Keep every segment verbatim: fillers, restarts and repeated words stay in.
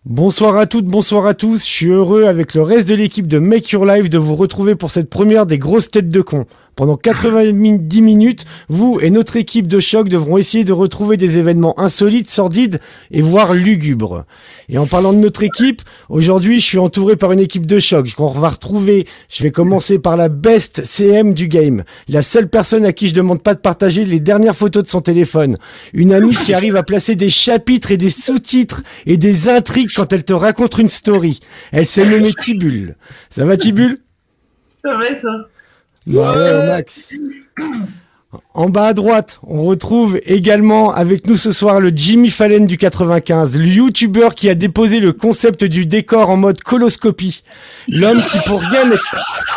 Bonsoir à toutes, bonsoir à tous. Je suis heureux avec le reste de l'équipe de Make Your Life de vous retrouver pour cette première des grosses têtes de con. Pendant quatre-vingt-dix minutes, vous et notre équipe de choc devront essayer de retrouver des événements insolites, sordides et voire lugubres. Et en parlant de notre équipe, aujourd'hui je suis entouré par une équipe de choc qu'on va retrouver. Je vais commencer par la best C M du game, la seule personne à qui je demande pas de partager les dernières photos de son téléphone. Une amie qui arrive à placer des chapitres et des sous-titres et des intrigues quand elle te raconte une story. Elle s'est nommée Tibule. Ça va Tibule ? Ça va toi ? Bah ouais, au max. En bas à droite, on retrouve également avec nous ce soir le Jimmy Fallon du quatre-vingt-quinze, le youtubeur qui a déposé le concept du décor en mode coloscopie. L'homme qui pour rien n'est...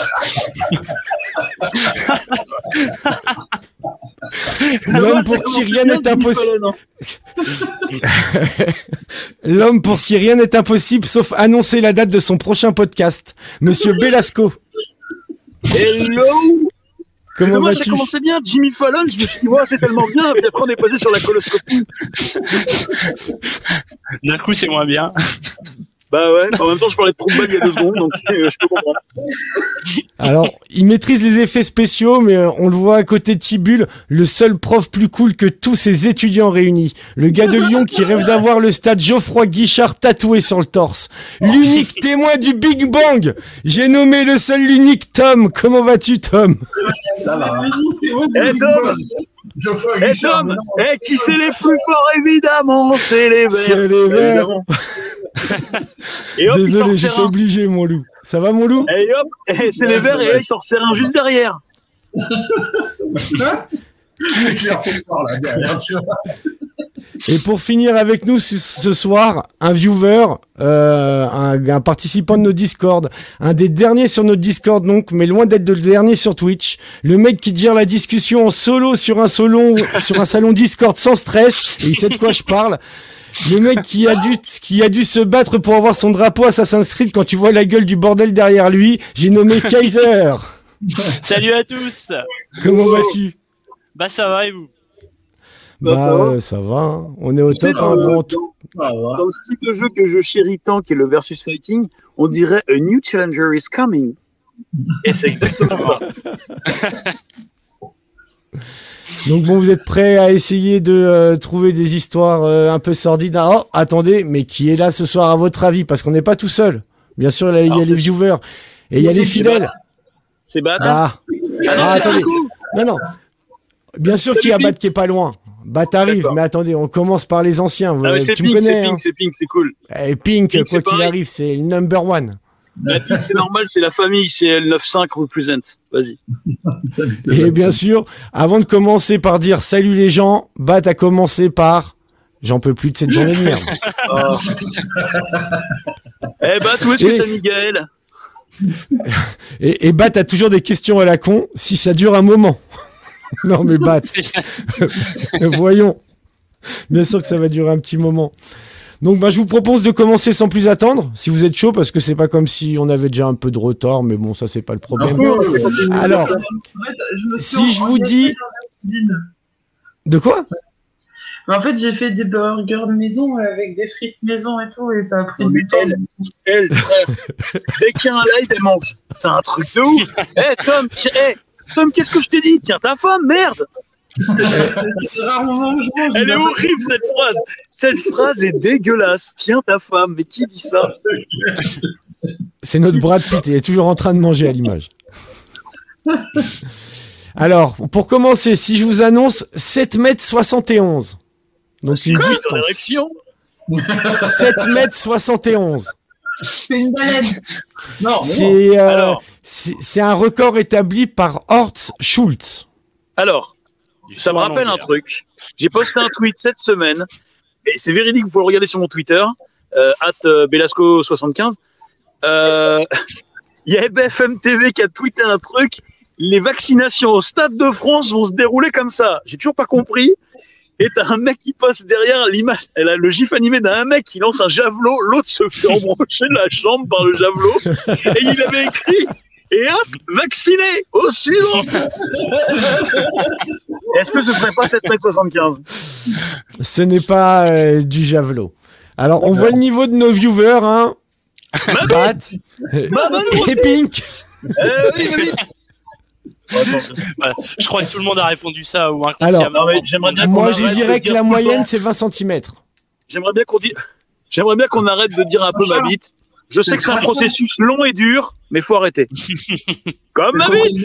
L'homme pour qui rien n'est impossible. L'homme pour qui rien n'est impossible sauf annoncer la date de son prochain podcast, Monsieur Belasco. Hello. Comment moi, vas-tu ? Ça commençait bien, Jimmy Fallon, je me suis dit, ouais, c'est tellement bien, puis après on est passé sur la coloscopie. D'un coup, c'est moins bien. Bah ouais, en même temps, je parlais de Troumbal il y a deux secondes, donc euh, je peux comprendre. Alors, il maîtrise les effets spéciaux, mais euh, on le voit à côté de Tibule, le seul prof plus cool que tous ses étudiants réunis. Le gars de Lyon qui rêve d'avoir le stade Geoffroy Guichard tatoué sur le torse. L'unique témoin du Big Bang. J'ai nommé le seul, l'unique Tom. Comment vas-tu, Tom ? Ça va. Eh Tom Eh Tom Eh qui c'est les plus forts, évidemment, c'est les verts. C'est les verts. Et hop, Désolé, il j'étais sort obligé, mon loup. Ça va, mon loup ? Et hop, et c'est les verts, et là, il sort serré un juste derrière. Et pour finir avec nous ce, ce soir, un viewer, euh, un, un participant de notre Discord, un des derniers sur notre Discord donc, mais loin d'être le dernier sur Twitch, le mec qui gère la discussion en solo sur un salon, sur un salon Discord sans stress, et il sait de quoi je parle. Le mec qui a dû, qui a dû se battre pour avoir son drapeau Assassin's Creed quand tu vois la gueule du bordel derrière lui, j'ai nommé Kaiser. Salut à tous. Comment vas-tu ? Bah ça va et vous ? Bah, Bah, ça va. euh, ça va, hein. On est au Tu sais, top, hein, dans, bon, dans, dans le style de jeu que je chéris tant, qui est le versus fighting, on dirait a new challenger is coming. Et c'est exactement ça. Donc bon, vous êtes prêts à essayer de euh, trouver des histoires euh, un peu sordides. Ah, oh, attendez, mais qui est là ce soir à votre avis ? Parce qu'on n'est pas tout seul. Bien sûr, là, il y a Alors, les viewers et il y a les fidèles. C'est Bat. Ah, ah attendez. Non, non. Bien sûr qu'il y a Bat qui est pas loin. Bat arrive, D'accord. mais attendez, on commence par les anciens. Vous- Ah, mais c'est tu me Pink, connais, c'est hein. Pink, c'est Pink, c'est cool. Et Pink, Pink, quoi c'est qu'il pareil. arrive, c'est le number one. La Pink, c'est normal, c'est la famille, c'est L quatre-vingt-quinze represent. Vas-y. Et bien sûr, avant de commencer par dire salut les gens, Bat a commencé par j'en peux plus de cette journée de merde. Oh. Eh bah, où est-ce Et- que t'as mis Gaël ? Et, et Bat a toujours des questions à la con si ça dure un moment. Non mais Bat, voyons. Bien sûr que ça va durer un petit moment. Donc bah, je vous propose de commencer sans plus attendre, si vous êtes chaud, parce que c'est pas comme si on avait déjà un peu de retard, mais bon, ça c'est pas le problème. Alors, si je vous dis... De quoi ? En fait, j'ai fait des burgers maison avec des frites maison et tout, et ça a pris Non, mais du temps. elle, elle, frère, dès qu'il y a un live, elle mange. C'est un truc de ouf. Eh, Tom, tiens, eh, Tom, qu'est-ce que je t'ai dit ? Tiens ta femme, merde. C'est rarement je mange. Elle est horrible, cette phrase. Cette phrase est dégueulasse. Tiens ta femme. Mais qui dit ça ? C'est notre Brad Pitt, il est toujours en train de manger à l'image. Alors, pour commencer, si je vous annonce sept mètres soixante et onze. Donc une Quoi, dans distance. l'érection ? sept mètres soixante et onze. C'est une baleine. Non, mais non. C'est euh, Alors. c'est c'est un record établi par Horst Schultz. Alors, Du ça me sang en rappelle un longueur. truc. J'ai posté un tweet cette semaine, et c'est véridique, vous pouvez le regarder sur mon Twitter, euh, at Belasco soixante-quinze. Euh, Il y a B F M T V qui a tweeté un truc. Les vaccinations au Stade de France vont se dérouler comme ça. J'ai toujours pas compris. Et t'as un mec qui passe derrière l'image. Elle a le gif animé d'un mec qui lance un javelot. L'autre se fait embrocher de la jambe par le javelot. Et il avait écrit et hop, vacciné, au suivant. Est-ce que ce serait pas sept mètres soixante-quinze? Ce n'est pas euh, du javelot. Alors, on voit le niveau de nos viewers, hein. Bat, et Pink. Euh, oui, oui. Voilà. Je crois que tout le monde a répondu ça ou Alors, inconsciemment. Non, mais j'aimerais bien qu'on Moi, je arrête dirais de que dire la tout le moyenne, temps- c'est vingt centimètres. J'aimerais bien qu'on dise. J'aimerais bien qu'on arrête de dire un peu ma bite. Je sais que c'est un processus long et dur, mais faut arrêter. Comme ma bite.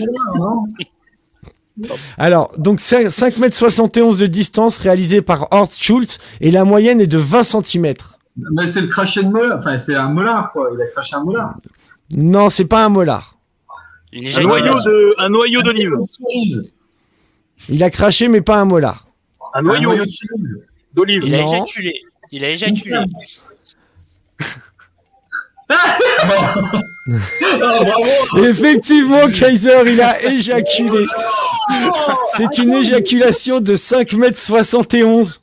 Alors, donc cinq mètres soixante et onze de distance réalisé par Horst Schultz et la moyenne est de vingt centimètres. Mais c'est le crachet de molar, enfin c'est un molar quoi, il a craché un molar. Non, c'est pas un molar. Une Un éjaculation. noyau de, un noyau d'olive. Il a craché, mais pas un molar. Un Un noyau noyau de cerise. d'olive. Il a Non. éjaculé. Il a éjaculé. Oh, bravo. Effectivement, Kaiser, il a éjaculé. C'est une éjaculation de cinq mètres soixante et onze.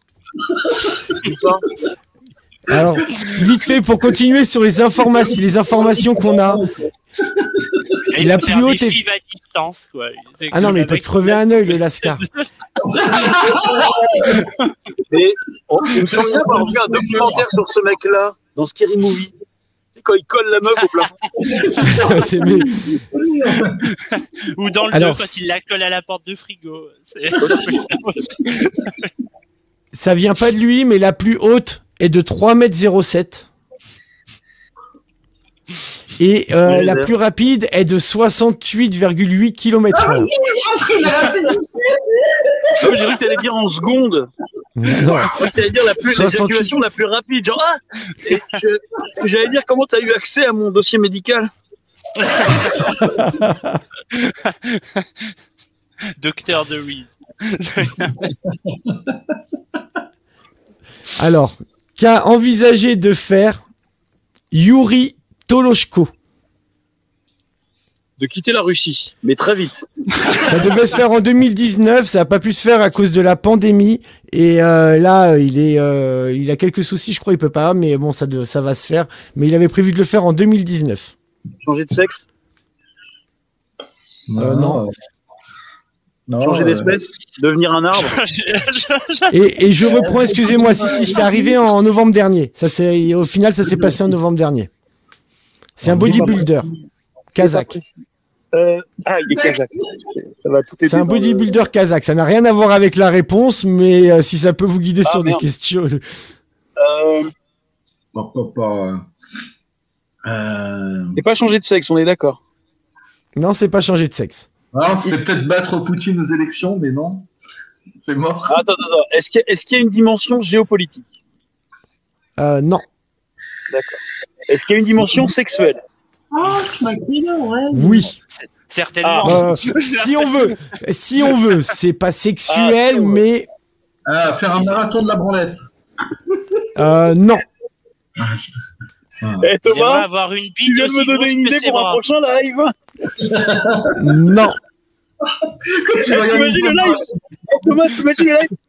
Alors, vite fait, pour continuer sur les informations, les informations qu'on a. Et La il peut plus faire haute des est- fives à distance, quoi. C'est Ah non, comme mais il peut avec- te crever un œil, le Lascar. Mais on, il me semble bien avoir vu un documentaire sur ce mec-là dans Scary Movie. C'est quand il colle la meuf au plafond. C'est mais- Ou dans le Alors, deux, quand il la colle à la porte de frigo. C'est- Ça vient pas de lui, mais la plus haute est de trois mètres zéro sept. Et euh, Oui, la là. plus rapide est de soixante-huit virgule huit kilomètres heure. Ah, mais j'ai cru que t'allais dire en seconde. Non. Je crois que t'allais dire la plus, soixante-huit. l'éjaculation la plus rapide. Genre, ah et je, Parce que j'allais dire, comment t'as eu accès à mon dossier médical? Docteur de Reese. Alors, qu'a envisagé de faire Yuri Toloshko? De quitter la Russie, mais très vite. Ça devait se faire en deux mille dix-neuf, ça n'a pas pu se faire à cause de la pandémie. Et euh, là, il est, euh, il a quelques soucis, je crois, il peut pas, mais bon, ça, de- ça va se faire. Mais il avait prévu de le faire en deux mille dix-neuf. Changer de sexe, Euh, non. euh, non, changer euh, d'espèce, devenir un arbre. Et, et je reprends, excusez-moi, si, si, c'est arrivé en novembre dernier. Ça, c'est, au final, ça s'est passé en novembre dernier. C'est un bodybuilder, kazakh. Euh, ah, il est kazakh. Ça va tout aider. C'est un dans le- bodybuilder kazakh. Ça n'a rien à voir avec la réponse, mais euh, si ça peut vous guider Ah, sur des merde. questions. Euh, pas- pas- pas, euh, c'est pas changer de sexe, on est d'accord. Non, c'est pas changer de sexe. ah, c'était peut-être battre Poutine aux élections, mais non. C'est mort. Ah, attends, attends, attends. Est-ce qu'il y, a- est-ce qu'il y a une dimension géopolitique? Euh, non. D'accord. Est-ce qu'il y a une dimension sexuelle? Oh, tu m'as crié, ouais. Oui. Certainement. Euh, si on veut, si on veut, c'est pas sexuel, Ah, si on veut. mais Ah, faire un marathon de la branlette. euh, non. Ah, putain. Ah. Eh Il aimerait Thomas, avoir une tu bite viens de aussi me donner grosse une que idée ses pour un bras. prochain live. Non. Quand tu Eh, regardes t'imagines une le live? Eh, Thomas, t'imagines le live?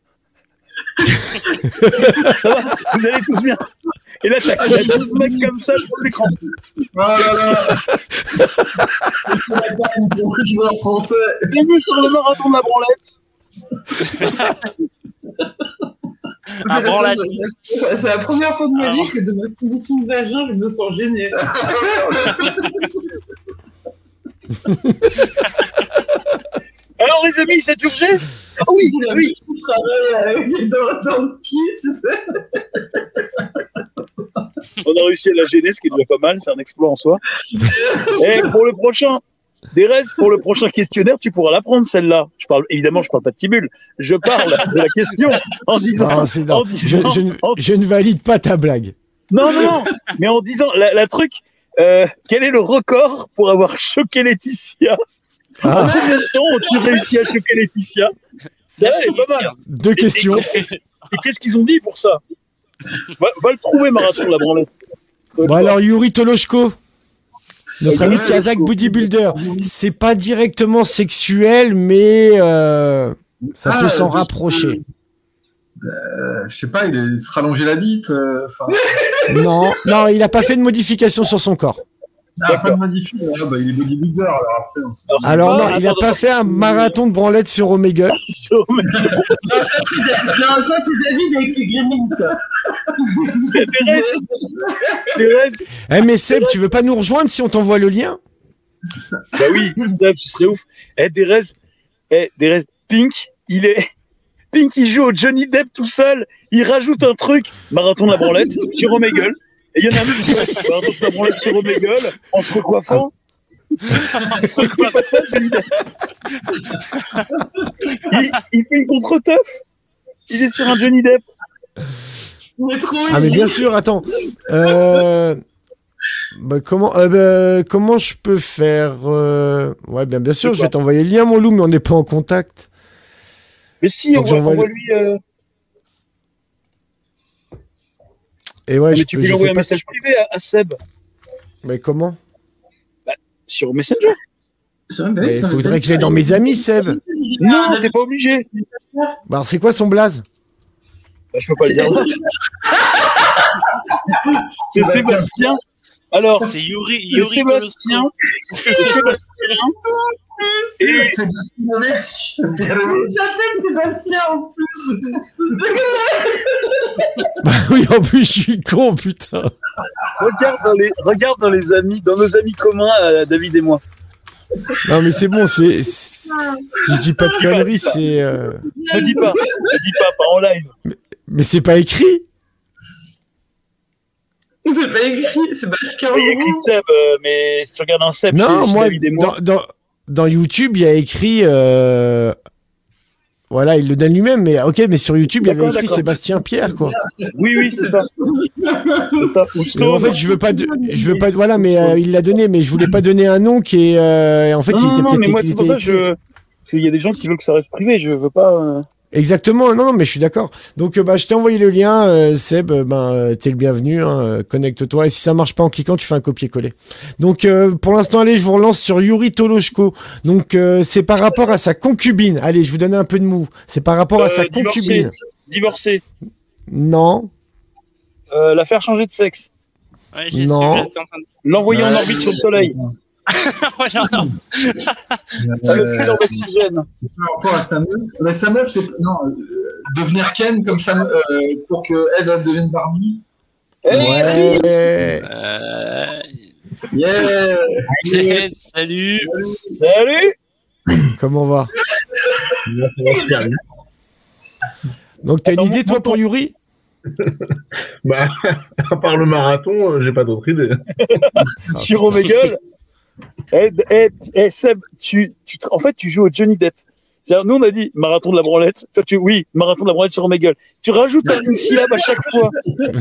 Ça va, vous allez tous bien. Et là, t'as t'as douze mecs comme ça sur l'écran. Oh là là. C'est la dame pour le joueur français. Bienvenue sur le marathon de la branlette. Un C'est branlade. la- C'est la première fois de ma Ah. vie que de ma condition de vagin, je me sens gênée. Alors les amis, cette urgence? Ah oui, La oui. vie qui sera avec les dents dans le cul, tu sais. On a réussi à la gêner, ce qui est déjà pas mal, c'est un exploit en soi. Et pour le prochain, Derez, pour le prochain questionnaire, tu pourras la prendre celle-là. Je parle, évidemment, je parle pas de Tibule. Je parle de la question en disant. Non, c'est- non. en Je, disant- je ne, en- je ne valide pas ta blague. non, non, non, mais en disant la, la truc. Euh, quel est le record pour avoir choqué Laetitia? En Ah, combien de temps ont-tu réussi à choquer Laetitia? Ça est pas mal. deux questions. Et qu'est-ce qu'ils ont dit pour ça? va, va le trouver, Marathon, la branlette. Bon alors Yuri Toloshko, notre Ouais, ami ouais, kazakh cool. bodybuilder, c'est pas directement sexuel, mais euh, ça Ah, peut s'en euh, rapprocher. Euh, je sais pas, il, est- il se rallongeait la bite. euh, enfin, Non, non, il a pas fait de modification sur son corps. Ah, pas de modifie, ah, bah, il est bodybuilder, alors après, on sait. Alors non, pas, il a attends, pas attends. fait un marathon de branlette sur Omegle. Sur Omegle. Non, ça, c'est Da- non, ça, c'est David avec les Gremlins, ça. Thérèse, Thérèse. Eh mais Seb, tu veux pas nous rejoindre si on t'envoie le lien? Bah oui, ça, ce serait ouf. Eh, Thérèse, eh, Thérèse, Pink, il est. Pink, il joue au Johnny Depp tout seul. Il rajoute un truc, marathon de la branlette, sur Omegle. Et il y en a un autre qui fait marathon de la branlette sur Omegle, en se recoiffant. Sauf que c'est pas ça, Johnny Depp. Il, il fait une contre-teuf. Il est sur un Johnny Depp. Il est trop Ah mais bien sûr, attends. Euh... Bah, comment, euh, bah, comment je peux faire euh... Ouais, bien, bien sûr, je vais t'envoyer le lien, mon loup, mais on n'est pas en contact. Mais si, Donc, on va, j'envoie on va le- lui. Euh... Et ouais, mais je tu peux, peux je lui sais envoyer un pas. message privé à, à Seb Mais comment? sur Messenger. C'est vrai, bah, Mais oui, il ça me faudrait fait- que je l'ai dans mes amis, Seb. Non, t'es pas obligé. Bah, alors, c'est quoi son blaze? Bah, je peux pas le C'est- dire. C'est Sébastien. Alors, C'est Yuri, c'est Yuri Sébastien. C'est Sébastien. Et c'est le mec. Il s'appelle Sébastien en plus. Bah oui, en plus, je suis con, putain. Regarde dans les, regarde dans les amis, dans nos amis communs, euh, David et moi. Non, mais c'est bon, c'est. c'est- Si je dis pas de conneries, c'est. euh, Ne dis pas, ne dis pas, pas en live. Mais c'est pas écrit. C'est pas écrit, c'est pas écrit. Il y a écrit Seb, euh, mais si tu regardes un Seb, Non, c'est moi, David et moi. dans, dans, dans YouTube, il y a écrit. euh, Voilà, il le donne lui-même, mais ok, mais sur YouTube, il y avait D'accord, écrit d'accord. Sébastien Pierre, quoi. Oui, oui, c'est ça. C'est ça. Ou Mais Stone. en fait, je veux pas, de- je veux pas, voilà, mais euh, il l'a donné, mais je voulais pas donner un nom qui est, euh, en fait, non, il non, était non, peut-être mais moi, il c'est pour était ça que je. Parce qu'il y a des gens qui veulent que ça reste privé, je veux pas. euh, Exactement, non, non, mais je suis d'accord. Donc, euh, bah, je t'ai envoyé le lien, euh, Seb, euh, ben, euh, t'es le bienvenu, hein, euh, connecte-toi. Et si ça marche pas en cliquant, tu fais un copier-coller. Donc, euh, pour l'instant, allez, je vous relance sur Yuri Toloshko. Donc, euh, c'est par rapport à sa concubine. Allez, je vous donne un peu de mou. C'est par rapport à euh, sa divorcé, concubine. Divorcé. Non, Euh, la faire changer de sexe. Ouais, j'ai Non. su, j'étais en train de- L'envoyer en Ouais. orbite sur le soleil. Ouais, non, non. Le pull en oxygène. C'est par rapport à sa meuf. Mais sa meuf, c'est. Non, euh, devenir Ken comme ça, euh, pour qu'elle elle devienne Barbie. Eh, ouais. Euh... Yeah! Salut. Salut. Comment on va? Ça va super bien. Donc, t'as une Attends, idée, mon- toi, mon- pour Yuri? Bah, à part le marathon, euh, j'ai pas d'autre idée. Sur Omegle. Eh, eh, eh, Seb, tu, tu, te- en fait, tu joues au Johnny Depp. C'est-à-dire, nous, on a dit marathon de la branlette. Toi, tu, oui, marathon de la branlette sur Omegle. Tu rajoutes une syllabe à chaque fois.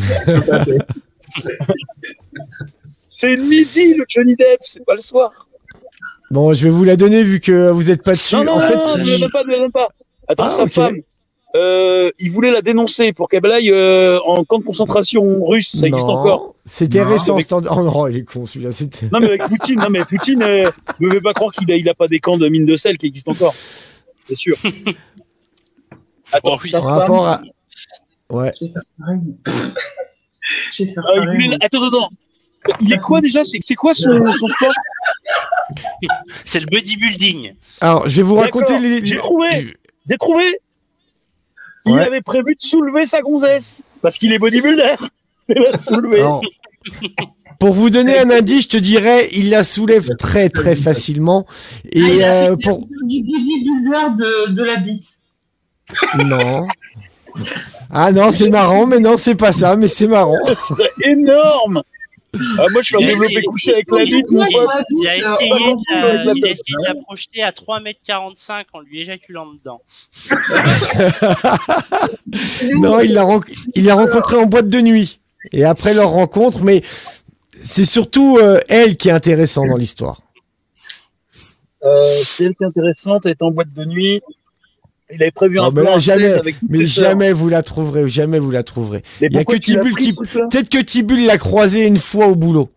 C'est midi, le Johnny Depp, c'est pas le soir. Bon, je vais vous la donner vu que vous êtes pas dessus. Non, non, en non, fait, non, ne il- le donne pas, ne le donne pas. Attends, Ah, sa ok. femme, euh, il voulait la dénoncer pour qu'elle aille euh, en camp de concentration russe. Ça existe non, encore. c'était Non, récent. avec- c'était en- Oh non, il est con celui-là. C'était. Non, mais avec Poutine, non, mais Poutine euh, ne veut pas croire qu'il a, il a pas des camps de mines de sel qui existent encore. C'est sûr. Attends, Oh, oui. sa En femme, rapport à. Ouais. J'ai fait pareil. J'ai fait euh, il pareil. voulait- Attends, attends, attends. Il est quoi déjà? C'est c'est quoi son, son sport? C'est le bodybuilding. Alors, je vais vous D'accord, raconter les. j'ai trouvé. J'ai trouvé. Il Ouais. avait prévu de soulever sa gonzesse parce qu'il est bodybuilder. Il l'a soulevé. Alors, pour vous donner un indice, je te dirais, il la soulève très très facilement. Ah, Et il a euh, fait pour. du bodybuilder de, de la bite. Non. Ah non, c'est marrant, mais non, c'est pas ça, mais c'est marrant. Ce serait énorme. Ah, moi, je fais un Il a développé essayé- couché avec la bite, mon Ouais, pote. ouais. Il a Euh, essayé pardon, de la, avec la il a tête. essayé de la projeter à trois mètres quarante-cinq en lui éjaculant dedans. Non, il l'a ren- il l'a rencontré en boîte de nuit. Et après leur rencontre, mais c'est surtout euh, elle qui est intéressante dans l'histoire. Euh, c'est elle qui est intéressante, elle est en boîte de nuit. Il avait prévu Non, un mais plan là, à seize jamais, avec toutes mais ses sœurs. jamais vous la trouverez, jamais vous la trouverez. Mais Il y a pourquoi que tu l'as Tibul pris, qui- ce truc-là? Peut-être que Tibul l'a croisé une fois au boulot.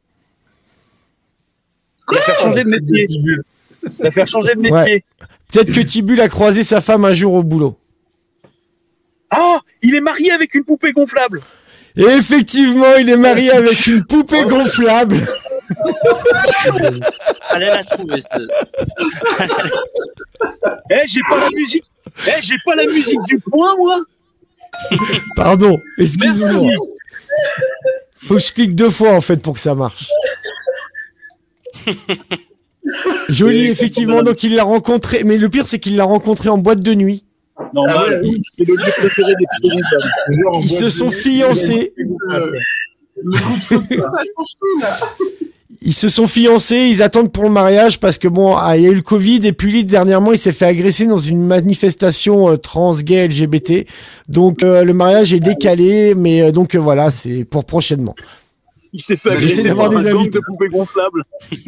La faire changer de métier. La faire changer de métier. Ouais. Peut-être que Tibul a croisé sa femme un jour au boulot. Ah, il est marié avec une poupée gonflable. Et effectivement, il est marié avec une poupée gonflable. Allez la trouver. Eh, j'ai pas la musique. Eh, j'ai pas la musique du point, moi. Pardon, excusez-moi. Faut que je clique deux fois en fait pour que ça marche. Joli, effectivement. Donc il l'a rencontré, mais le pire c'est qu'il l'a rencontré en boîte de nuit. Normal, Ah ouais, oui. c'est le jeu préféré des petits gonflables. Ils se sont fiancés. Le coup de foot, ça change tout, là. Ils se sont fiancés, ils attendent pour le mariage parce que bon, ah, il y a eu le Covid et puis lui dernièrement il s'est fait agresser dans une manifestation euh, trans gay L G B T. Donc euh, le mariage est décalé, mais euh, donc euh, voilà, c'est pour prochainement. Il s'est fait J'essaie agresser d'avoir par des un gang invités. de poupées gonflables.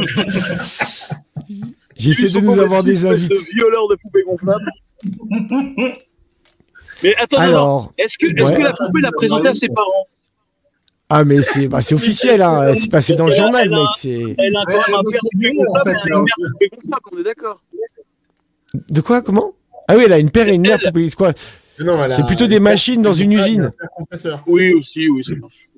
J'essaie Ils de sont nous tombés avoir sur une des espèce invités. de violeurs de poupées gonflables. Mais attends, non, non. Alors, est-ce que, est-ce ouais. que la poupée l'a présenté à ses parents? ah mais c'est bah, c'est officiel, hein. C'est passé dans le Parce que journal, elle a- mec. C'est Elle a un, Ouais, un elle père a poupée aussi gonflable en et fait, une là. mère poupée gonflable, on est d'accord? de quoi? Comment? Ah oui, elle a une paire et une mère Elle- poupée. Quoi? Non, elle a- C'est plutôt des machines dans une usine. Un compresseur. Oui, aussi, oui, ça marche.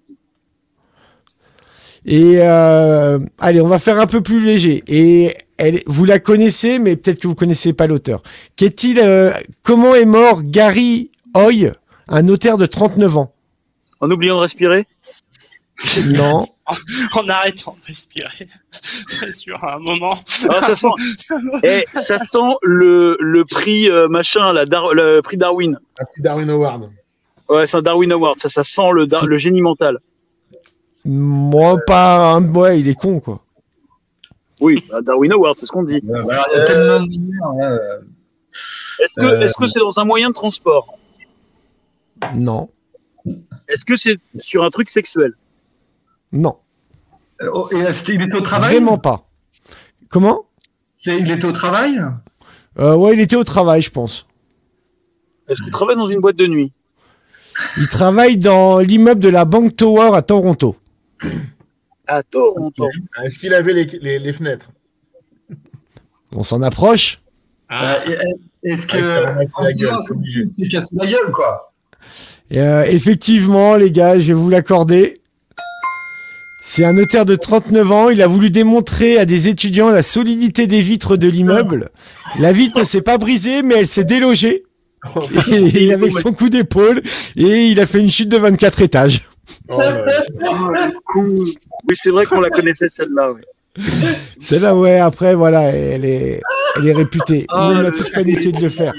Et euh, allez, on va faire un peu plus léger. Et elle, vous la connaissez, mais peut-être que vous connaissez pas l'auteur. Qu'est-il euh, Comment est mort Gary Hoy, un notaire de trente-neuf ans? En oubliant de respirer? Non. En arrêtant de respirer. Sur un moment. Ah, ça sent, eh, ça sent le, le prix euh, machin, la Dar- le prix Darwin. Un petit Darwin Award. Ouais, c'est un Darwin Award. Ça, ça sent le, dar- C'est- le génie mental. Moi, pas. un- Ouais, il est con, quoi. Oui, un Darwin Award, c'est ce qu'on dit. Ouais, bah, alors, il y a tellement de manières, ouais, euh, Est-ce que, Euh, est-ce que c'est dans un moyen de transport? Non. Est-ce que c'est sur un truc sexuel? Non. oh, et c'était- il était au travail Vraiment pas. Comment? C'est- Il était au travail euh, Ouais, il était au travail, je pense. Est-ce qu'il travaille dans une boîte de nuit? Il travaille dans l'immeuble de la Bank Tower à Toronto. À Toronto. Est-ce qu'il avait les, les, les fenêtres? On s'en approche. Ah, Euh, et- Est-ce que. Ah, il s'est ramassé la en gueule, disant, c'est obligé. Il s'est cassé la gueule, quoi. Et euh, effectivement, les gars, je vais vous l'accorder. C'est un notaire de trente-neuf ans. Il a voulu démontrer à des étudiants la solidité des vitres de l'immeuble. La vitre ne s'est pas brisée, mais elle s'est délogée. Et avec son coup d'épaule, et il a fait une chute de vingt-quatre étages. oh là là. Ah, cool. Oui, c'est vrai qu'on la connaissait celle-là. Ouais. Celle-là, ouais, après, voilà, elle est, elle est réputée. Ah, Nous, on a le- tous paniqué de le faire.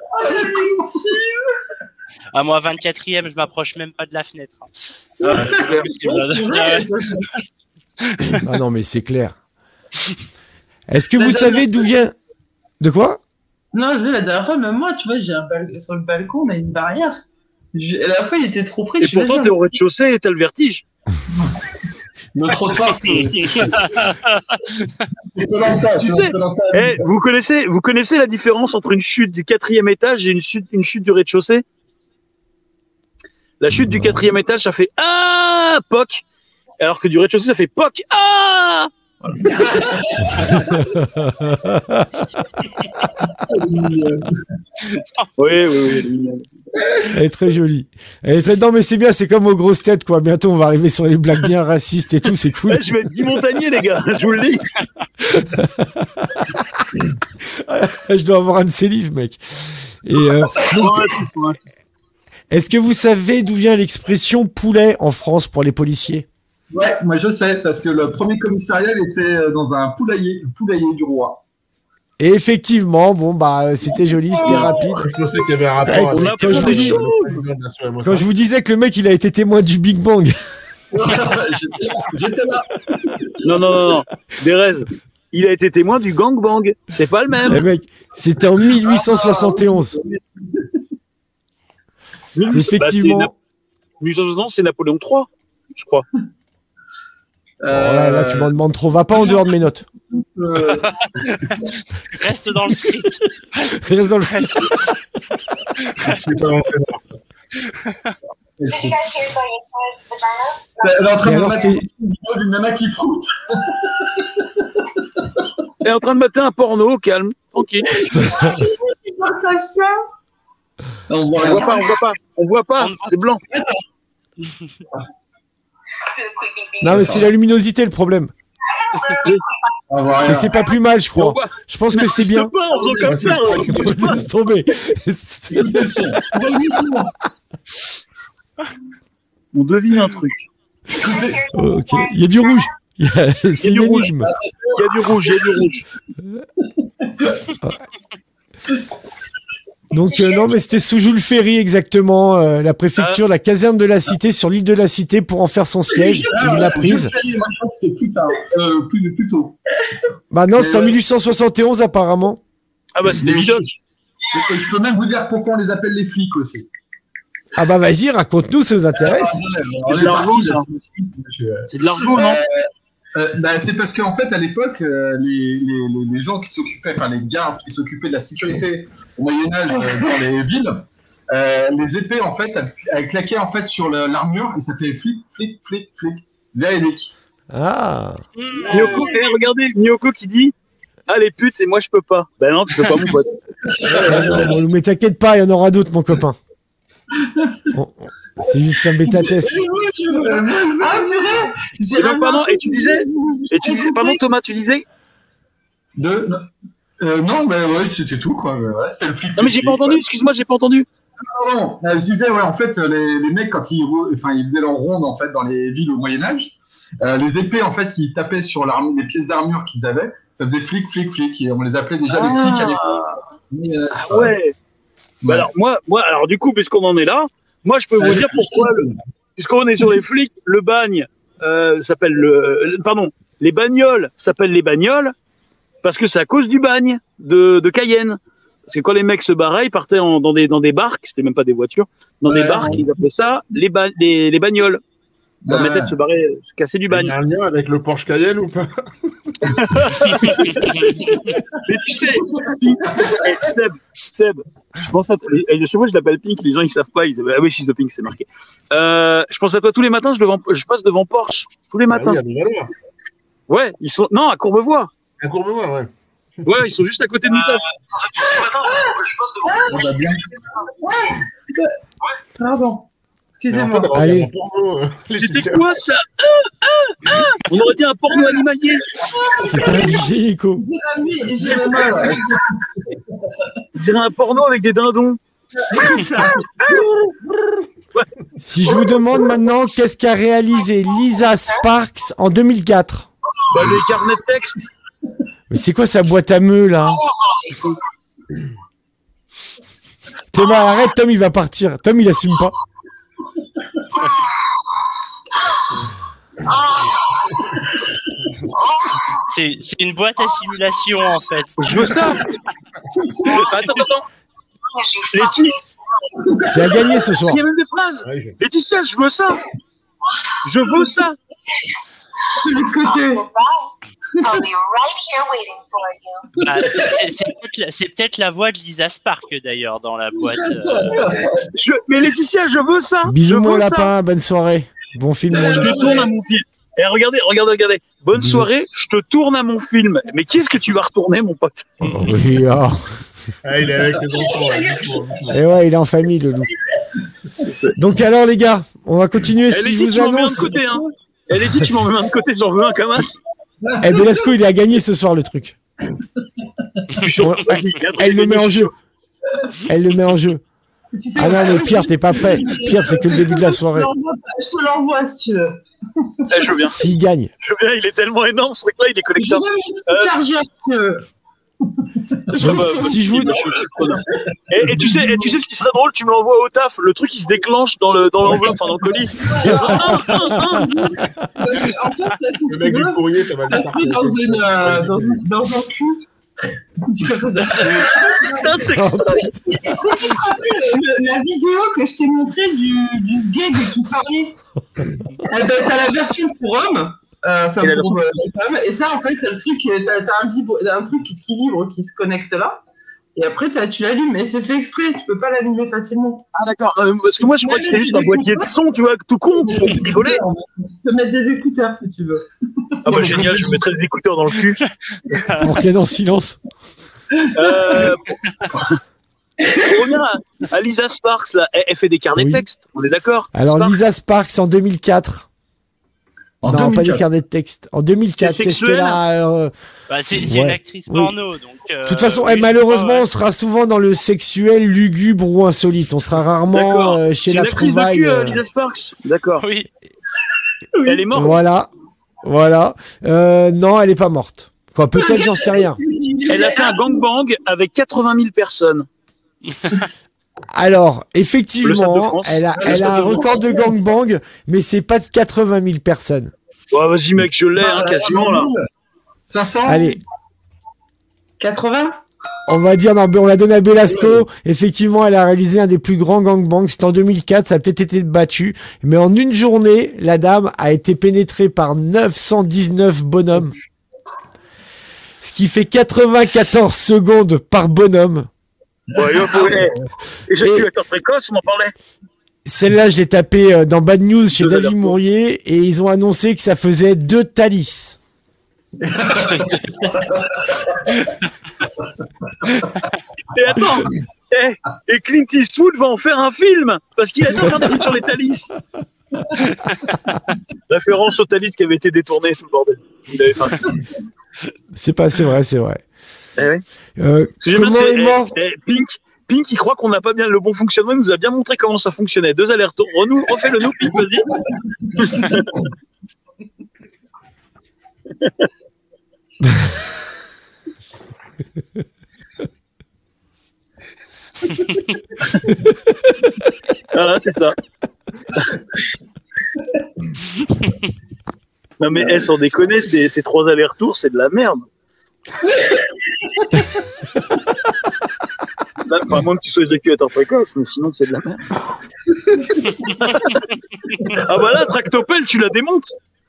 À moi, vingt-quatrième, je m'approche même pas de la fenêtre. Ah, c'est clair. Ah non, mais c'est clair. Est-ce que vous savez d'où vient... De quoi? Non, je dis, la dernière fois, même moi, tu vois, j'ai un bal- sur le balcon, on a une barrière. Je- La dernière fois, il était trop près. Et je suis pourtant, vas-y, t'es au rez-de-chaussée et t'as le vertige. Ne trotte pas, c'est c'est Koh-Lanta, Tu c'est sais, Koh-Lanta. Eh, vous connaissez, vous connaissez la différence entre une chute du quatrième étage et une chute, une chute du rez-de-chaussée? La chute du quatrième étage, ça fait ah poc, alors que du rez-de-chaussée, ça fait poc ah. Oui, oui, oui. Elle est très jolie. Elle est très... Non, mais c'est bien, c'est comme aux grosses têtes, quoi. Bientôt, on va arriver sur les blagues bien racistes et tout, c'est cool. Eh, je vais être Guy Montagnier, les gars, je vous le dis. Je dois avoir un de ces livres, mec. Et euh, donc, Ouais, tous, ouais, tous. est-ce que vous savez d'où vient l'expression poulet en France pour les policiers? Ouais, moi je sais, parce que le premier commissariat il était dans un poulailler, le poulailler du roi. Et effectivement, bon, bah, c'était joli, c'était rapide. Je pensais qu'il y avait un rapport Hey, avec quand je vous dis- le président de la Suède, moi, Quand ça. je vous disais que le mec, il a été témoin du Big Bang. J'étais là, j'étais là. Non, non, non, non. Derez, il a été témoin du gangbang. C'est pas le même. Eh mec, c'était en mille huit cent soixante et onze. C'est Bah, c'est effectivement... Na- mille huit cent soixante, c'est Napoléon trois, je crois. Oh là, là, tu m'en demandes trop. Va pas en dehors de mes notes. Euh, Reste dans le script. Reste dans le script. C'est pas lancé, non. Elle est en train Mais de alors, mettre c'est- une vidéo d'une nana qui fout. Elle est en train de mater un porno, calme, tranquille. partage ça. On voit On voit pas, on voit pas, on voit pas, c'est blanc. Non, mais c'est la luminosité le problème. On va rien. Mais c'est pas plus mal, je crois. Pourquoi Je pense que c'est bien. Pas en faisant comme ça. hein. Laisse tomber. On devine un truc. Ok. Il y a du rouge. Il y a- C'est du une rouge. énigme. Il y a du rouge, il y a du rouge. Donc euh, non, mais c'était sous Jules Ferry exactement, euh, la préfecture, la caserne de la Cité sur l'île de la Cité pour en faire son siège. Il l'a prise. Je moi, je crois que c'était plus tard, euh, plus, plus tôt. Bah non, c'était en mille huit cent soixante et onze apparemment. Ah bah c'est des Mais vidocs. je, je peux même vous dire pourquoi on les appelle les flics aussi. Ah bah vas-y, raconte-nous, ça nous intéresse. On de est l'argent, parti ça. là. Je- C'est de l'argent, non Euh, bah, c'est parce qu'en fait, à l'époque, euh, les, les, les- les gens qui s'occupaient, enfin les gardes qui s'occupaient de la sécurité au Moyen-Âge euh, dans les villes, euh, les épées, en fait, elles, elles claquaient en fait, sur le- l'armure et ça fait flic, flic, flic, flic. Véridique. Ah. Nyoko, eh, regardez, Nyoko qui dit ah les putes et moi je peux pas. Ben non, tu peux pas mon pote. Ah non, bon, mais t'inquiète pas, il y en aura d'autres, mon copain. Bon, c'est juste un bêta test. Ah, purée. J'ai Et donc, un pardon, truc et tu disais, et tu disais, pardon Thomas, tu disais De, euh, non, mais ouais, c'était tout, quoi. Mais voilà, c'était le flic. non mais j'ai flic, pas entendu, excuse-moi, j'ai pas entendu. Pardon, euh, je disais, ouais, en fait, les, les mecs, quand ils, rou- enfin, ils faisaient leur ronde, en fait, dans les villes au Moyen-Âge, euh, les épées, en fait, qui tapaient sur l'arme- les pièces d'armure qu'ils avaient, ça faisait flic, flic, flic, et on les appelait déjà les flics à l'époque. Mais, euh, Ah ouais. Bah alors moi, moi, alors du coup, puisqu'on en est là, moi je peux vous euh, dire pourquoi, le- puisqu'on est sur les flics, le bagne euh, s'appelle le, le- pardon, les bagnoles s'appellent les bagnoles parce que c'est à cause du bagne de, de Cayenne. Parce que quand les mecs se barraient, ils partaient en- dans des dans des barques, c'était même pas des voitures, dans Ouais, des barques, ouais. ils appelaient ça les ba- les, les bagnoles. Ça Ouais, permettait de ouais. se barrer, se casser du Il y bagne. a un lien avec le Porsche Cayenne ou pas? Mais tu sais, Pink, eh, Seb, Seb, je pense à toi. Et je sais pas, je l'appelle Pink, les gens ils savent pas. Ils disent, ah oui, Fils de Pink, c'est marqué. Euh, je pense à toi tous les matins, je, devant, je passe devant Porsche, tous les Ah oui, matins. à Levallois. Ouais, ils sont. Non, à Courbevoie. À Courbevoie, ouais. Ouais, ils sont juste à côté de nous. On va bien. Pardon. Mais en Excusez-moi. fait, on Allez. regarde un porno, euh, C'était Laetitia. quoi ça ah, ah, ah On aurait dit un porno animalier. C'est un vieil écho. J'ai ramené- j'ai ramené- Je dirais un porno avec des dindons. Si je vous demande maintenant, qu'est-ce qu'a réalisé Lisa Sparks en deux mille quatre? Bah, des carnets de texte. Mais c'est quoi sa boîte à meux, là? Thomas, arrête, Tom, il va partir. Tom, il assume pas. C'est c'est une boîte à simulation en fait. Je veux ça. Attends, attends. Laetitia, C'est à gagner ce soir. il y a même des phrases. Ouais, je- Laetitia, je veux ça. Je veux ça. de l'autre côté. I'll be right here waiting for you. Bah, c'est- c'est c'est peut-être la- c'est peut-être la voix de Lisa Spark d'ailleurs dans la boîte. euh. Je- Mais Laetitia, je veux ça. Bisous, je mon veux ça. lapin. Bonne soirée. Bon film, mon Je lapin. te tourne à mon film. Et regardez, regardez, regardez. Bonne Bisous. soirée, je te tourne à mon film. Mais qui est-ce que tu vas retourner, mon pote? Oh, oui, ah. Ah, il est avec ses enfants. là, doucement, doucement. Et ouais, il est en famille, le loup. Donc alors, les gars, on va continuer. Elle Si est je dit, vous tu m'en mets un de annonce... côté, hein. Elle est dit, tu m'en mets un de côté, j'en veux un comme as. Eh, Belasco, il est à gagner ce soir, le truc. Tu chantes, Ouais, vas-y, viens, Elle le met en je jeu. Elle le met en jeu. Si c'est Ah non, vrai, mais Pierre, t'es pas prêt. Pierre, c'est que le début de la soirée. Je te l'envoie- je te l'envoie si tu veux. Eh, je veux bien. S'il gagne. Je veux bien, il est tellement énorme, ce truc-là, il est J'ai connecté. même un petit chargeur si tu veux. Ça va, si je vous- je suis preneur. Et, et tu sais, et tu sais ce qui serait drôle, tu me l'envoies au taf, le truc il se déclenche dans le dans l'enveloppe, enfin dans le colis. En fait, ça, si Le tu mec veux, du courrier, ça va ça lui se partir. met dans, une, euh, dans, une- dans un cul. Tu vois, ça doit- C'est un sexe. Est-ce que tu te rappelles le- la vidéo que je t'ai montrée du, du sgeg qui parlait? Eh ben, t'as la version pour hommes, euh, enfin Et la pour euh, les femmes, et ça, en fait, t'as le truc, euh, t'as, t'as un, vibro- t'as un truc qui, qui vibre, qui se connecte là, et après, t'as, tu l'allumes, mais c'est fait exprès, tu peux pas l'allumer facilement. Ah d'accord, euh, parce que moi je crois que c'était juste un boîtier de son, tu vois, tout con, pour rigoler. Tu peux mettre des écouteurs si tu veux. Ah bah génial, je mettrai des écouteurs dans le cul. Pour qu'elle est en silence. Euh, pour revenir à, à Lisa Sparks, là, elle, elle fait des carnets Oui. de texte, on est d'accord? Alors, Sparks. Lisa Sparks en deux mille quatre. En non, deux mille pas des quatre. carnets de texte. En deux mille quatre, C'est qu'est-ce sexuel qu'elle a euh, Bah, c'est c'est Ouais. une actrice Oui. porno, donc. De toute façon, eh, malheureusement, on sera souvent dans le sexuel, lugubre ou insolite. On sera rarement D'accord. euh, C'est chez une la actrice de trouvaille. cul, euh, euh, Lisa Sparks. D'accord. Oui. Elle est morte. Voilà, voilà. Euh, non, elle est pas morte. Quoi, peut-être, j'en sais rien. Elle a fait un gangbang avec quatre-vingt mille personnes. Alors, Le Stade de effectivement, France. elle a, Le elle Stade a un de France. record de gangbang, mais c'est pas de quatre-vingt mille personnes. Ouais, vas-y, mec, je l'ai, hein, quasiment, là. cinq cents Allez, quatre-vingts on va dire, non, on la donne à Belasco. Effectivement, elle a réalisé un des plus grands gangbangs. C'était en deux mille quatre, ça a peut-être été battu. Mais en une journée, la dame a été pénétrée par neuf cent dix-neuf bonhommes. Ce qui fait quatre-vingt-quatorze secondes par bonhomme. Ouais, il faut. eh, Éjaculateur précoce, on en parlait. Celle-là, je l'ai tapée euh, dans Bad News chez Deux David allers-retours. Mourier et ils ont annoncé que ça faisait deux Thalys. Et attends, eh, et Clint Eastwood va en faire un film parce qu'il a été en train de faire sur les Thalys. Référence aux Thalys qui avait été détourné sous le bordel. Il avait fait un film. C'est pas, c'est vrai, c'est vrai. Eh oui. Euh, Ce que j'aime bien, comment c'est, est eh, mort eh, Pink, Pink, il croit qu'on n'a pas bien le bon fonctionnement. Il nous a bien montré comment ça fonctionnait. Deux allers-retours. Renou, refais-le nous, Pink, vas-y. Voilà, c'est ça. Non mais eh, sans déconner, ces, ces trois allers-retours, c'est de la merde. Là, enfin, à moins que tu sois éjaculateur précoce, mais sinon c'est de la merde. Ah bah là, Tractopelle, tu la démontes.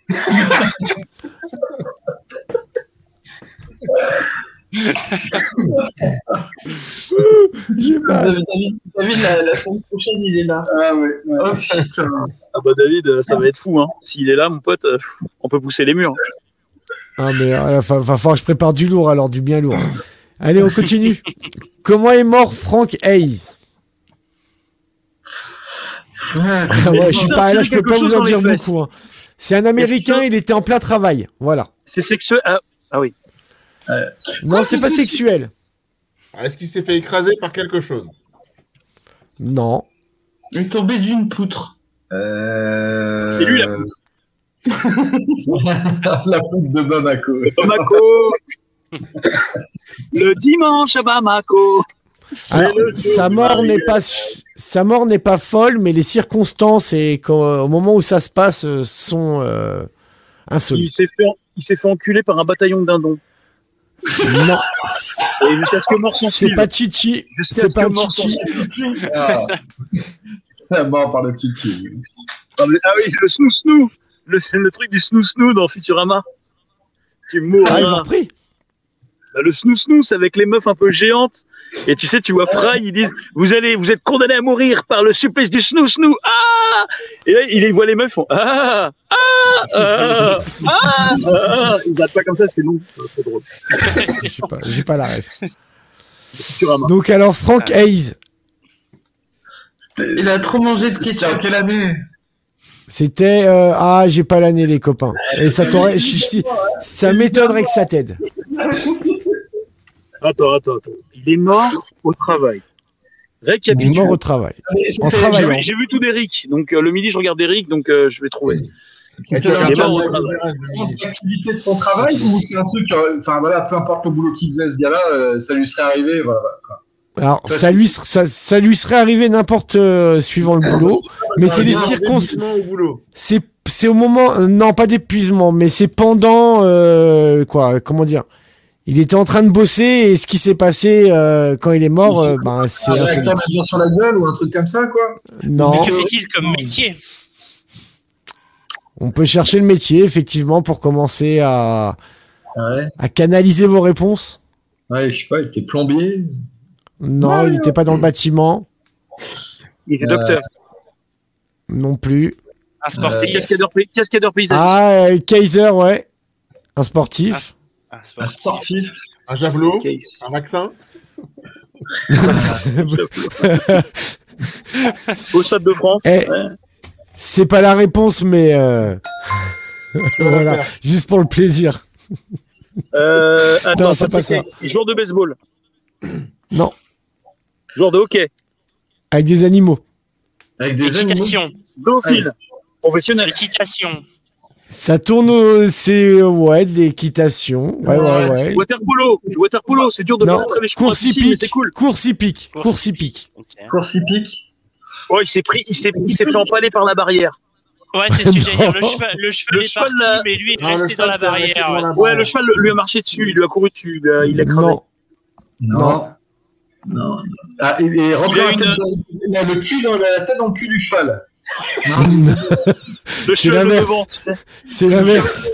J'ai mal. David, David la, la semaine prochaine, il est là. Ah ouais. ouais. Oh putain. Ah bah David, euh, ça va être fou, hein. S'il est là, mon pote, euh, on peut pousser les murs. Ah mais il va falloir que je prépare du lourd alors, du bien lourd. Allez, on continue. Comment est mort Frank Hayes? Ah ouais, je suis ça, pas c'est là, je peux quelque pas vous chose en dans dire les fesses. beaucoup. hein. C'est un Américain, ça- il était en plein travail. Voilà. C'est sexuel. Ah, ah oui. Non, c'est pas sexuel. Est-ce qu'il s'est fait écraser par quelque chose? Non. Il est tombé d'une poutre. Euh... C'est lui la poutre. La poutre de Bamako. Bamako. Le dimanche à Bamako. Alors, le sa tour mort du n'est pas sa mort n'est pas folle, mais les circonstances et quand- au moment où ça se passe euh, sont euh, Il insolites. s'est fait, il s'est fait enculer par un bataillon de dindons. Non, Et jusqu'à ce que mort s'en c'est suive. pas Chichi, Jusqu'à c'est ce pas que un mort s'en Chichi. suive. Ah, c'est mort par le Titi. Ah mais- ah oui, le snoo snoo. Le, le truc du snoo snoo dans Futurama. Tu mourras. Ah, il m'a repris. Bah, le snoo snoo, c'est avec les meufs un peu géantes. Et tu sais, tu vois Fry, ils disent vous allez, vous êtes condamnés à mourir par le supplice du snoo snoo. Ah! Et là, il voit les meufs, ils font ah! Ah! Ah! Ah! Ah! Ils arrêtent pas comme ça, c'est long. C'est drôle. Je sais pas, j'ai pas la ref. Futurama. Donc alors Frank Hayes, Il a trop mangé de C'était en ketchup. quelle année? c'était euh, ah j'ai pas l'année les copains. Et ça t'aurait, je- je- ça m'étonnerait que ça t'aide. Attends, attends, attends. Il est mort au travail. Il est Récapitule. mort au travail. En J'ai travaillant. vu, j'ai vu tout d'Eric. Donc euh, le midi, je regarde Eric, donc euh, je vais trouver. C'était Il dans est le cadre mort au de- travail. de l'activité de son travail ou c'est un truc, euh, enfin voilà, peu importe le boulot qu'il faisait ce gars-là, euh, ça lui serait arrivé, voilà. quoi. Alors Ça, ça lui ser- ça, ça lui serait arrivé n'importe euh, suivant le boulot, mais c'est les Un circonstances. épuisement au boulot. C'est c'est au moment euh, non pas d'épuisement, mais c'est pendant euh, quoi comment dire. Il était en train de bosser et ce qui s'est passé euh, quand il est mort, euh, ben c'est Un insolite. réacteur d'avion sur la gueule ou un truc comme ça, quoi. Non, Mais que fait-il comme métier? on peut chercher le métier effectivement pour commencer à Ouais, à canaliser vos réponses. ouais, je sais pas, il était plombier. Non, il n'était pas dans le bâtiment Il était Euh, docteur. non plus. Un Et sportif? cascadeur, pay- cascadeur paysagiste. Ah, euh, Kaiser, ouais, un sportif. Un Un sportif. sportif. Un javelot, Case. un vaccin. Au Stade de France. Eh. Ouais. C'est pas la réponse, mais euh, Voilà, juste pour le plaisir. Euh, attends, Non, c'est pas ça. Joueur de baseball. Non, Joueur de hockey. avec des animaux. Avec des animaux. Équitation. Zoophile. Professionnel. Équitation. Ça tourne, au... c'est euh, ouais, de l'équitation. Ouais, ouais, ouais. Water polo. Du water polo, c'est dur de faire Non, rentrer les chevaux course ici, mais c'est hippique. cool. Course hippique. Course hippique. Ok. Course hippique. Oh, il s'est pris, il s'est, il s'est fait empaler par la barrière. Ouais, c'est ce que j'allais dire. Le cheval, le cheval Le est cheval, parti, là. mais lui est Non, le resté dans cheval, la c'est resté barrière. dans ouais. la Ouais, le cheval lui a marché dessus, il lui a couru dessus, il a, il a écrasé. Non, Non. Non. Ah, et, et rentrer Il a la une- tête dans- il a le cul dans la tête dans le cul du cheval. Le c'est cheval de l'inverse. devant, tu sais. C'est l'inverse.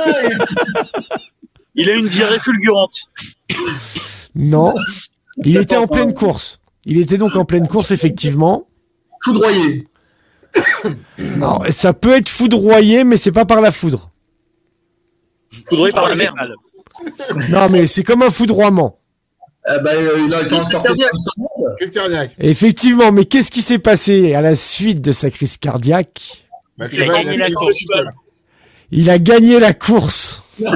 Il a une diarrhée fulgurante. Non, il était en pleine course. Il était donc en pleine course, effectivement. Foudroyé. Non, ça peut être foudroyé, mais c'est pas par la foudre. Foudroyé par la merde. Non, mais c'est comme un foudroiement. Eh ben, euh, il a été Crise emporté cardiaque. par le monde. Crise cardiaque. Effectivement, mais qu'est-ce qui s'est passé à la suite de sa crise cardiaque? Bah, Il a cheval, gagné il la a course. fait le cheval. Il a gagné la course. Le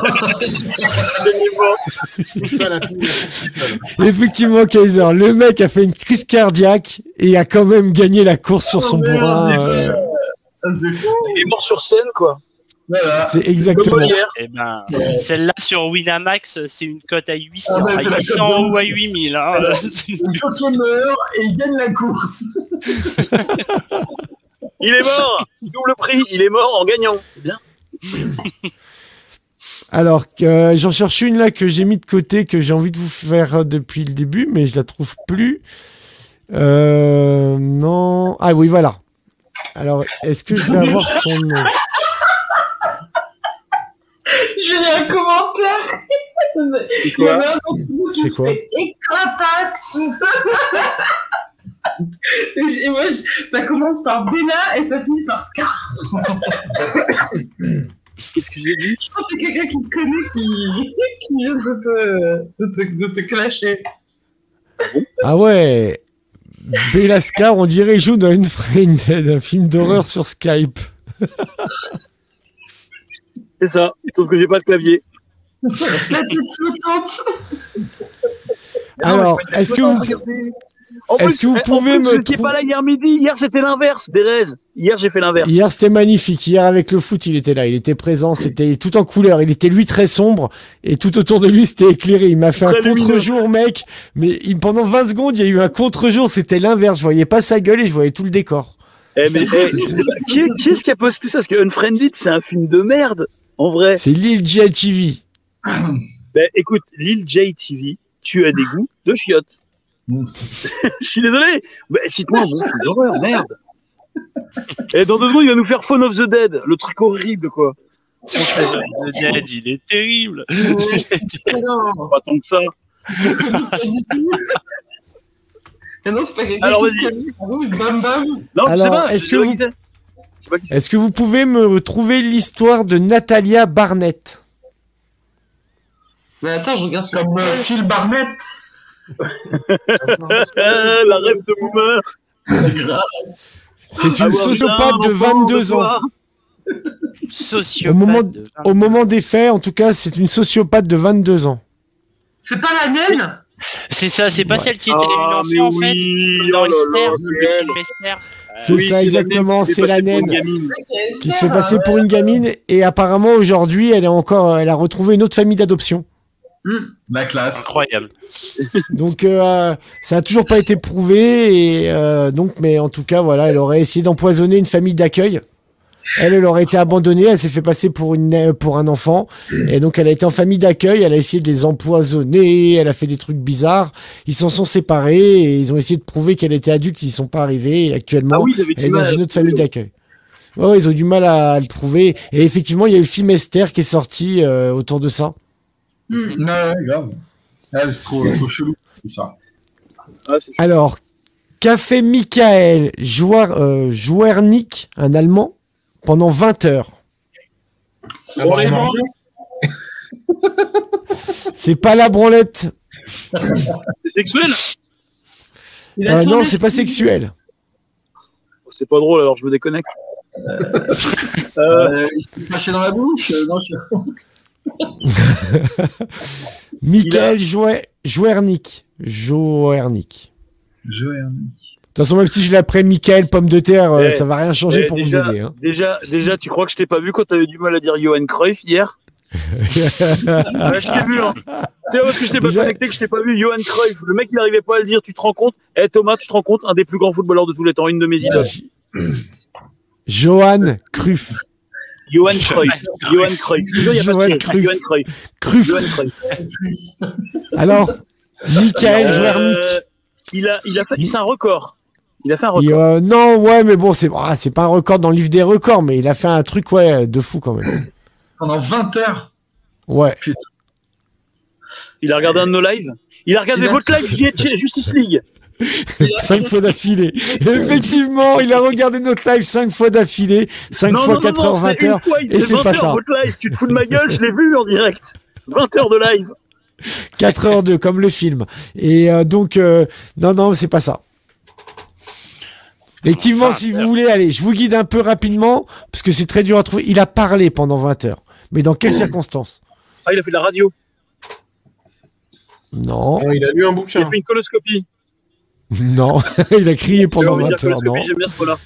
cheval a fini la course tout seul. Effectivement, Kaiser, le mec a fait une crise cardiaque et a quand même gagné la course sur son Oh, merde, bourrin. c'est euh, Ah, c'est fou. Il est mort sur scène, quoi. Voilà. C'est Comme exactement. Molière. Eh ben, celle-là sur Winamax, c'est une cote à huit cents, Ah ben, à c'est la huit cents cote de ou à ouf. huit mille. Hein. Le champion meurt et il gagne la course. Il est mort. Double prix. Il est mort en gagnant. C'est bien. Alors, euh, j'en cherche une là que j'ai mis de côté, que j'ai envie de vous faire euh, depuis le début, mais je la trouve plus. Euh, non. Ah oui, voilà. Alors, est-ce que je vais avoir son nom? J'ai lu un commentaire. C'est Il y quoi avait un d'entre nous qui C'est se quoi fait éclatax. Et j- et moi, j- ça commence par Bella et ça finit par Scar. Qu'est-ce que j'ai dit? Je pense que c'est quelqu'un qui te connaît qui, qui vient de te, de te, de te clasher. Ah ouais. Belascar, on dirait, il joue dans une Friended, un film d'horreur sur Skype. C'est ça. Sauf que j'ai pas de clavier. La tête flottante. Alors, est-ce que vous, En Est-ce plus, que vous en pouvez plus, me vous étiez trou- pas là hier midi. Hier, c'était l'inverse. Derez. Hier, j'ai fait l'inverse. Hier, c'était magnifique. Hier, avec le foot, il était là. Il était présent. C'était tout en couleur. Il était, lui, très sombre. Et tout autour de lui, c'était éclairé. Il m'a fait un Très lumineux. contre-jour, mec. Mais il- pendant vingt secondes, il y a eu un contre-jour. C'était l'inverse. Je voyais pas sa gueule et je voyais tout le décor. Eh, mais, eh, je sais pas, qui, est, qui est-ce qui a posté ça? Parce que Unfriended, c'est un film de merde. En vrai. C'est Lil J T V. Ben, écoute, Lil J T V, tu as des goûts de chiottes. Je suis désolé. Ben, cite-moi un bon film d'horreur, merde. Et dans deux secondes, il va nous faire Phone of the Dead, le truc horrible, quoi. The Dead, il est terrible. Non, Pas tant que ça. pas du tout. Mais non, c'est pas quelqu'un Alors, qui te vas-y. connaît. Pardon, Bam bam. Non, je sais Alors, pas. est-ce je que sais pas vous- qui c'est. Je sais pas qui c'est. Est-ce que vous pouvez me trouver l'histoire de Natalia Barnett? Mais attends, je regarde sur Comme euh, Phil Barnett. Euh, la rêve de boomer. C'est une Avoir sociopathe bien de un enfant vingt-deux de ans. toi. Sociopathe. Au moment, de vingt- au moment des faits, en tout cas, c'est une sociopathe de vingt-deux ans. C'est pas la mienne. C'est ça, c'est pas Ouais. celle qui était Ah, une mais enfant en fait, oui, comme dans oh là Esther, là, le c'est film Esther. C'est Oui, ça, la exactement, naine qui c'est s'est la passée pour une naine gamine. qui se fait passer pour une gamine et apparemment aujourd'hui, elle est encore, elle a retrouvé une autre famille d'adoption. La classe. Incroyable. Donc euh, ça a toujours pas été prouvé et euh, donc, mais en tout cas, voilà, elle aurait essayé d'empoisonner une famille d'accueil. Elle, elle aurait été abandonnée, elle s'est fait passer pour une pour un enfant et donc elle a été en famille d'accueil, elle a essayé de les empoisonner, elle a fait des trucs bizarres. Ils s'en sont séparés et ils ont essayé de prouver qu'elle était adulte, ils sont pas arrivés et actuellement Ah oui, j'avais elle est du dans mal. une autre famille d'accueil. Ouais, ouais, ils ont du mal à, à le prouver et effectivement, il y a eu le film Esther qui est sorti euh, autour de ça. Ouais, ouais, grave. Ah, c'est trop, trop chelou, cette histoire. Ah, c'est Alors, qu'a fait Michael Jouer, euh, Jouernik, un Allemand, pendant vingt heures? Ah, bon, les non. C'est pas la branlette. c'est sexuel. Il a Euh, tourné non, c'est sur- pas sexuel. C'est pas drôle, alors je me déconnecte. Euh, euh, il s'est craché dans la bouche euh, non, je... Michael Jouer- Jouernik. Jouernik. Jouernik. De toute façon, même si je l'appelle Michael Pomme de Terre, euh, Eh, ça va rien changer eh, pour déjà, vous aider. Hein. Déjà, déjà, tu crois que je t'ai pas vu quand t'avais du mal à dire Johan Cruyff hier? Ouais, je t'ai vu, hein. C'est parce que je t'ai pas Déjà- connecté que je t'ai pas vu. Johan Cruyff, le mec il n'arrivait pas à le dire. Tu te rends compte? Eh Thomas, tu te rends compte? Un des plus grands footballeurs de tous les temps, une de mes idoles. Johan Cruyff. Johan Cruyff. Johan Cruyff. Toujours, il y a pas de Johan piège. Cruyff. Johan Cruyff. Cruyff. Johan Cruyff. Alors, Michael Euh, Jouernik. Il a, il a fait, c'est un record. Il a fait un Il, record. euh, non, ouais, mais bon, c'est ah, c'est pas un record dans le livre des records, mais il a fait un truc, ouais, de fou quand même. Pendant vingt heures. Ouais. Il a regardé un de nos lives. Il a regardé Il a- votre live J- J- Justice League. Cinq fois d'affilée. Effectivement, il a regardé notre live cinq fois d'affilée, cinq Non, fois non, quatre non, heures, non, vingt c'est une heures. fois, il et fait c'est vingt pas heures, ça. votre live. Tu te fous de ma gueule, je l'ai vu en direct. vingt heures de live. quatre heures deux, comme le film. Et euh, donc, euh, non, non, c'est pas ça. Effectivement, si vous voulez, allez, je vous guide un peu rapidement, parce que c'est très dur à trouver. Il a parlé pendant vingt heures. Mais dans quelles circonstances? Ah, il a fait de la radio. Non, Non, il a lu un Il bouquin. a fait une coloscopie. non. Il a crié pendant Je veux dire vingt heures, non. coloscopie, j'aime bien ce mot-là.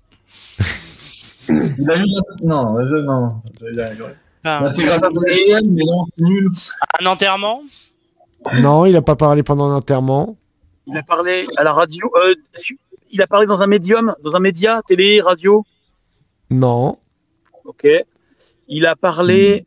Il a eu non, je, non. Il a- Ah, L'intégrateur de l'A D N, mais non, c'est nul. un enterrement. Non, il a pas parlé pendant l'enterrement. Il a parlé à la radio. euh, il a parlé dans un médium, dans un média, télé, radio. Non. Ok. Il a parlé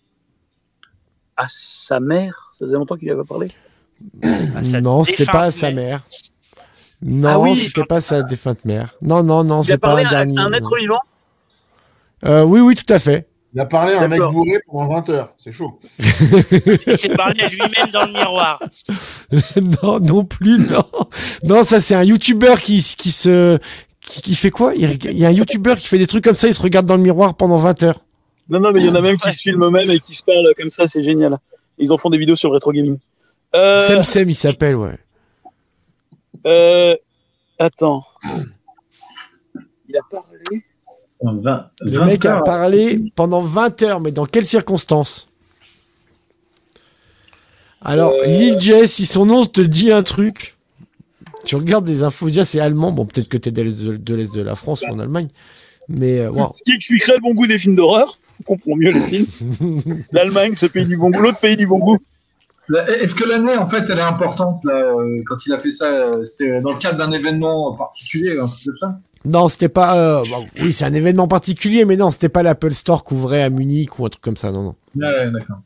à sa mère. Ça faisait longtemps qu'il avait parlé. À sa Non, c'était défunte pas à sa mère. mère. Non, Ah oui, c'était pas sa défunte mère. Non, non, non, Il a c'est pas parlé un à dernier. un non. être vivant. Euh, oui, oui, tout à fait. Il a parlé à un mec D'accord. bourré pendant vingt heures. C'est chaud. Il s'est parlé à lui-même dans le miroir. non, non plus, non. Non, ça, c'est un youtubeur qui, qui se. Qui, qui fait quoi? il, il y a un youtubeur qui fait des trucs comme ça, il se regarde dans le miroir pendant vingt heures. Non, non, mais il y en a même qui se filment eux-mêmes et qui se parlent comme ça, c'est génial. Ils en font des vidéos sur le rétro gaming. Euh, Sem Sem, il s'appelle, ouais. euh, attends. Il a parlé. vingt, Le vingt mec a heures. parlé pendant vingt heures, mais dans quelles circonstances? Alors, Euh. Lil J, si son nom te dit un truc, tu regardes des infos, déjà c'est allemand, bon peut-être que t'es de l'est de, de l'est de la France ou en Allemagne, mais euh, wow. Ce qui expliquerait le bon goût des films d'horreur. On comprend mieux les films. L'Allemagne, ce pays du bon goût, l'autre pays du bon goût. Là, Est-ce que l'année, en fait, elle est importante là, euh, quand il a fait ça euh, c'était dans le cadre d'un événement particulier, un truc comme ça? Non, c'était pas. euh, bon, oui, c'est un événement particulier, mais non, c'était pas l'Apple Store qu'ouvrait à Munich ou un truc comme ça, non, non. Ouais, ouais, d'accord.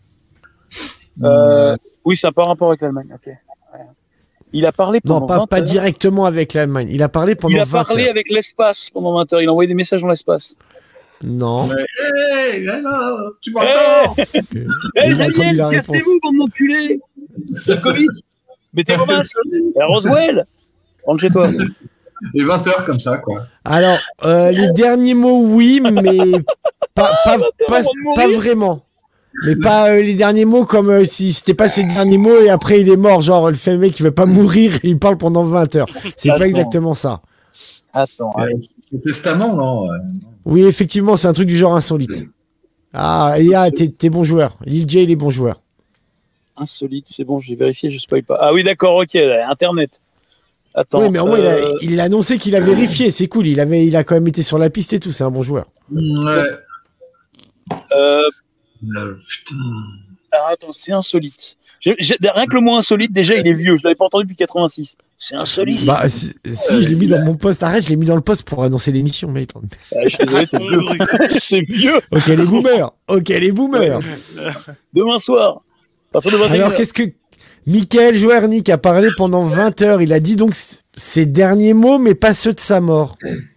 Euh, oui, ça n'a pas rapport avec l'Allemagne. Ok. Ouais. Il a parlé pendant Non, pas, vingt pas heures. directement avec l'Allemagne. Il a parlé pendant Il a vingt parlé heures. avec l'espace pendant vingt heures. Il a envoyé des messages dans l'espace. Non. Hey, alors, tu m'entends? Hey, Il a entendu la réponse. cassez-vous, bande d'enculés. La Covid. Mettez vos masques. La Roswell. Rentre chez toi. Et vingt heures comme ça, quoi. Alors, euh, les derniers mots, oui, mais pas, pas, pas, pas vraiment. Mais pas euh, les derniers mots comme euh, si c'était pas ses derniers mots et après il est mort. Genre, le fait mec qui veut pas mourir et il parle pendant vingt heures. C'est Attends. pas exactement ça. Attends. Euh, C'est testament, non? Ouais. Oui, effectivement, c'est un truc du genre insolite. Ah, et ah, t'es, t'es bon joueur. Lil J, il est bon joueur. Insolite, c'est bon, j'ai vérifié, je spoil pas. Ah oui, d'accord, ok, Internet. Attends. Oui, mais au moins, il, a, euh, il a annoncé qu'il a vérifié. C'est cool. Il, avait, il a quand même été sur la piste et tout. C'est un bon joueur. Ouais. euh, Euh, putain. alors, attends, c'est insolite. J'ai- j'ai- rien que le mot insolite, déjà, il est vieux. Je l'avais pas entendu depuis quatre-vingt-six. C'est insolite. Bah, si, si, je l'ai mis dans mon poste. Arrête, je l'ai mis dans le poste pour annoncer l'émission, mec. Ah, je suis désolé, c'est vieux. C'est vieux. Ok, les boomers. Ok, les boomers. Demain soir. À partir de vingt et une Alors, heures. qu'est-ce que. Michael Jouernik a parlé pendant vingt heures. Il a dit donc s- ses derniers mots, mais pas ceux de sa mort.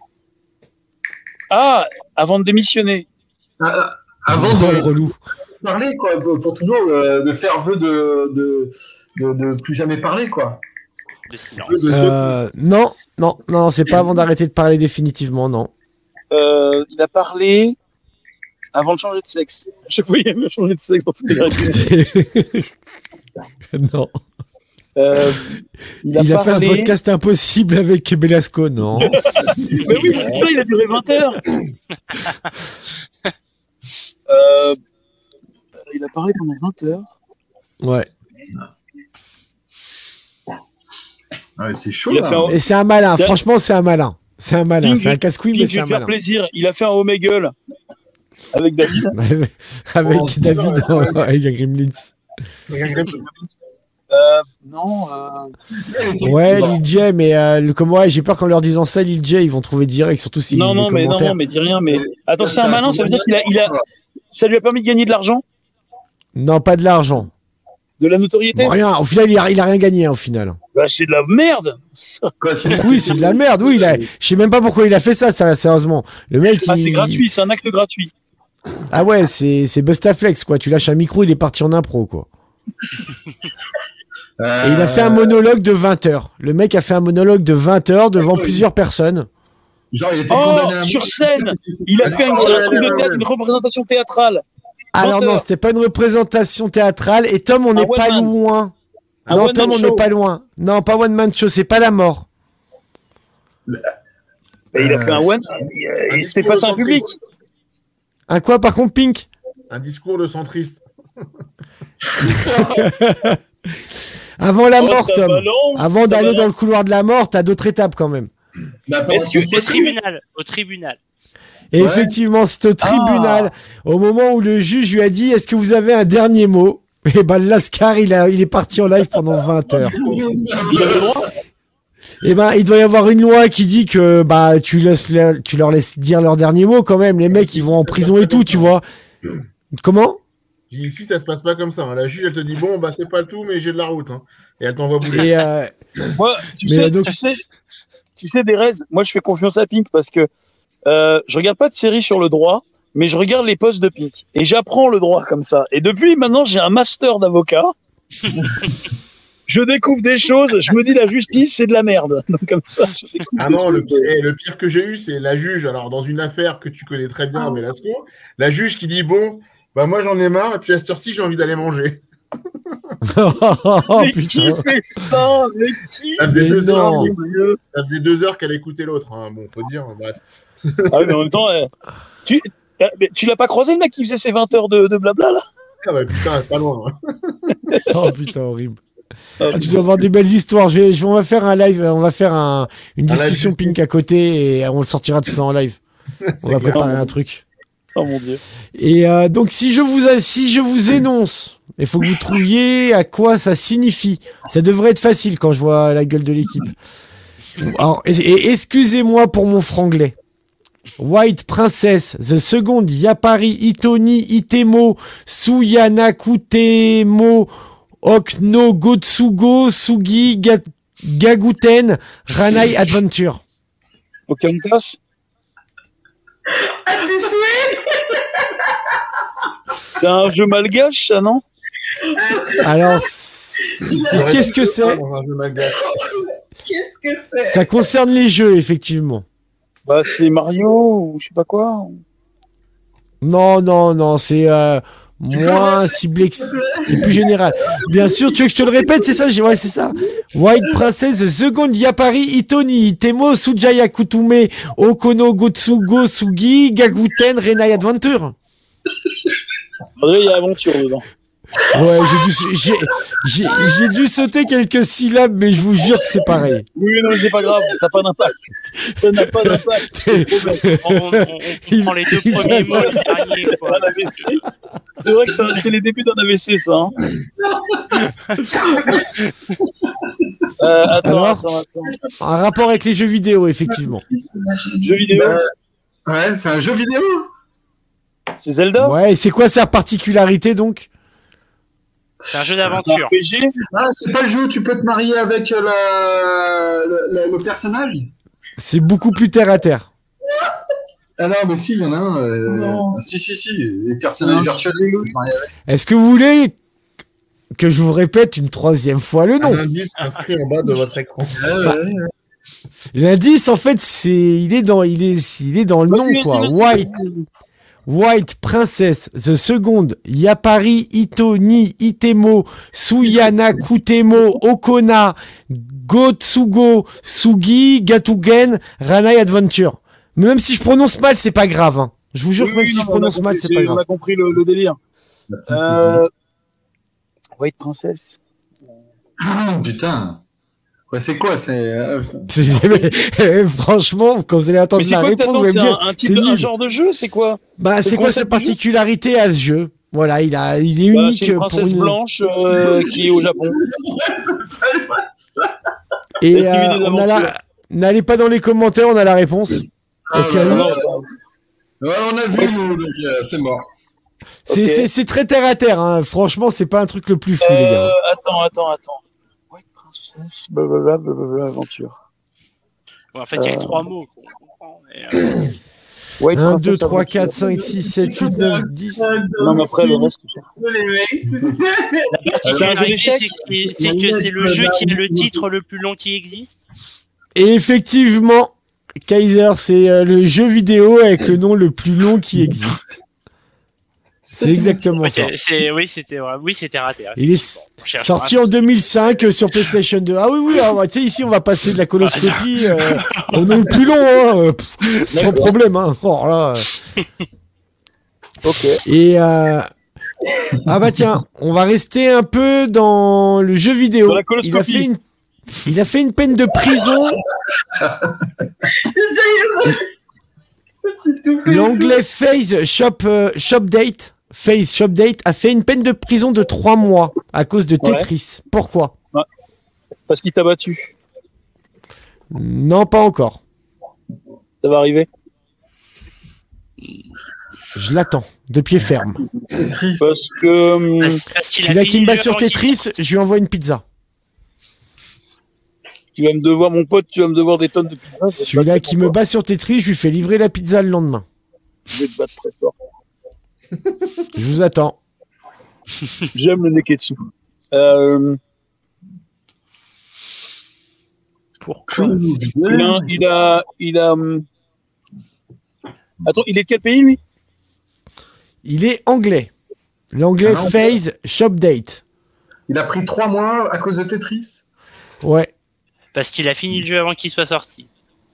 Ah, avant de démissionner. Ah, avant Oh, de relou. parler, quoi, pour pour toujours euh, de faire vœu de, de, de, de plus jamais parler, quoi. De silence. Vœu de- Euh, non, non, non, c'est pas avant d'arrêter de parler définitivement, non. Euh, il a parlé avant de changer de sexe. À chaque fois, il aime changer de sexe dans toutes les radios. non. Euh, Il a, il a fait un podcast impossible avec Belasco, non? Mais oui, c'est ça, il a duré vingt heures. euh, il a parlé pendant vingt heures. Ouais. Ouais, c'est chaud. Il a Là. fait un- Et c'est un malin, Tiens. franchement, c'est un malin. C'est un malin, Pink, c'est un casse-couille, mais Pink, c'est je un vais te faire malin. plaisir. Il a fait un Omegle avec David. Avec Oh, David putain, en- avec Gremlins. Euh, non. Euh... Ouais, Lil J, mais euh, le- comme ouais, j'ai peur qu'en leur disant ça, Lil J, ils vont trouver direct, surtout s'ils Non, lisent non, les mais non, commentaires. non, mais dis rien. Mais attends, c'est Ça, un malin. Ça veut dire qu'il a, il a, ça lui a permis de gagner de l'argent, Non, pas de l'argent. de la notoriété. Bon, rien, au final, il a, il a rien gagné, hein, au final. Bah, c'est de la merde. Quoi, c'est- Oui, c'est de la merde, oui, il a, je sais même pas pourquoi il a fait ça, ça sérieusement. Le mec, Ah, il- c'est gratuit. C'est un acte gratuit. Ah ouais, c'est, c'est Bustaflex, quoi. Tu lâches un micro, il est parti en impro, quoi. Euh, Et il a fait un monologue de vingt heures. Le mec a fait un monologue de vingt heures devant plusieurs personnes. Genre, il était Oh, condamné à sur mort. scène. Il a fait une, Ah, ouais, un truc ouais, de théâtre, ouais. une représentation théâtrale. Alors vingt non, heures. c'était pas une représentation théâtrale. Et Tom, on Un n'est pas one man. loin. Un non, one Tom, man on show. n'est pas loin. Non, pas one man show, c'est pas la mort. Et il a fait un one. un Il s'était discours face à un de public. centriste. Un quoi, par contre, Pink? Un discours de centriste. Avant la Oh, mort, ça Tom. balance, Avant ça d'aller balance. dans le couloir de la mort, t'as d'autres étapes quand même. Bah, pendant Est-ce son que- Au procès, tribunal, au tribunal. Et Ouais. effectivement, c'est au tribunal, Ah. au moment où le juge lui a dit, est-ce que vous avez un dernier mot? Et ben, Lascar, il, a, il est parti en live pendant vingt heures. Il avait le droit. Et ben, il doit y avoir une loi qui dit que, bah, tu laisses, le- tu leur laisses dire leur dernier mot quand même. Les mecs, ils vont en prison et tout, tu vois. Comment? Ici, ça se passe pas comme ça. hein. La juge, elle te dit bon, bah c'est pas le tout, mais j'ai de la route. hein. Et elle t'envoie bouger. Et, euh, Moi, tu Mais sais, donc- tu sais, tu sais, Derez, moi, je fais confiance à Pink parce que euh, je regarde pas de série sur le droit, mais je regarde les posts de Pink et j'apprends le droit comme ça. Et depuis maintenant, j'ai un master d'avocat. Je découvre des choses. Je me dis la justice, c'est de la merde. Donc comme ça, je découvre. Ah non, le pire, eh, le pire que j'ai eu, c'est la juge. Alors, dans une affaire que tu connais très bien, Velasco, la juge qui dit bon, bah moi j'en ai marre, et puis à cette heure-ci, j'ai envie d'aller manger. oh mais qui putain. fait ça? Mais qui? Ça faisait, Mais deux heures, non. ça faisait deux heures qu'elle écoutait l'autre. hein. Bon, faut dire, bref. Ah oui, mais en même temps, euh, tu, euh, mais tu l'as pas croisé le mec qui faisait ses vingt heures de, de blabla là? Ah bah putain, c'est pas loin. hein. Oh putain, horrible. Ah, tu dois avoir des belles histoires. Je vais, je vais- on va faire un live, on va faire un, une Un discussion live. Pink à côté et on le sortira tout ça en live. On va clair. préparer un truc. Oh mon dieu. Et euh, donc si je vous a- si je vous énonce, il faut que vous trouviez à quoi ça signifie. Ça devrait être facile quand je vois la gueule de l'équipe. Alors, et, et excusez-moi pour mon franglais. White Princess, The Second, Yapari, Itoni, Itemo, Suyana, Kutemo, Okno, Gotsugo, Sugi, Ga- Gaguten, Ranai Adventure. Aucun casse. À tes souhaits. C'est un jeu malgache, ça, non? Alors, c'est- qu'est-ce que c'est? Dans un jeu malgache. Qu'est-ce que c'est? Ça concerne les jeux, effectivement. Bah, c'est Mario ou je sais pas quoi. Non, non, non, c'est euh, moins ciblé que c'est plus général. Bien sûr, tu veux que je te le répète, c'est ça, j'ai- ouais, c'est ça. White Princess, The Second, Yapari, Itoni, Itemo, Sujaya Kutume, Okono, Gotsugo, Sugi, Gaguten, Renai Adventure. André, il y a aventure dedans. Ouais, j'ai dû, j'ai, j'ai, j'ai dû sauter quelques syllabes, mais je vous jure que c'est pareil. Oui, non, c'est pas grave, ça n'a pas d'impact. Ça n'a pas d'impact. On, on- on- on Il- prend les deux il premiers va- mots, le dernier, quoi. Un A V C. C'est vrai que ça- c'est les débuts d'un A V C, ça. Hein. Euh, attends, Alors attends, attends. Un rapport avec les jeux vidéo, effectivement. Jeu vidéo, Bah, ouais, c'est un jeu vidéo. c'est Zelda. Ouais, et c'est quoi sa particularité, donc? C'est un jeu C'est un d'aventure. R P G. Ah, c'est pas le jeu où tu peux te marier avec euh, la... le, le- le personnage. C'est beaucoup plus terre à terre. Ah non, mais si, il y en a un. euh, Non. ah, si, si, si. Les personnages Non. virtuels. tu peux te marier avec. Est-ce que vous voulez que je vous répète une troisième fois le nom? Un indice inscrit en bas de votre écran. Bah, L'indice, en fait, c'est, il est dans, il est, il est dans le nom, Vas-y, quoi. vas-y, vas-y. White, White Princess, The Second, Yapari, Ito, Ni, Itemo, Suyana, Kutemo, Okona, Gotsugo, Sugi, Gatugen, Ranai Adventure. Mais même si je prononce mal, c'est pas grave. Hein. Je vous jure que même si je prononce mal, c'est pas grave. On a compris le, le délire. Euh... White Princess. Ah, putain. Ouais, c'est quoi c'est... Euh... c'est... Mais, franchement, quand vous allez attendre la réponse, vous allez me dire. Un, un, type, un genre de jeu, c'est quoi? Bah, c'est, c'est quoi sa particularité à ce jeu? Voilà, il, a, il est bah, unique. C'est une princesse pour une... blanche euh, qui est au Japon. Et euh, on a la... n'allez pas dans les commentaires, on a la réponse. Ah, okay. non, non, non. Ouais, on a vu, nous, donc euh, c'est mort. C'est, okay. c'est, c'est très terre à terre, hein. Franchement, c'est pas un truc le plus fou, euh, les gars. Attends, attends, attends. White Princess, blablabla, blablabla, aventure. Ouais, en fait, il y a euh... que trois mots. Mais, euh... ouais, un, deux, trois, quatre, cinq, six, sept, huit, neuf, dix. Non, mais après, le reste, la particularité, c'est que, c'est que c'est le jeu qui est le titre le plus long qui existe. Et effectivement, Kaiser, c'est euh, le jeu vidéo avec le nom le plus long qui existe. C'est exactement ouais, ça. C'est, c'est, oui, c'était, oui, c'était raté. Hein. Il est bon, sorti en deux mille cinq euh, sur PlayStation deux. Ah oui, oui, ah, tu sais, ici, on va passer de la coloscopie euh, au nom le plus long, hein, pff, sans problème. Hein. Oh, là. Ok. Et euh... ah bah tiens, on va rester un peu dans le jeu vidéo. Dans la coloscopie. Il a fait une, il a fait une peine de prison. L'anglais Phase Shop euh, Shop Date. Face Shop Date a fait une peine de prison de trois mois à cause de Tetris. Ouais. Pourquoi? Ouais. Parce qu'il t'a battu. Non, pas encore. Ça va arriver. Je l'attends, de pied ferme. Tetris. Parce que... Parce, parce qu'il Celui-là qui me bat sur Tetris, je lui envoie une pizza. Tu vas me devoir, mon pote, tu vas me devoir des tonnes de pizza. Celui-là qui me bat sur Tetris, je lui fais livrer la pizza le lendemain. Je vais te battre très fort. Je vous attends. J'aime le Neketsu. Euh... Pourquoi il a, il a, il a. Attends, il est de quel pays lui? Il est anglais. L'anglais ah, Phase Shop Date. Il a pris trois mois à cause de Tetris. Ouais. Parce qu'il a fini le jeu avant qu'il soit sorti.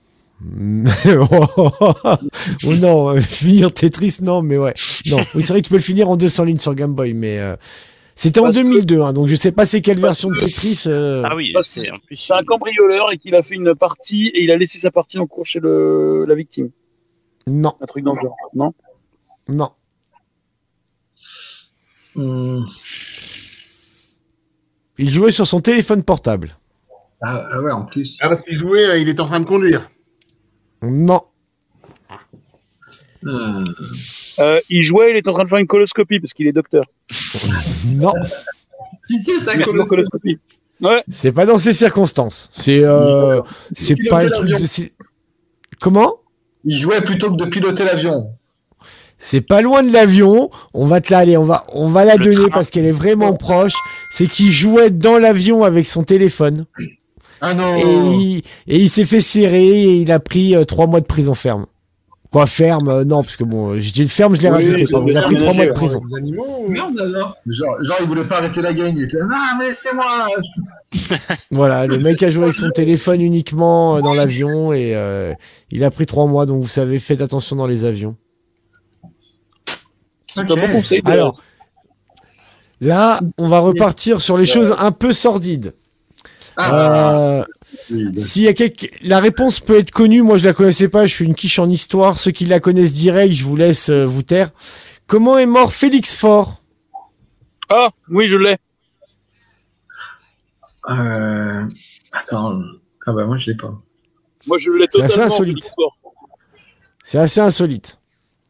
oh non, euh, finir Tetris, non, mais ouais. Non, oui, c'est vrai que tu peux le finir en deux cents lignes sur Game Boy, mais euh, c'était en deux mille deux, hein, donc je sais pas c'est quelle version de Tetris. Euh... Ah oui, c'est, en plus, c'est un cambrioleur et qu'il a fait une partie et il a laissé sa partie en cours chez le, la victime. Non. Un truc dans le genre, non? Non. Hum. Il jouait sur son téléphone portable. Ah, ah ouais, en plus. Ah, parce qu'il jouait, il est en train de conduire. Non. Hmm. Euh, il jouait, il est en train de faire une coloscopie parce qu'il est docteur. Non. Si, si, t'as une coloscopie. Ouais. C'est pas dans ces circonstances. C'est, euh, c'est pas un truc de... C'est... Comment? Il jouait plutôt que de piloter l'avion. C'est pas loin de l'avion. On va te la aller, on va, on va la Le donner train. parce qu'elle est vraiment proche. C'est qu'il jouait dans l'avion avec son téléphone. Ah non. Et il, et il s'est fait serrer et il a pris euh, trois mois de prison ferme. Quoi, ferme euh, non, parce que bon, j'ai dit ferme, je l'ai Oui, rajouté. je Pardon. l'ai Il a pris trois mois de aménagé, prison. Les animaux, merde alors. Genre, genre, il voulait pas arrêter la game. Il était ah mais c'est moi. Voilà, le mec a joué avec son téléphone uniquement euh, dans l'avion et euh, il a pris trois mois. Donc vous savez, faites attention dans les avions. Okay. Alors, là, on va repartir sur les choses un peu sordides. Ah. Euh, s'il y a quelque... La réponse peut être connue, moi je la connaissais pas, je suis une quiche en histoire. Ceux qui la connaissent direct, je vous laisse euh, vous taire. Comment est mort Félix Faure? Ah, oui, je l'ai. Euh... Attends. Ah bah moi je l'ai pas. Moi je l'ai C'est totalement. assez insolite. C'est assez insolite.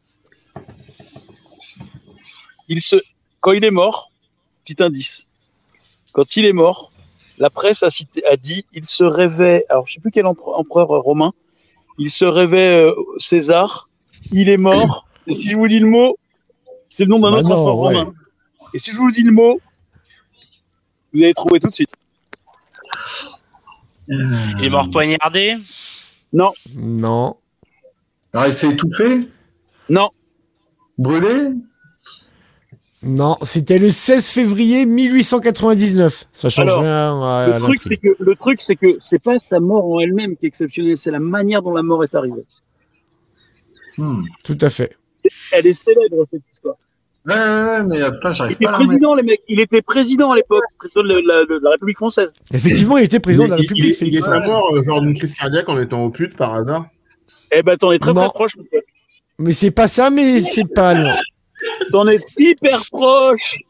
Il se... Quand il est mort, petit indice, quand il est mort, la presse a, cité, a dit il se rêvait, alors je ne sais plus quel empereur romain, il se rêvait euh, César, il est mort, et si je vous dis le mot, c'est le nom d'un bah autre non, empereur ouais. romain. Et si je vous dis le mot, vous allez trouver tout de suite. Il est mort poignardé? Non. Non. Alors il s'est étouffé? Non. Brûlé? Non, c'était le seize février mille huit cent quatre-vingt-dix-neuf. Ça change Alors, rien à, Le à truc, c'est l'intrigue. que le truc, c'est que c'est pas sa mort en elle-même qui est exceptionnelle, c'est la manière dont la mort est arrivée. Hmm. Tout à fait. Elle est célèbre cette histoire. Ouais, ouais, ouais, mais euh, putain, Il j'arrive était pas à la remettre. président, les mecs. Il était président à l'époque, président de la, de la République française. Effectivement, il était président de la Il- République, il, il Félix. est pas mort euh, genre d'une crise cardiaque en étant au pute par hasard. Eh ben, t'en es très Non. très proche. mon pote. Mais c'est pas ça, mais c'est pas loin. T'en es hyper proche.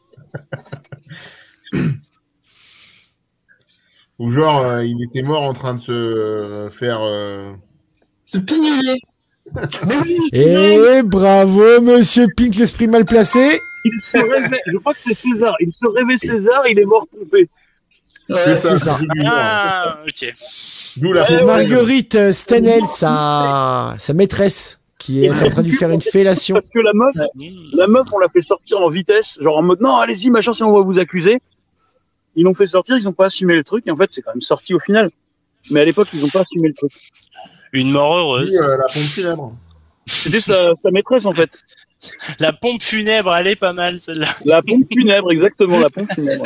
Ou genre euh, il était mort en train de se euh, faire. euh, C'est pignoler. Mais oui, Et bravo, monsieur Pink, l'esprit mal placé. Il se rêvait, je crois que c'est César. Il se rêvait César, il est mort pompé. ouais, c'est ça. Jules Dumont, hein. Ah, ok. D'où la C'est ouais, Marguerite euh, Stenel, sa... sa maîtresse, qui est en train de lui faire une fellation. Parce que la meuf, la meuf, on l'a fait sortir en vitesse, genre en mode non, allez-y, machin, si on va vous accuser. Ils l'ont fait sortir, ils n'ont pas assumé le truc, et en fait, c'est quand même sorti au final. Mais à l'époque, ils n'ont pas assumé le truc. Une mort heureuse. Puis, euh, la pompe funèbre. C'était sa, sa maîtresse, en fait. La pompe funèbre, elle est pas mal celle-là. La pompe funèbre, exactement, la pompe funèbre.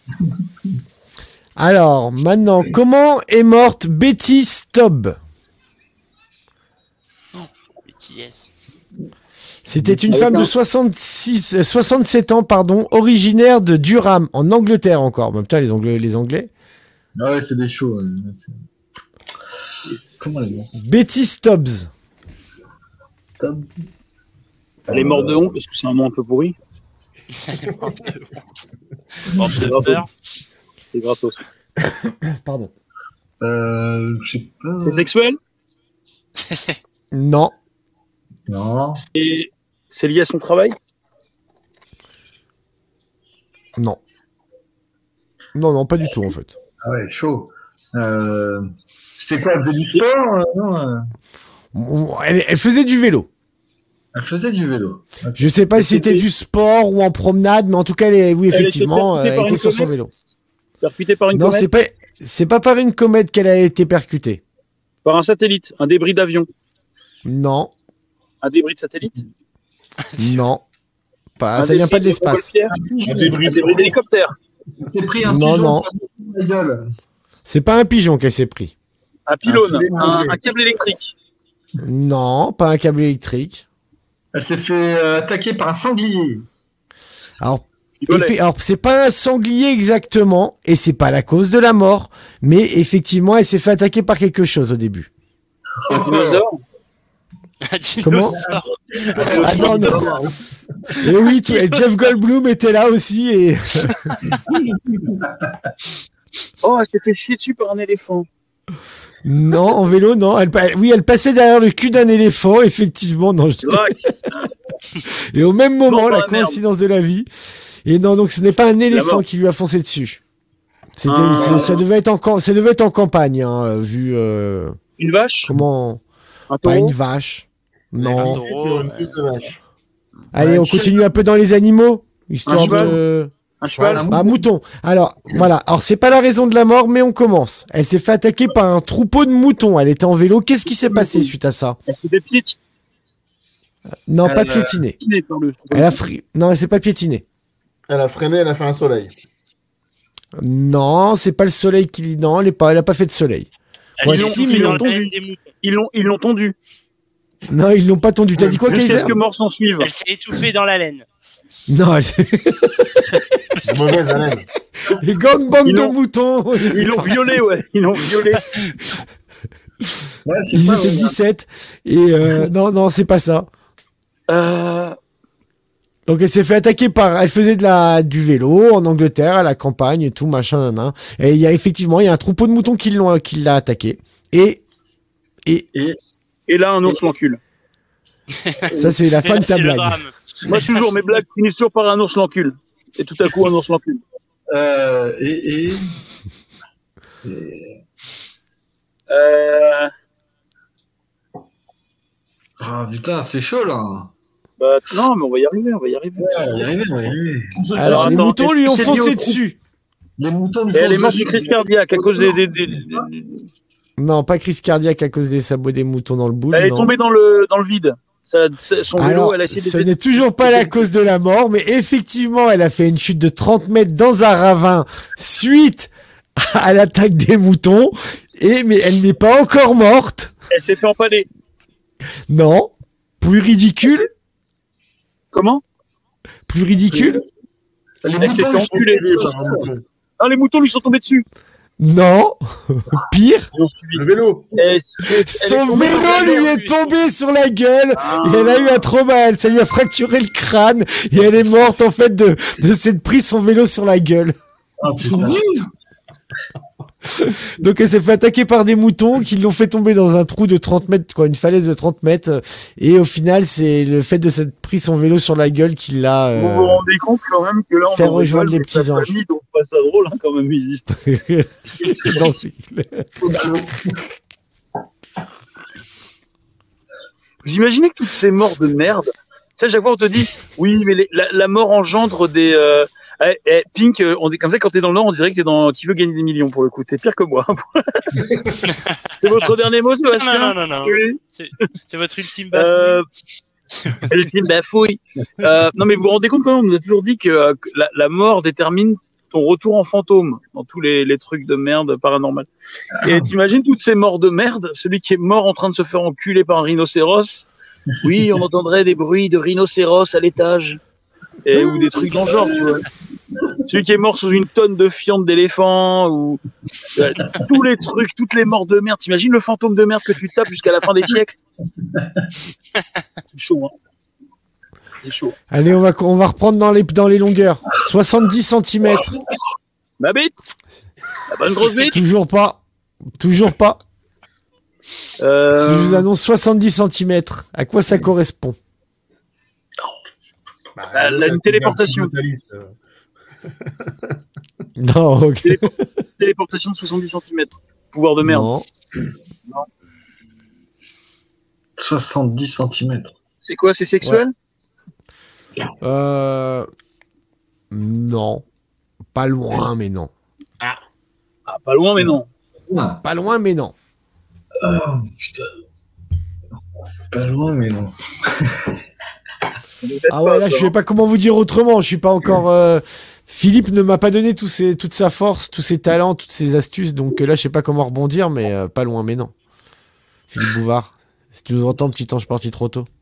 Alors, maintenant, comment est morte Betty Stubb? Mais qui est-ce? C'était une Avec femme un- de soixante-six, euh, soixante-sept ans, pardon, originaire de Durham, en Angleterre encore. Bah, putain, les Anglais, les Anglais. Ah ouais, c'est des shows. ouais, là-dessus. Comment les noms? Betty Stubbs. Stubbs. Elle est morte de honte, parce que c'est un nom un peu pourri. Bon, j'espère. C'est gratos. Pardon. Euh, je sais pas. C'est sexuel? Non, Non. Et c'est lié à son travail? non. Non, non, pas du tout, en fait. Ah ouais, chaud. Euh, C'était quoi? Elle faisait du sport? euh, Non. euh, Elle, elle faisait du vélo. Elle faisait du vélo. Ok. Je sais pas si c'était du sport ou en promenade, mais en tout cas, elle est, oui, Elle était effectivement, percutée elle par était une sur son comète vélo. Percuté par une Non, comète? c'est pas, c'est pas par une comète qu'elle a été percutée. Par un satellite? Un débris d'avion? Non, Un débris de satellite? non. Pas, Un ça vient pas de débris l'espace. montgolfière? Un débris. Un débris d'hélicoptère? Elle s'est pris un Non, pigeon non. sur la gueule. C'est pas un pigeon qu'elle s'est pris. Un pylône? Un Un, câble. un câble électrique? Non, pas un câble électrique. Elle s'est fait euh, attaquer par un sanglier. Alors, Il volait. effe- alors c'est pas un sanglier exactement, et c'est pas la cause de la mort, mais effectivement, elle s'est fait attaquer par quelque chose au début. Un dinosaure? Un Comment dinosaure. Ah non, non. Et oui, tu- et Jeff Goldblum était là aussi, et Oh, elle s'est fait chier dessus par un éléphant. non, en vélo, non. Elle, pa- oui, elle passait derrière le cul d'un éléphant, effectivement. Non, je- Drac. Et au même moment, Non, la bah, merde. coïncidence de la vie. Et non, donc ce n'est pas un éléphant mort. qui lui a foncé dessus. C'était, Ah. ça, ça devait être en, cam- ça devait être en campagne, hein, vu euh, Une vache? comment. Un Pas taureau? une vache. Un Non. taureau. Sur une cuisse de vache. Allez, Ouais, on une continue un peu dans les animaux, histoire Un cheval. de. Un cheval? Un Un mouton. Alors, voilà. Alors, c'est pas la raison de la mort, mais on commence. Elle s'est fait attaquer par un troupeau de moutons. Elle était en vélo. Qu'est-ce qui s'est passé suite à ça? Elle s'est fait piétiner Non, pas Elle, euh, piétiner. par le. Elle a fri... Non, elle s'est pas piétinée. Elle a freiné, elle a fait un soleil. Non, c'est pas le soleil qui. Non, elle est pas. Elle a pas fait de soleil. Elle Ouais, s'est si, étouffée mais dans on- la laine des moutons. Ils l'ont, ils l'ont tondu. Non, ils l'ont pas tondu. T'as dit quoi, Juste Kaiser? quelques morts s'en suivent. Elle s'est étouffée dans la laine. Non, elle s'est. Mauvaise haleine. Les gangbang Ils de l'ont- moutons. Ils l'ont violé, ouais. Ils l'ont violé. Ouais, c'est Ils pas, étaient ouais. dix-sept. Et euh, non, non, c'est pas ça. Euh, Donc elle s'est fait attaquer par, elle faisait de la du vélo en Angleterre à la campagne et tout machin nanan. Et il y a effectivement il y a un troupeau de moutons qui l'ont qui l'a attaqué et et et là, un ours l'encule. ça c'est la Et fin là, de ta c'est le blague. drame. Moi, toujours, mes blagues finissent toujours par un ours l'encule. Et tout à coup, un ours l'encule. Euh, et, et... et- Euh, Ah putain, c'est chaud là. bah, non, mais on va y arriver, on va y arriver. On va y arriver, on va y arriver. Alors les attends, moutons est-ce lui que ont c'est foncé lié au dessus. Les moutons lui Et elle est font morte dessus. d'une crise cardiaque à cause des. des- des- des- Non, pas crise cardiaque à cause des sabots des moutons dans le boule. Elle est non. tombée dans le, dans le vide. Ça, ça- son vélo, Alors, elle a essayé de... ce n'est toujours pas la cause de la mort, mais effectivement, elle a fait une chute de trente mètres dans un ravin suite à l'attaque des moutons. Et, mais elle n'est pas encore morte. Elle s'est fait empaler. Non. Plus ridicule. Comment? Plus ridicule. Les Elle s'est fait moutons, ils sont enculer. tués par un mouton. Non, les moutons lui sont tombés dessus. Non. Pire. Ils ont suivi. Le vélo. Elle s'est- elle est Son tombée dans vélo la lui mer. est tombé sur la gueule Ah. et elle a eu un trauma. Elle, ça lui a fracturé le crâne et elle est morte en fait de, de s'être pris son vélo sur la gueule. Ah, putain. Donc elle s'est fait attaquer par des moutons qui l'ont fait tomber dans un trou de trente mètres, quoi, une falaise de trente mètres. Et au final, c'est le fait de s'être pris son vélo sur la gueule qui l'a... Vous vous Euh... rendez compte quand même que là, on Faire en rejoindre rigole, les mais sa petits anges. famille, donc pas ça drôle hein, quand même, ici. Non, c'est clair. Vous imaginez que toutes ces morts de merde, tu sais, à chaque fois on te dit, oui, mais les- la, la mort engendre des... Euh, eh, eh, Pink, euh, on dit comme ça, quand t'es dans le Nord, on dirait que t'es dans qui veut gagner des millions pour le coup. T'es pire que moi. C'est votre dernier mot, Sébastien? Non, non, non, non. Oui. C'est c'est votre ultime bafouille. Euh, ultime bafouille. Euh, non, mais vous vous rendez compte quand même, on nous a toujours dit que, euh, que la, la mort détermine ton retour en fantôme dans tous les, les trucs de merde paranormal. Et t'imagines toutes ces morts de merde, celui qui est mort en train de se faire enculer par un rhinocéros. Oui, on entendrait des bruits de rhinocéros à l'étage. Et, ou des trucs dans le genre, tu vois. Celui qui est mort sous une tonne de fientes d'éléphant, ou euh, tous les trucs, toutes les morts de merde. T'imagines le fantôme de merde que tu tapes jusqu'à la fin des siècles? C'est chaud, hein. C'est chaud. Allez, on va, on va reprendre dans les, dans les longueurs. soixante-dix centimètres. Ma bite? La bonne grosse bite? Toujours pas. Toujours pas. Euh... Si je vous annonce soixante-dix centimètres, à quoi ça correspond? Bah, La- la- une téléportation. Non, ok. Téléportation de soixante-dix centimètres. Pouvoir de merde. Non. soixante-dix centimètres. C'est quoi? C'est sexuel? Euh... Non. Pas loin, mais non. Ah, pas loin, mais non. Pas loin, mais non. Oh, putain. Pas loin, mais non. Ah ouais, là, je sais pas comment vous dire autrement. Je suis pas encore... euh, Philippe ne m'a pas donné tous ses, toute sa force, tous ses talents, toutes ses astuces. Donc euh, là, je sais pas comment rebondir, mais euh, pas loin, mais non. Philippe Bouvard, si tu nous entends, petit ange parti trop tôt.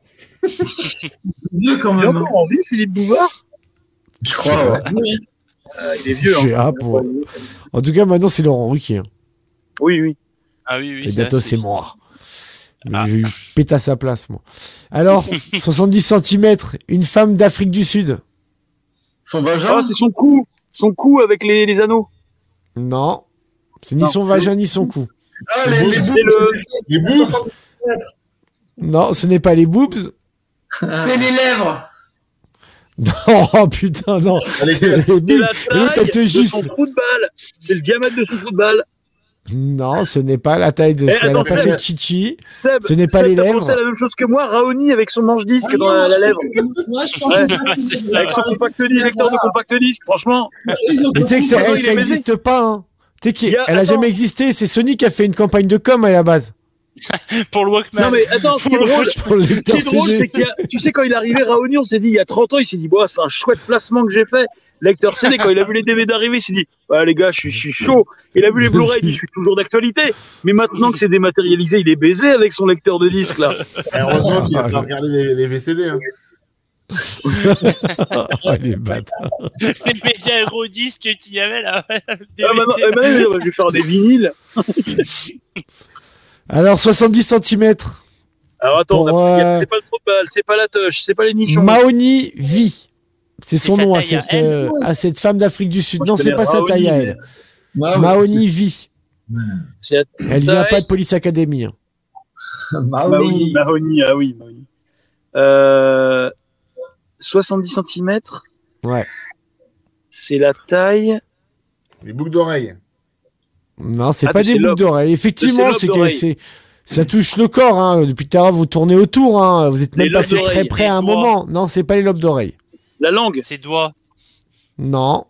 Vieux quand Il est même. encore en vie, Philippe Bouvard? Je crois, ouais. Ah, il est vieux. Je sais Hein. pas pour... En tout cas, maintenant, c'est Laurent Ruquier. hein. Oui, oui. Ah oui, oui. Et ça, bientôt, c'est moi. Ah. Je vais lui péter à sa place, moi. Alors, soixante-dix centimètres, une femme d'Afrique du Sud. Son Ah, vagin. c'est son cou. Son cou avec les, les anneaux. Non. C'est ni Non, son c'est- vagin, ni son cou. Ah, les, les C'est boules, le- Les boules. soixante-dix centimètres. Non, ce n'est pas les boobs. C'est les lèvres. Non, oh, putain, non. Allez, C'est les C'est billes. la Et l'autre, taille elle te de son gifle. trou de balle. C'est le diamètre de son trou de balle. Non, ce n'est pas la taille de... Eh, Elle n'a attends, pas Seb. fait chichi. Seb, Ce n'est pas Seb, les t'as lèvres. pensé à la même chose que moi, Raoni avec son manche-disque Ah dans non, la, la je lèvre. pensais- moi, je pensais Ouais. pas que C'est c'était ça. Avec son compact disque, lecteur de compact disque, franchement. Ils ont Mais tu sais que ça, Comment elle- il ça est baisé existe pas, hein. Tu sais Il y a- qu'elle a attends. jamais existé. C'est Sony qui a fait une campagne de com à la base. Pour le Walkman. Non mais attends, ce qui est drôle, Pour le ce qui lecteur est drôle, C c'est D. qu'il y a, tu sais, quand il est arrivé, Raoni, on s'est dit, il y a trente ans, il s'est dit, bah, c'est un chouette placement que j'ai fait. Lecteur C D, quand il a vu les D V D arriver, il s'est dit, bah, les gars, je suis, je suis chaud. Il a vu les Blu-ray, il dit, je suis toujours d'actualité. Mais maintenant que c'est dématérialisé, il est baisé avec son lecteur de disque, là. Heureusement qu'il a pas regardé les, les V C D. Hein. Oh, les bâtards. Les médias aérodisques qu'il y avait là. Ah, maintenant, eh ben, je vais faire des vinyles. Alors, soixante-dix centimètres. Alors attends, on a Pour, pas- euh, c'est pas le trou de balle, c'est pas la touche, c'est pas les nichons. Maoni Vi. C'est son sa nom à taille à cette, elle. euh, à cette femme d'Afrique du Sud. Moi, Non, je c'est connais pas sa Raoni, taille à mais- elle. Ah, ouais, Maoni Vi. C'est la Elle vient taille- pas de Police Academy. hein. c'est- Mahoni, Maoni. Mahoni, ah oui, Mahoni. Euh, soixante-dix centimètres, Ouais. c'est la taille. Les boucles d'oreilles. Non, c'est Ah, pas mais des c'est boucles lobe. d'oreilles. Effectivement, C'est c'est lobe que d'oreille. c'est. Ça touche le corps, hein. Depuis tout à l'heure, vous tournez autour, hein. Vous êtes Les même lobes passé très d'oreille, près les à un doigts. moment. Non, c'est pas les lobes d'oreilles. La langue, Ses doigts. Non.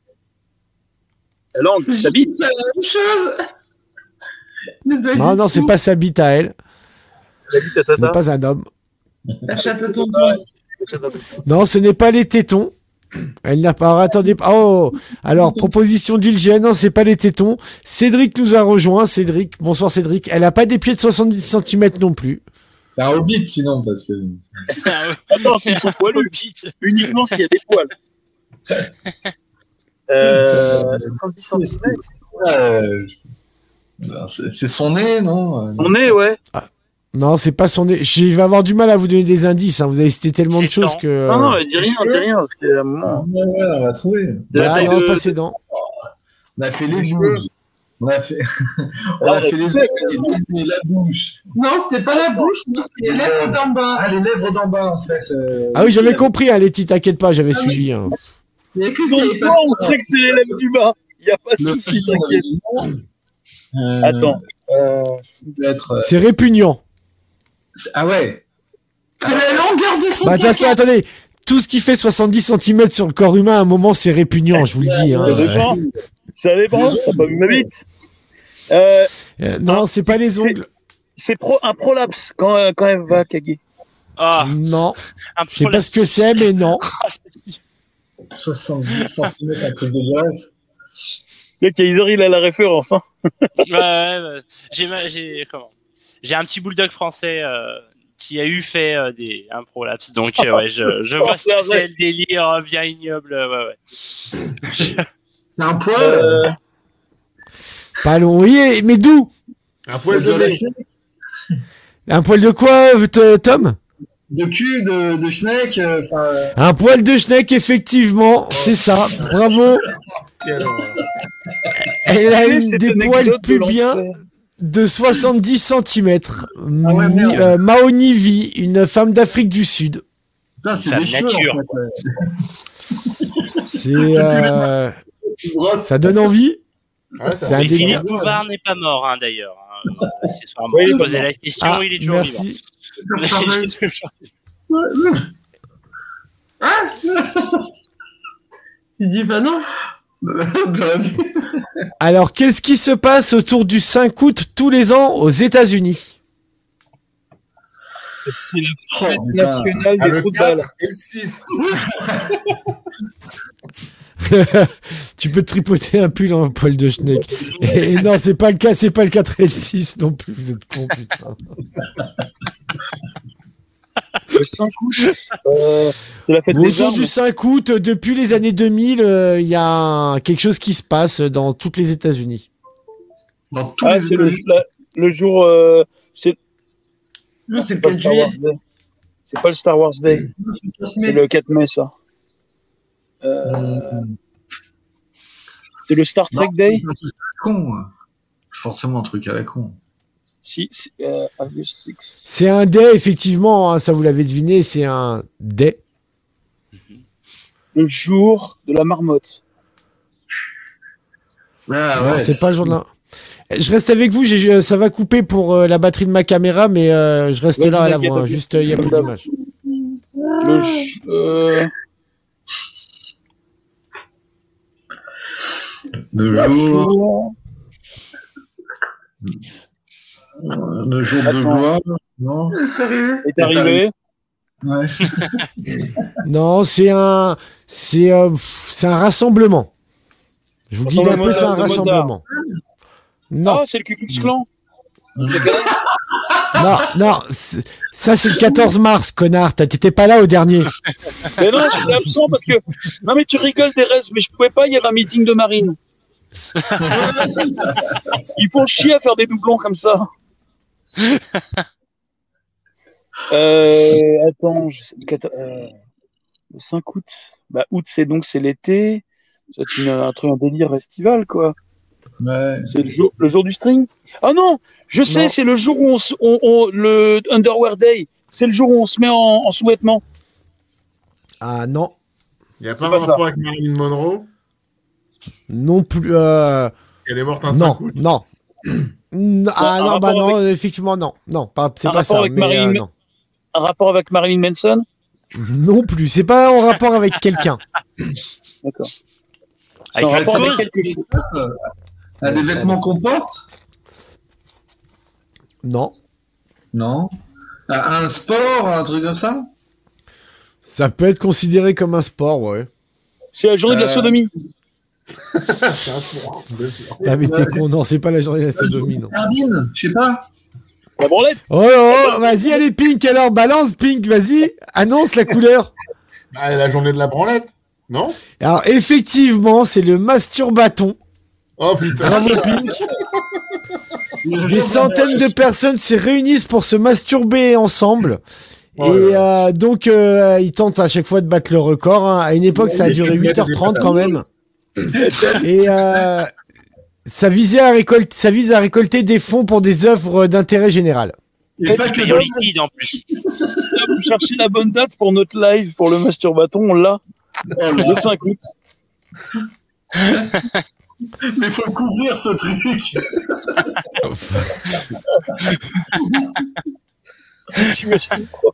la langue, sa bite. C'est la même chose. Les doigts Non, du non, c'est dessous. pas sa bite à elle. La bite à Ce n'est tata. pas un homme. La chatte à tonton. Non, ce n'est pas les tétons. Elle n'a pas. Alors, attendez. Oh, alors proposition d'Ilgène. Non, c'est pas les tétons. Cédric nous a rejoint. Cédric, bonsoir Cédric. Elle a pas des pieds de soixante-dix centimètres non plus. C'est un hobbit sinon, parce que. Attends, s'ils sont poilus, uniquement s'il y a des poils. Euh, soixante-dix centimètres. Euh, c'est c'est son nez, non? Son nez, ouais. Non, c'est pas son nez. Je vais avoir du mal à vous donner des indices. Hein. Vous avez cité tellement de C'est choses temps. que. Non, non, dis rien, dis rien, parce qu'à un moment. Ouais, ouais, on va trouver. De la Ah taille non, de- pas ses dents. On a fait les bouches. On a fait, on a Ah, fait les ouais. yeux et la bouche. Non, c'était pas la bouche, mais c'était les lèvres d'en bas. Ah, les lèvres d'en bas, en fait. euh, Ah oui, j'avais compris, hein, Letty, t'inquiète pas, j'avais suivi. Hein. Il y a que Donc, qui avait pas toi, on sait que c'est les lèvres du bas. Il n'y a pas de Le souci, président t'inquiète. avait dit, euh, Attends. Euh, peut-être, euh, C'est répugnant. c'est- Ah ouais. C'est la longueur de son Bah attention, caca. attendez. Tout ce qui fait soixante-dix centimètres sur le corps humain, à un moment, c'est répugnant, je vous le dis. Hein. ça dépend. Ça dépend. T'as pas vu ma bite. Euh, Euh, non, c'est pas les ongles. c'est pro, un prolapse quand, euh, quand elle va caguer. Ah, Non, un je sais pas ce que c'est, mais non. soixante-dix centimètres, un truc de graisse. Le Kaiser, il a la référence. Hein. Ouais, ouais, ouais. J'ai, ma- j'ai, comment J'ai un petit bulldog français euh, qui a eu fait euh, des, un prolapse. Donc, euh, ouais, je, je vois ce que c'est le délire euh, bien ignoble. Ouais, ouais. C'est un poil. Euh, Pas long. Oui, mais d'où? Un poil de de, la nez. chienne, Un poil de quoi, euh, t- Tom? de cul, de, de schneck. euh, Enfin, euh, Un poil de schneck, effectivement, c'est ça. Bravo. Quelle horreur. Elle a une, c'est des une poils anecdote de pubiens l'enfer. de soixante-dix centimètres. Ah ouais, merde. euh, Maoni Vi, une femme d'Afrique du Sud. putain, c'est Femme des cheveux, nature. en fait. C'est, euh, C'est grosse. ça donne envie. Ouais, ça C'est un va. Et délire. Philippe Bouvard n'est pas mort, hein, d'ailleurs. Hein. C'est sur un Oui, moment il est poser la question, Ah, il est toujours merci. vivant. Tu dis pas non. J'aurais dit. Alors, qu'est-ce qui se passe autour du cinq août tous les ans aux États-Unis? C'est la Oh, fête putain. nationale Ah, des le trous de balle. quatre et le six. Tu peux te tripoter un pull en poil de schneck. Et non, c'est pas le cas, c'est pas le quatre et le six non plus, vous êtes con, putain. Le cinq août, euh, c'est la fête des Autour armes. du cinq août, depuis les années deux mille, euh, il y a un- quelque chose qui se passe dans toutes les États-Unis. Dans tous Ah, les c'est le, États-Unis. la- le jour. Euh, c'est Non, c'est le pas le quatre Star juillet. Wars Day. C'est pas le Star Wars Day. C'est le quatre mai, ça. Euh, c'est le Star Trek Non, Day. c'est un truc à la con. hein. Forcément un truc à la con. Si, si, euh, August six. C'est un dais, effectivement, hein, ça vous l'avez deviné, c'est un dais. Le jour de la marmotte. Ah, Non, ouais, c'est pas le jour de la... Je reste avec vous, j'ai- je- ça va couper pour euh, la batterie de ma caméra, mais euh, je reste Ouais, là à la t'inquiète, voix, hein, t'inquiète. juste il n'y a plus d'image. Le j- euh, Le jour. Le jour de Attends. joie. Non. Sérieux? est arrivé. Ouais. Non, c'est un, c'est, euh, pff, c'est un rassemblement. Je vous guide un peu, c'est un Rassemblement de rassemblement. Non, Ah, c'est le Ku Klux Klan. non, non, c'est- ça c'est le quatorze mars, connard. T'as- T'étais pas là au dernier. Mais non, j'étais absent parce que. Non, mais tu rigoles, Thérèse, mais je pouvais pas, il y avait un meeting de marine. Ils font chier à faire des doublons comme ça. Euh, attends, je sais, le quatorze euh, le cinq août. Bah, août, c'est donc c'est l'été. C'est une- un truc, un délire estival, quoi. Ouais. C'est le jour, le jour du string. Ah non, je sais, Non. c'est le jour où on, se- on, on- le Underwear Day. C'est le jour où on se met en, en sous-vêtements. Ah non, Il n'y a C'est pas pas un ça. rapport avec Marilyn Monroe. non plus. Euh... Elle est morte un Non, cinq août. non. Non, ah un non, bah rapport non, effectivement non, non, pas, c'est Un pas rapport ça. avec Mais Marilyn- euh, non, Un rapport avec Marilyn Manson. non plus. C'est pas en rapport avec quelqu'un. D'accord. Avec C'est en la rapport avec cause. quelque chose. Ah, des vêtements qu'on porte? Non. Non. Un sport, un truc comme ça? Ça peut être considéré comme un sport, ouais. C'est la journée de la Euh, sodomie. C'est un sport. T'as mais t'es con, non, c'est pas la journée de la sodomie, non. Cardine, je sais pas. La branlette. Oh, oh, oh, vas-y, allez, Pink, alors, balance, Pink, vas-y, annonce la couleur. Ah, la journée de la branlette, non? Alors, effectivement, c'est le masturbaton. Oh putain. Bravo, Pink. Des centaines de personnes se réunissent pour se masturber ensemble. Oh Et euh, donc, euh, ils tentent à chaque fois de battre le record. Hein. À une époque, ça a duré huit heures trente quand même. Et euh, ça, visait à récolter, ça vise à récolter des fonds pour des œuvres d'intérêt général. Et pas que Payant liquide en plus. Là, vous cherchez la bonne date pour notre live pour le masturbaton, on l'a. Le cinq août. Mais faut couvrir ce truc. J'imagine pas.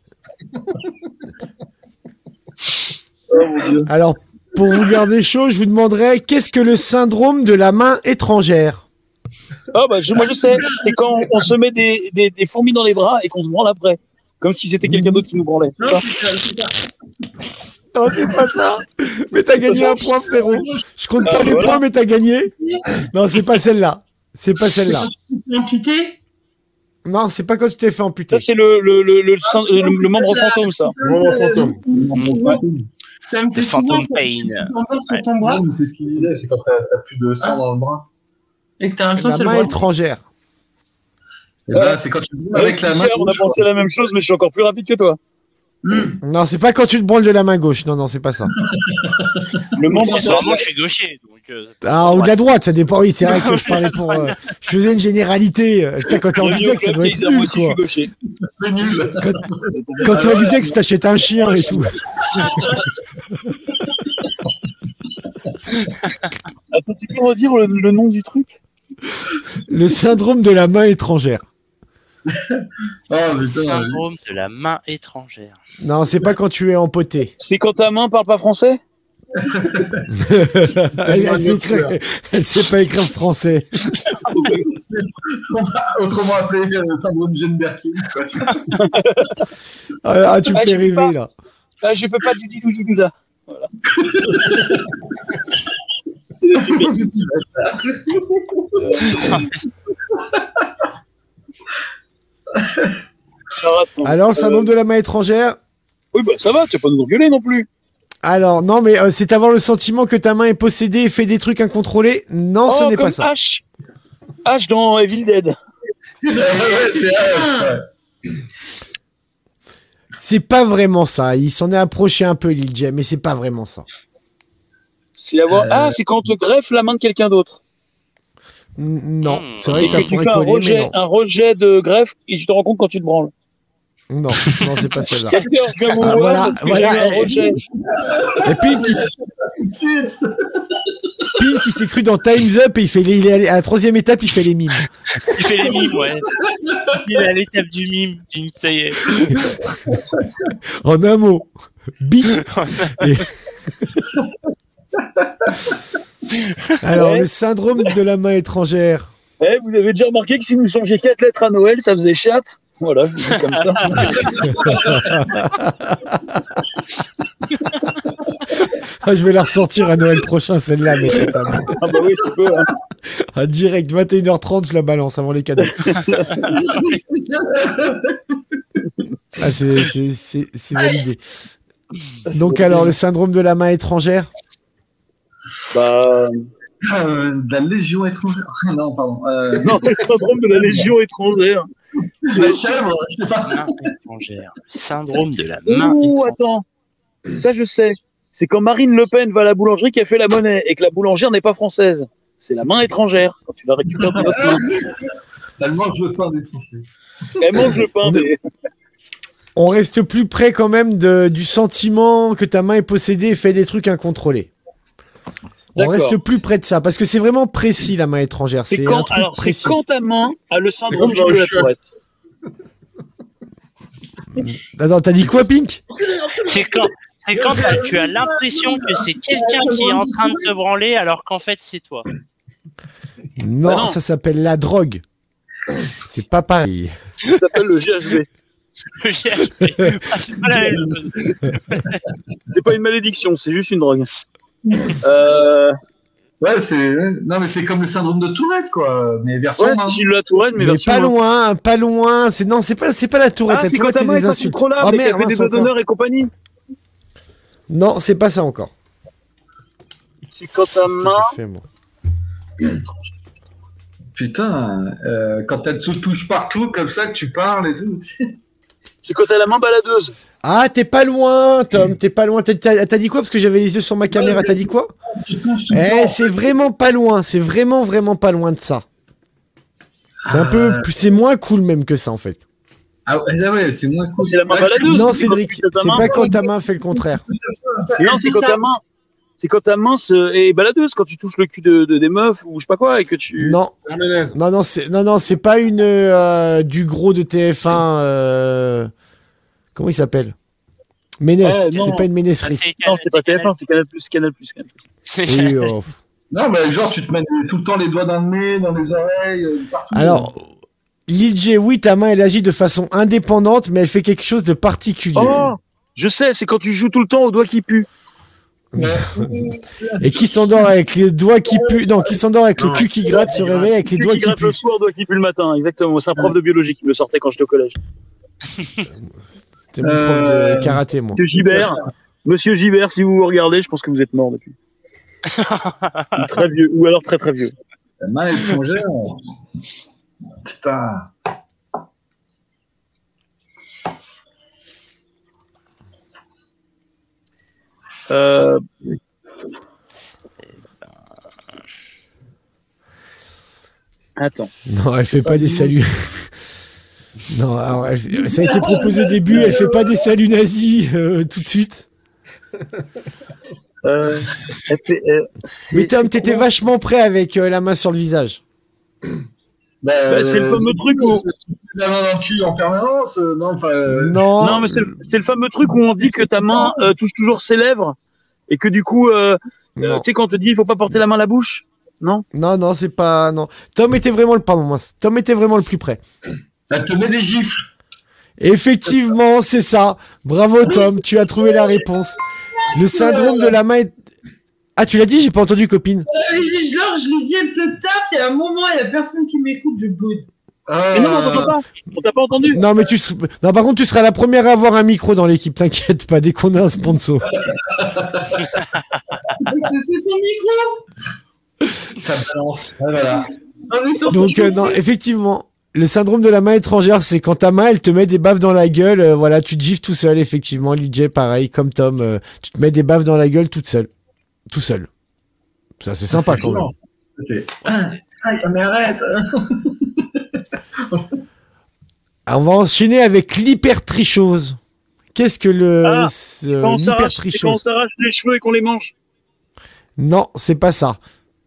Oh mon Dieu. Alors, pour vous garder chaud, je vous demanderai qu'est-ce que le syndrome de la main étrangère? Ah bah je, moi je sais, c'est quand on se met des, des, des fourmis dans les bras et qu'on se branle après. Comme si c'était quelqu'un d'autre qui nous branlait. C'est ça? Non, c'est pas ça. Mais t'as gagné un point, frérot. Je compte pas Ah, les voilà. points, mais t'as gagné. Non, c'est pas celle-là. C'est pas celle-là. Amputé? Non, c'est pas quand tu t'es fait amputer. Ça c'est le, le, le, le, le- le membre fantôme ça. Moment fantôme. Ça me fait Le souvent phantom ça. pain. Tu t'endors sur Ouais. ton bras Non, mais c'est ce qu'il disait, c'est quand t'as t'as plus de sang dans le bras. et que t'as l'impression que La c'est le main bras. étrangère. Et ben, c'est quand tu bouges avec la main. Pierre, on a pensé à la même chose, mais je suis encore plus rapide que toi. Non, c'est pas quand tu te branles de la main gauche. Non, non, c'est pas ça. Le membre Accessoirement, je suis gaucher. Donc, euh, Ah, ou de la droite, ça dépend. Oui, c'est vrai que je parlais pour. euh, je faisais une généralité. Euh, Putain, quand t'es en bidex, ça doit être nul, quoi. gaucher. C'est nul. Quand t'es en bidex, t'achètes un chien et tout. Attends, tu peux redire le, le nom du truc? Le syndrome de la main étrangère. Oh, putain. syndrome de la main étrangère. Non, c'est pas quand tu es empoté. C'est quand ta main parle pas français? elle, elle sait écrire- elle sait pas écrire français. On va autrement appelé le syndrome Jane Birkin. quoi. Ah, ah, tu me Ah, fais je peux rêver, pas. là. Ah, je peux pas du tout, du tout, là. Voilà. C'est super. Alors, attends. Alors, le syndrome de la main étrangère. Oui, bah ça va, tu vas pas nous engueuler non plus. Alors, non, mais euh, c'est avoir le sentiment que ta main est possédée et fait des trucs incontrôlés. Non, ce Oh, n'est comme pas ça. H. H dans Evil Dead. Ouais, ouais, c'est H, ouais. C'est pas vraiment ça. Il s'en est approché un peu, Lil J, mais c'est pas vraiment ça. C'est avoir... Euh. Ah, c'est quand on te greffe la main de quelqu'un d'autre. N- Non, Hmm. c'est vrai Et que ça que tu pourrait fais un coller, mais rejet, non. un rejet de greffe et tu te rends compte quand tu te branles. Non, non, c'est pas celle-là. Quelqu'un vient me Ah, voir voilà, parce que voilà, j'ai eu un eh, rejet. Et Pink, il, s- Tout de suite. Pink, il s'est cru dans Time's Up et il fait les, il est allé- à la troisième étape, il fait les mimes. Il fait les mimes, ouais. Il est à l'étape du mime. D'une- Ça y est. En un mot. Bite. Et- Alors, Ouais. le syndrome de la main étrangère. Eh, vous avez déjà remarqué que si vous changez quatre lettres à Noël, ça faisait chatte. Voilà, je dis comme ça. Ah, je vais la ressortir à Noël prochain, celle-là, mais totalement. Ah bah oui, tu peux. Hein. Ah, direct, vingt et une heure trente, je la balance avant les cadeaux. Ah, c'est, c'est, c'est, c'est validé. Donc, alors, le syndrome de la main étrangère. Bah, Euh, de la Légion étrangère. Non, pardon. Euh, non, c'est le syndrome de la Légion étrangère. la chèvre, je sais pas. Main étrangère. Syndrome de la main Ouh, étrangère. attends. Ça, je sais. C'est quand Marine Le Pen va à la boulangerie qui a fait la monnaie et que la boulangère n'est pas française. C'est la main étrangère. Quand tu la récupères dans notre main. Elle mange le pain des Français. Elle mange le pain. On est- des- On reste plus près quand même de, du sentiment que ta main est possédée et fait des trucs incontrôlés. On D'accord. reste plus près de ça, parce que c'est vraiment précis, la main étrangère. C'est C'est quand, un truc alors, c'est précis. quand ta main a le syndrome C'est quand de je la vais au tourette. Attends, t'as dit quoi, Pink? C'est quand, c'est quand t'as- tu as l'impression que c'est quelqu'un qui est en train de te branler alors qu'en fait c'est toi. Non, Ah non. ça s'appelle la drogue. C'est pas pareil. Ça s'appelle le G H B. Le G H P. Ah, c'est pas la même chose. C'est pas une malédiction, c'est juste une drogue. Euh... Ouais, c'est. Non, mais c'est comme le syndrome de Tourette, quoi. Mais version Ouais, main. c'est Gilles La Tourette, mais, Mais version pas main. loin, pas loin. C'est non, c'est pas, c'est pas la tourette. Ah, La c'est quand tourette, ta c'est main est des pas insultes. contrôlable Oh et qu'elle merde, fait des mince, doigts encore. d'honneur et compagnie. Non, c'est pas ça encore. C'est quand ta Qu'est-ce que main. j'ai fait, moi Putain, euh, quand elle se touche partout, comme ça, que tu parles et tout. C'est quand t'as la main baladeuse. Ah, t'es pas loin, Tom. T'es pas loin. T'as, t'as- t'as dit quoi? Parce que j'avais les yeux sur ma caméra. T'as dit quoi? Tu touches tout le Eh, temps. c'est vraiment pas loin. C'est vraiment, vraiment pas loin de ça. C'est un peu, plus- c'est moins cool même que ça en fait. Ah ouais, ah ouais, c'est moins cool. C'est la main Ouais, baladeuse. Non, c'est quand Cédric, tu touches ta c'est main. pas quand ta main fait le contraire. ça- Non, c'est quand ta main. C'est quand ta main se- est baladeuse, quand tu touches le cul de, de- des meufs ou je sais pas quoi et que tu. Non, Herménez. non, non, c'est, non, non, c'est pas une euh, du gros de T F un. euh, Comment il s'appelle? Ménès. Ouais, non. C'est pas une Ah, ménesserie. c'est Non, c'est pas T F un, c'est Canal plus, Canal plus, Canal plus. C'est Oui, oh. Non, mais genre, tu te mets tout le temps les doigts dans le nez, dans les oreilles, euh, partout. Alors, Lil J, oui, ta main, elle agit de façon indépendante, mais elle fait quelque chose de particulier. Oh, je sais, c'est quand tu joues tout le temps au doigt qui pue. Et qui s'endort avec les doigts qui puent. Non, qui s'endort avec le Non. cul qui gratte, se réveille avec les Cul doigts qui qui gratte le puent. soir, doigt qui pue le matin, exactement. C'est un prof de biologie qui me le sortait quand j'étais au collège. C'était mon prof Euh, de karaté, moi. Monsieur Gibert, Monsieur Gibert, si vous vous regardez, je pense que vous êtes mort depuis. Ou très vieux, ou alors très très vieux. La main étrangère. Putain. Euh, Attends. Non, elle fait pas des saluts. Non, alors, elle- ça a été proposé au début, elle fait pas des saluts nazis euh, tout de suite. Euh, elle fait, euh, Mais Tom, t'étais vachement prêt avec euh, la main sur le visage. Bah, c'est le fameux truc où- La main dans le cul en permanence. euh, non, enfin. euh, Non, Non, mais c'est le, c'est le fameux truc où on dit que ta main euh, touche toujours ses lèvres et que du coup, euh, euh, non, tu sais, quand on te dit il faut pas porter la main à la bouche, non? non, non, c'est pas. Non. Tom était vraiment le. Pardon, mince. Tom était vraiment le plus près. Elle te met des gifles. Effectivement, c'est ça. Bravo, Tom, tu as trouvé la réponse. Le syndrome de la main. est- Ah, tu l'as dit, j'ai pas entendu, copine. Euh, je, genre, je lui dis, elle te tape, et à un moment, il y a personne qui m'écoute, je boude. Mais non, on t'entend pas. On t'a pas entendu. Non, mais tu seras... Non, par contre, tu seras la première à avoir un micro dans l'équipe, t'inquiète pas, dès qu'on a un sponsor. C'est c'est son micro. Ça balance. Ah, voilà. On est sur Donc, son euh, non, effectivement, le syndrome de la main étrangère, c'est quand ta main, elle te met des baffes dans la gueule, euh, voilà, tu te gifles tout seul, effectivement. L J, pareil, comme Tom, euh, tu te mets des baffes dans la gueule toute seule. Tout seul. Ça, c'est sympa C'est quand même. violent. C'était- Ah, ah, mais arrête. Alors, on va enchaîner avec l'hypertrichose. Qu'est-ce que le Ah, ce- Quand on s'arrache, c'est quand on l'hypertrichose? s'arrache les cheveux et qu'on les mange. Non, c'est pas ça.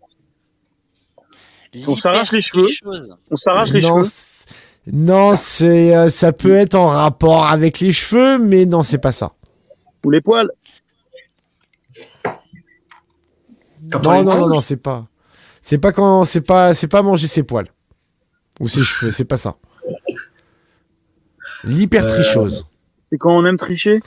On s'arrache les cheveux. Chose. On s'arrache les non, cheveux. c'est- non, c'est euh, ça peut être en rapport avec les cheveux, mais non, c'est pas ça. Ou les poils. Quand on Non, les non, non, mange. non, c'est pas. C'est pas quand c'est pas c'est pas manger ses poils ou ses cheveux, c'est pas ça. L'hypertrichose. C'est quand on aime tricher.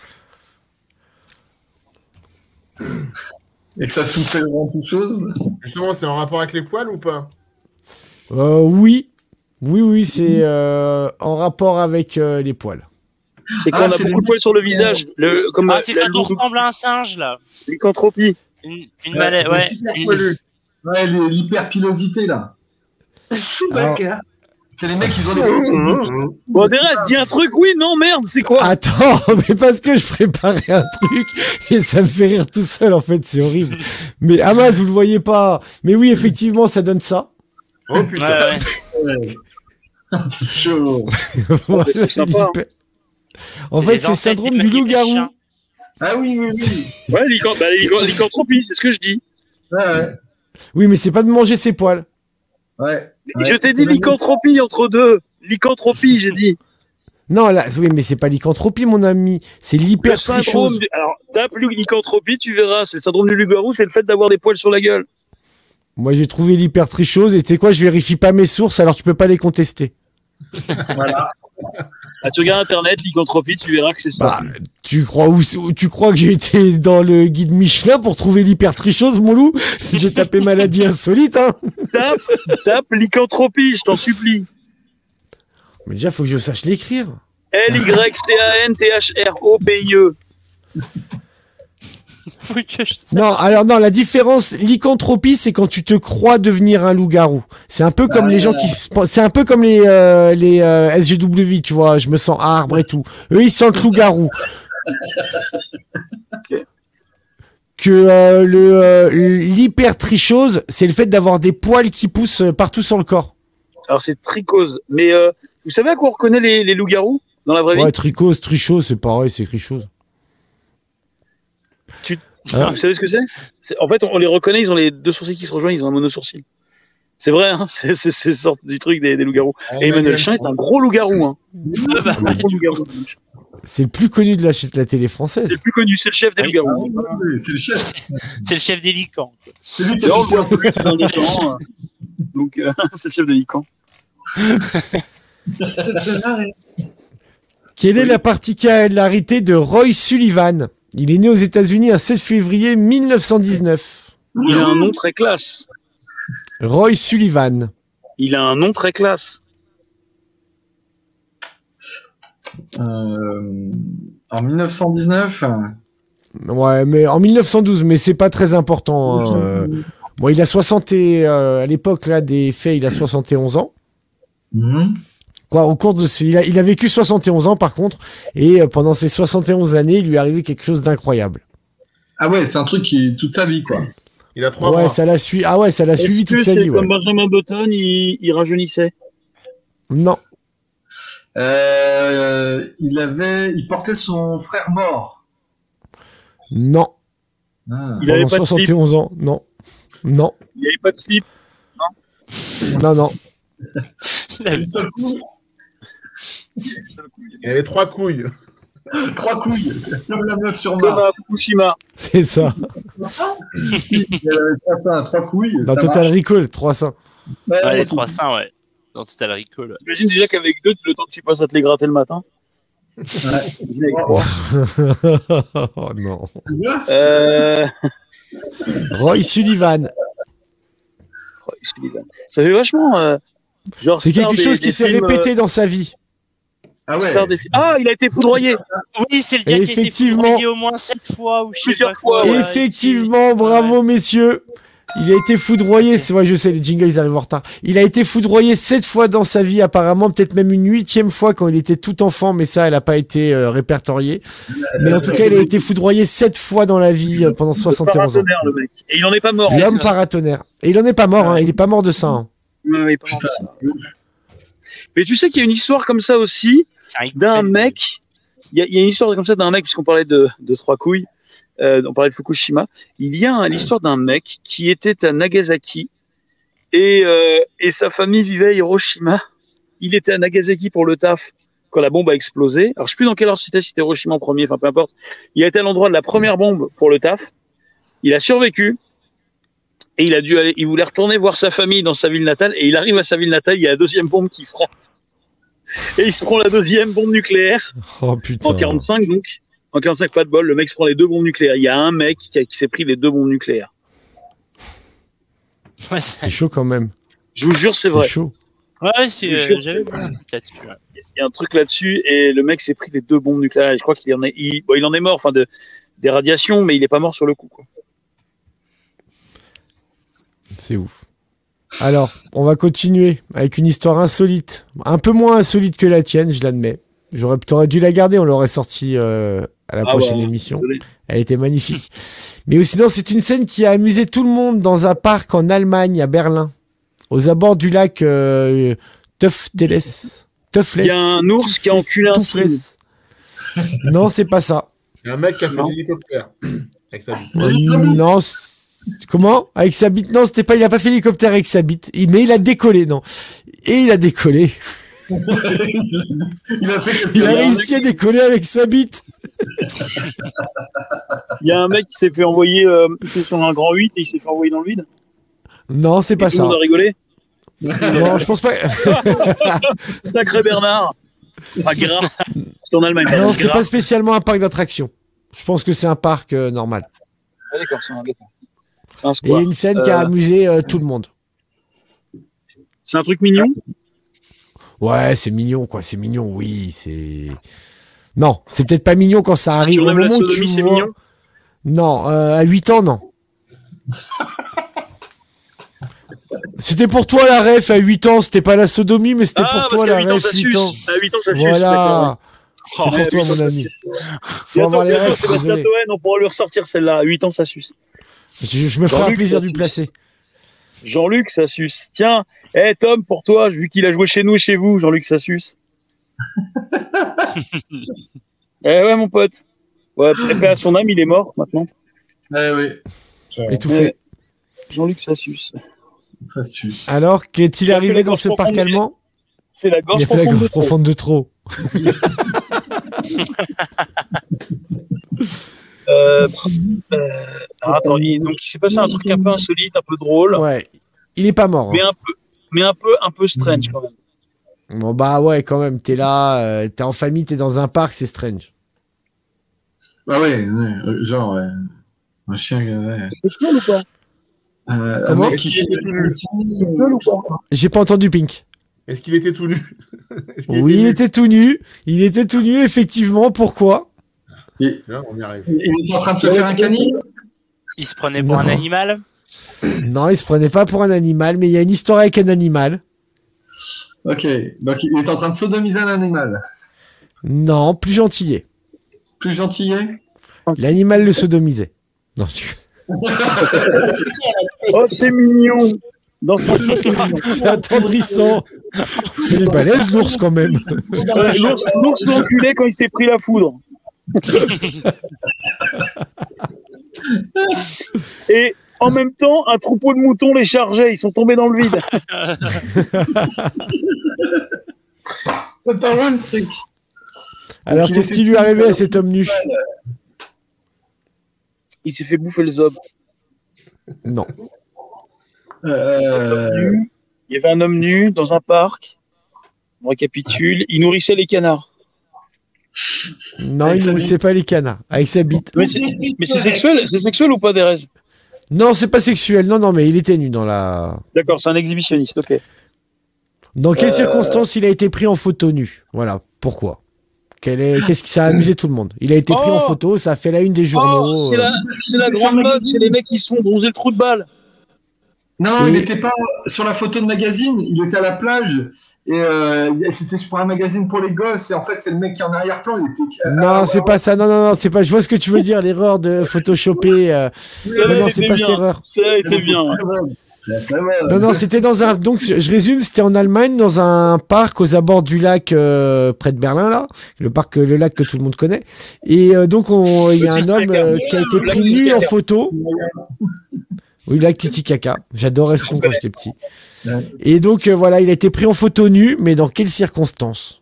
Et que ça te fait vraiment toute chose. Justement, c'est en rapport avec les poils ou pas? Euh, oui, oui, oui, c'est euh, en rapport avec euh, les poils. C'est quand Ah, on a c'est beaucoup les- de poils sur le visage. Le, comme Ah, euh, c'est la quand on loupe- ressemble à un singe, là. lycanthropie. Une, une maladie, ouais. super une- poilu. Ouais, les- l'hyperpilosité, là. Chewbacca. C'est les mecs, ils ont des. Bon, Derez, dis un truc, oui, non, merde, c'est quoi? Attends, mais parce que je préparais un truc et ça me fait rire tout seul, en fait, c'est horrible. Mais Hamas, vous le voyez pas. Mais oui, effectivement, ça donne ça. Oh Ouais, putain. ouais. C'est chaud. Voilà, c'est sympa, l'hyper- En C'est fait, les c'est le ancêtres syndrome du du loup-garou. chien. Ah oui, oui, oui. Ouais, lycan- bah, lycan- lycanthropie, c'est ce que je dis. Ouais, ouais. Oui, mais c'est pas de manger ses poils. Ouais. Je t'ai dit lycanthropie entre deux. Lycanthropie, j'ai dit. Non, là, oui, mais c'est pas lycanthropie, mon ami. C'est Le l'hypertrichose. syndrome du... Alors, tape lycanthropie, tu verras. C'est le syndrome du loup-garou, c'est le fait d'avoir des poils sur la gueule. Moi, j'ai trouvé l'hypertrichose et tu sais quoi, je vérifie pas mes sources, alors tu peux pas les contester. Voilà. Ah, tu regardes Internet, lycanthropie, tu verras que c'est ça. Bah, tu crois où, où- tu crois que j'ai été dans le guide Michelin pour trouver l'hypertrichose, mon loup? J'ai tapé maladie insolite, hein. Tape, tape lycanthropie, je t'en supplie. Mais déjà, faut que je sache l'écrire. L Y C A N T H R O P I E. Faut que je sache. Non, alors non, la différence, lycanthropie, c'est quand tu te crois devenir un loup-garou. C'est un peu comme les gens qui, se pensent- c'est un peu comme les euh, les euh, S G W, tu vois. Je me sens arbre et tout. Eux, ils sentent loup-garou. Que euh, le euh, l'hypertrichose, c'est le fait d'avoir des poils qui poussent partout sur le corps. Alors c'est tricose. Mais euh, vous savez à quoi on reconnaît les, les loups-garous dans la vraie vie? Ouais, tricose, trichose, c'est pareil, c'est trichose. Tu- Hein Vous savez ce que c'est? C'est- En fait, on, on les reconnaît, ils ont les deux sourcils qui se rejoignent, ils ont un monosourcil. C'est vrai, hein, c'est c'est- c'est sorte du truc des, des loups-garous. Et Emmanuel Chin est un gros loup-garou. Hein. C'est un gros loup-garou. C'est le plus connu de la, de la télé française. C'est le plus connu, c'est le chef des Oui. loups-garous. Oui, c'est le chef. C'est le chef des licans. C'est lui qui Et a on le fait voit plus dans les temps. euh. Donc, euh, c'est le chef de Lican. Quelle est la particularité de Roy Sullivan? Il est né aux États-Unis un sept février mille neuf cent dix-neuf. Il a un nom très classe. Roy Sullivan. Il a un nom très classe. Euh, en mille neuf cent dix-neuf. Ouais, mais en mille neuf cent douze, mais c'est pas très important. Hein. Euh, Bon, il a soixante et, euh, à l'époque là des faits, il a soixante et onze ans. Mhm. Quoi, au cours de ce, il a, il a vécu soixante et onze ans par contre, et euh, pendant ces soixante et onze années, il lui est arrivé quelque chose d'incroyable. Ah ouais, c'est un truc qui toute sa vie, quoi. Il a trois Ouais, mois. ça l'a suivi. Ah ouais, ça l'a suivi Est-ce toute que sa c'est vie. Ouais. comme Benjamin Button, il, il rajeunissait? Non, Euh, il avait, il portait son frère mort. non. Ah. Il avait Pendant pas de soixante et slip. onze ans, non, non, Il avait pas de slip. non, non. Il avait trois couilles. Trois couilles, comme la meuf sur Comme à Mars. Fukushima. C'est ça. Si, il avait trois seins, trois couilles. Dans ça Total marche. Recall, trois cents. Ouais, Ouais, ouais, les c'est trois ça. seins, ouais. Dans Total Recall. J'imagine déjà qu'avec deux, le temps que tu passes à te les gratter le matin. Imagine avec trois. Oh non. Euh... Roy Sullivan. Ça fait vachement. Euh... Genre C'est star quelque des- chose qui des s'est films, répété dans sa vie. Ah euh, ouais. star des fi- Ah, il a été foudroyé. Oui, c'est le gars qui a été Effectivement. foudroyé au moins sept fois ou je sais Plusieurs pas quoi. fois, ouais. ouais, Effectivement, bravo messieurs. Il a été foudroyé, c'est vrai, je sais, les jingles ils arrivent en retard. Il a été foudroyé sept fois dans sa vie, apparemment, peut-être même une huitième fois quand il était tout enfant, mais ça, elle n'a pas été euh, répertoriée. Mais en tout cas, il a été foudroyé sept fois dans la vie euh, pendant soixante et onze ans. Paratonnerre, le mec. Et il en est pas mort. L'homme hein. paratonnerre. Et il en est pas mort, hein, il est pas mort de ça. Hein. Ouais, ouais, il est pas mort de ça. Mais tu sais qu'il y a une histoire comme ça aussi d'un mec. Il y, a- il y a une histoire comme ça d'un mec, puisqu'on parlait de, de trois couilles, euh, on parlait de Fukushima. Il y a un- l'histoire d'un mec qui était à Nagasaki et, euh, et sa famille vivait à Hiroshima. Il était à Nagasaki pour le taf quand la bombe a explosé. Alors je sais plus dans quelle heure c'était, si c'était Hiroshima en premier, enfin peu importe. Il a été à l'endroit de la première bombe pour le taf. Il a survécu. Et il a dû aller, il voulait retourner voir sa famille dans sa ville natale, et il arrive à sa ville natale, il y a la deuxième bombe qui frappe. Et il se prend la deuxième bombe nucléaire, Oh putain. en quarante-cinq donc. En quarante-cinq, pas de bol, le mec se prend les deux bombes nucléaires. Il y a un mec qui, a- qui s'est pris les deux bombes nucléaires. Ouais, C'est c'est chaud quand même. Je vous jure, c'est C'est vrai. chaud. ouais, c'est, Je euh, jure, j'avais c'est vu un truc là-dessus. ouais. Il y a un truc là-dessus, et le mec s'est pris les deux bombes nucléaires. Et je crois qu'il en est, il, bon, il en est mort, enfin, de, des radiations, mais il est pas mort sur le coup, quoi. C'est ouf. Alors, on va continuer avec une histoire insolite. Un peu moins insolite que la tienne, je l'admets. J'aurais, t'aurais dû la garder, on l'aurait sortie euh, à la Ah prochaine bah, émission. désolé. Elle était magnifique. Mais sinon, c'est une scène qui a amusé tout le monde dans un parc en Allemagne, à Berlin, aux abords du lac euh, Tufteles. Tufles. Il y a un ours qui a enculé un Tufles. Non, c'est pas ça. Il y a un mec qui a fait Non. l'hélicoptère avec sa bite. Euh, non, c'est- comment? Avec sa bite? Non, c'était pas. Il a pas fait l'hélicoptère avec sa bite. Il- Mais il a décollé, non. Et il a décollé. Il a fait quelque Il a chose. réussi à décoller avec sa bite. Il y a un mec qui s'est fait envoyer, euh, il était sur un grand huit et il s'est fait envoyer dans le vide. Non, c'est Et pas tout le ça. monde a rigolé. Non, je pense pas. Sacré Bernard. Ah, Gerhardt, c'est en Allemagne. Non, pardon. c'est Gerhardt. pas spécialement un parc d'attractions. Je pense que c'est un parc euh, normal. Ah, d'accord, c'est un, d'accord. C'est un Et il y a square. une scène qui a Euh, amusé euh, tout le monde. C'est un truc mignon. Ouais, c'est mignon, quoi. C'est mignon, oui. C'est. Non, c'est peut-être pas mignon quand ça arrive. Tu Au enlèves la moment où tu sodomie, c'est vois. mignon. Non, euh, à huit ans, non. C'était pour toi la ref à huit ans, c'était pas la sodomie, mais c'était Ah, pour parce toi qu'à la huit ans, ref ça huit suce. ans. À huit ans, ça suce. d'accord. Voilà. C'est Ouais, pour à toi, huit ans, mon ça ami. suce. Faut avoir les Bientôt, refs, Sébastien désolé. Toen, on pourra lui ressortir celle-là. À huit ans, ça suce. Je, je me ferai un Jean-Luc, plaisir ça du suce. placer. Jean-Luc, ça suce. Tiens, hé Tom, pour toi, vu qu'il a joué chez nous et chez vous, Jean-Luc, ça suce. Eh ouais, mon pote. Ouais, paix à son âme, il est mort maintenant. Eh oui, Étouffé. Jean-Luc, ça suce. ça suce. Alors, qu'est-il Il a fait arrivé la dans gorge ce parc profonde. allemand? C'est la Il gorge a fait la profonde. gorge de trop. profonde de trop. Euh, euh, alors, attends, il, donc il s'est passé un truc un peu insolite, un peu drôle, Ouais. Il est pas mort. hein. mais un peu, mais un peu, un peu strange quand même. Bon, bah ouais, quand même. T'es là, euh, t'es en famille, t'es dans un parc, c'est strange. Ah ouais, ouais, euh, genre, ouais. Un chien, ouais. C'est cool ou pas? Euh, Comment un mec qui fait des Cool ou pas? J'ai pas entendu Pink. Est-ce qu'il était tout nu? Est-ce qu'il Oui, il nu était tout nu. Il était tout nu, effectivement. Pourquoi? Là, on y arrive. Il était en train de se faire un cani. Il se prenait pour Non. un animal. Non, il se prenait pas pour un animal, mais il y a une histoire avec un animal. Ok, donc il est en train de sodomiser un animal. Non, plus gentillet. Plus gentillet. L'animal le sodomisait. Non, tu- Oh, c'est mignon. Dans son c'est attendrissant. Il est balèze, l'ours, quand même. Euh, l'ours, l'ours l'a enculé quand il s'est pris la foudre. Et en même temps, un troupeau de moutons les chargeait. Ils sont tombés dans le vide. C'est pas loin le truc. Alors, il qu'est-ce était qui lui est arrivé à cet homme nu? Il s'est fait bouffer le zob. Non. Euh, Nu. Il y avait un homme nu dans un parc. On récapitule. Il nourrissait les canards. Non, Avec il sa nourrissait pas les canards. Avec sa bite. Mais c'est, mais c'est sexuel, c'est sexuel ou pas, Derez? Non, c'est pas sexuel. Non, non, mais il était nu dans la. D'accord, c'est un exhibitionniste. Ok. Dans quelles Euh, circonstances il a été pris en photo nu? Voilà. Pourquoi? Quel est... Qu'est-ce qui ça a amusé tout le monde? Il a été pris Oh en photo, ça a fait la une des journaux. Oh, c'est euh. la, c'est la grande mode. C'est les mecs qui se font bronzer le trou de balle. Non, Et- il n'était pas sur la photo de magazine, il était à la plage. Et euh, c'était pour un magazine pour les gosses. Et en fait, c'est le mec qui est en arrière-plan. Il était. euh, Non, ah, c'est ouais, pas ça. Non, non, non, c'est pas. Je vois ce que tu veux dire. L'erreur de photoshopper. euh. Non, non, c'est pas cette erreur. Ça a ouais, été bien. très bon. C'est très bon. Non, non, c'était dans un. Donc, je résume, c'était en Allemagne, dans un parc aux abords du lac euh, près de Berlin, là, le parc, le lac que tout le monde connaît. Et euh, donc, on- il y a un homme euh, qui a été Le pris lac nu en Titicaca. photo. Oui, le lac Titicaca. J'adorais ce nom quand j'étais petit. Ouais. Et donc, euh, voilà, il a été pris en photo nu, mais dans quelles circonstances?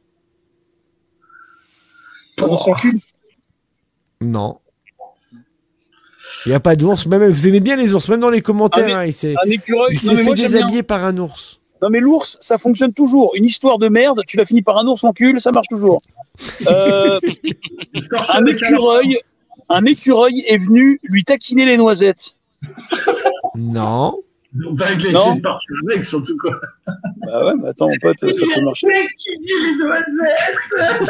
Dans son cul. Non. Il n'y a pas d'ours. Même, vous aimez bien les ours, même dans les commentaires. Ah, mais- hein, il s'est, Un écureuil. il Non, s'est mais fait moi, j'aime bien. déshabiller par un ours. Non, mais l'ours, ça fonctionne toujours. Une histoire de merde, tu l'as fini par un ours en cul, ça marche toujours. Euh, Distorsion un de canard. écureuil, un écureuil est venu lui taquiner les noisettes. Non. Bah, avec les Non. de partir avec, surtout quoi. Bah ouais, mais attends, mon pote, ça peut marcher. Le mec qui dit les noisettes.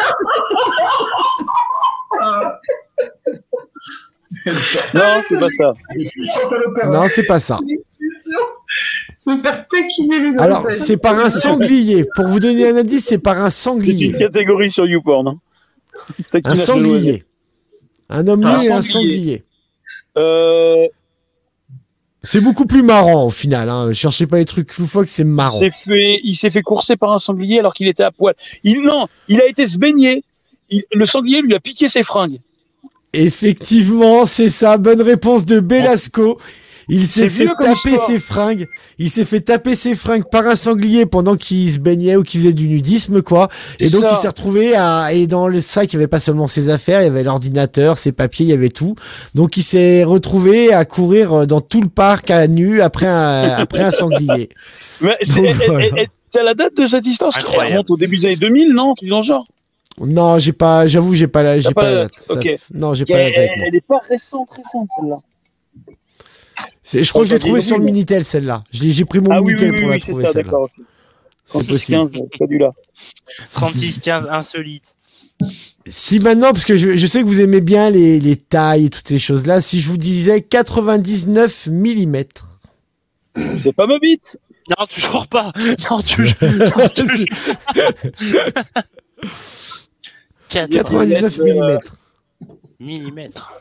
Non, c'est pas ça. Je suis chante à l'opéra. Non, c'est pas ça. Discussion. Se faire taquiner les noisettes. Alors, c'est par un sanglier. Pour vous donner un indice, c'est par un C'est sanglier. une catégorie sur YouPorn. Hein. Un Taquinage de sanglier. noisettes. Un homme Un nu et un sanglier. sanglier. Euh, C'est beaucoup plus marrant au final. Hein. Cherchez pas les trucs loufoques, c'est marrant. s'est fait, il s'est fait courser par un sanglier alors qu'il était à poil. Il, non, il a été se baigner. Il- le sanglier lui a piqué ses fringues. Effectivement, c'est ça. Bonne réponse de Belasco. Il s'est C'est fait vieux comme taper histoire. ses fringues. Il s'est fait taper ses fringues par un sanglier pendant qu'il se baignait ou qu'il faisait du nudisme, quoi. Et C'est donc, ça. il s'est retrouvé à, et dans le sac, il n'y avait pas seulement ses affaires, il y avait l'ordinateur, ses papiers, il y avait tout. Donc, il s'est retrouvé à courir dans tout le parc à nu après un, après un sanglier. Mais c'est- Donc, et- et- voilà. et- t'as la date de cette histoire? Ça Incroyable. remonte au début des années deux mille, non? Un truc dans le genre. Non, j'ai pas, j'avoue, j'ai pas la, j'ai T'as pas pas la la date. date, Ça- ok. Non, j'ai Elle, pas la date avec moi. elle est pas récente, récente celle-là. C'est- Je crois que je l'ai T'as trouvé dit sur le oui, Minitel, celle-là. Je l'ai- J'ai pris mon Ah oui, oui, Minitel oui, pour la oui, c'est trouver, ça, celle-là. d'accord. ok. C'est possible. trente-six quinze, pas du là. trente-six quinze insolite. Si maintenant, parce que je, je sais que vous aimez bien les, les tailles et toutes ces choses-là, si je vous disais quatre-vingt-dix-neuf millimètres. C'est pas ma bite. Non, toujours pas. Non, toujours. non, toujours. quatre quatre-vingt-dix-neuf euh, millimètres. millimètres.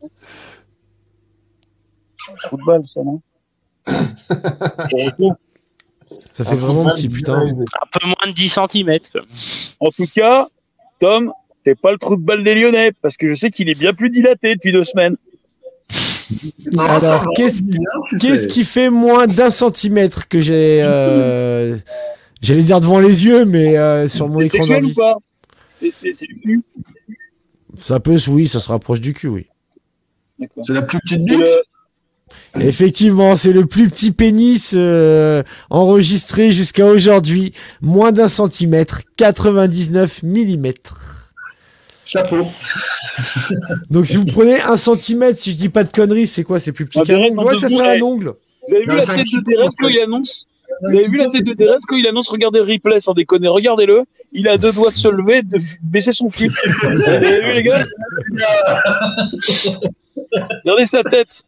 Football, ça, non? Pour retour. Ça fait vraiment petit, putain. Un peu moins de dix centimètres. Quoi. En tout cas, Tom, t'es pas le trou de balle des Lyonnais, parce que je sais qu'il est bien plus dilaté depuis deux semaines. Non, ça Alors, va qu'est-ce bien, tu qu'est-ce sais. qui fait moins d'un centimètre que j'ai... euh, J'allais dire devant les yeux, mais euh, sur mon C'est écran sexuel ou d'ordi. pas? C'est c'est- c'est du cul. Ça peut, oui, ça se rapproche du cul, oui. D'accord. C'est la plus petite Et bite. le- Effectivement, c'est le plus petit pénis euh, enregistré jusqu'à aujourd'hui. Moins d'un centimètre, quatre-vingt-dix-neuf millimètres. Chapeau. Donc si vous prenez un centimètre, si je dis pas de conneries, c'est quoi? C'est plus petit Ah, qu'un Derek, ongle. en Ouais, deux ça secondes, fait un eh. ongle. Vous avez vu Non, la c'est un tête de kilos, Derez en quand fait. il annonce? Vous avez vu la tête de Derez quand il annonce? Regardez le replay sans déconner, regardez-le. Il a deux doigts de se lever, de baisser son fut. Vous avez vu les gars? Regardez sa tête.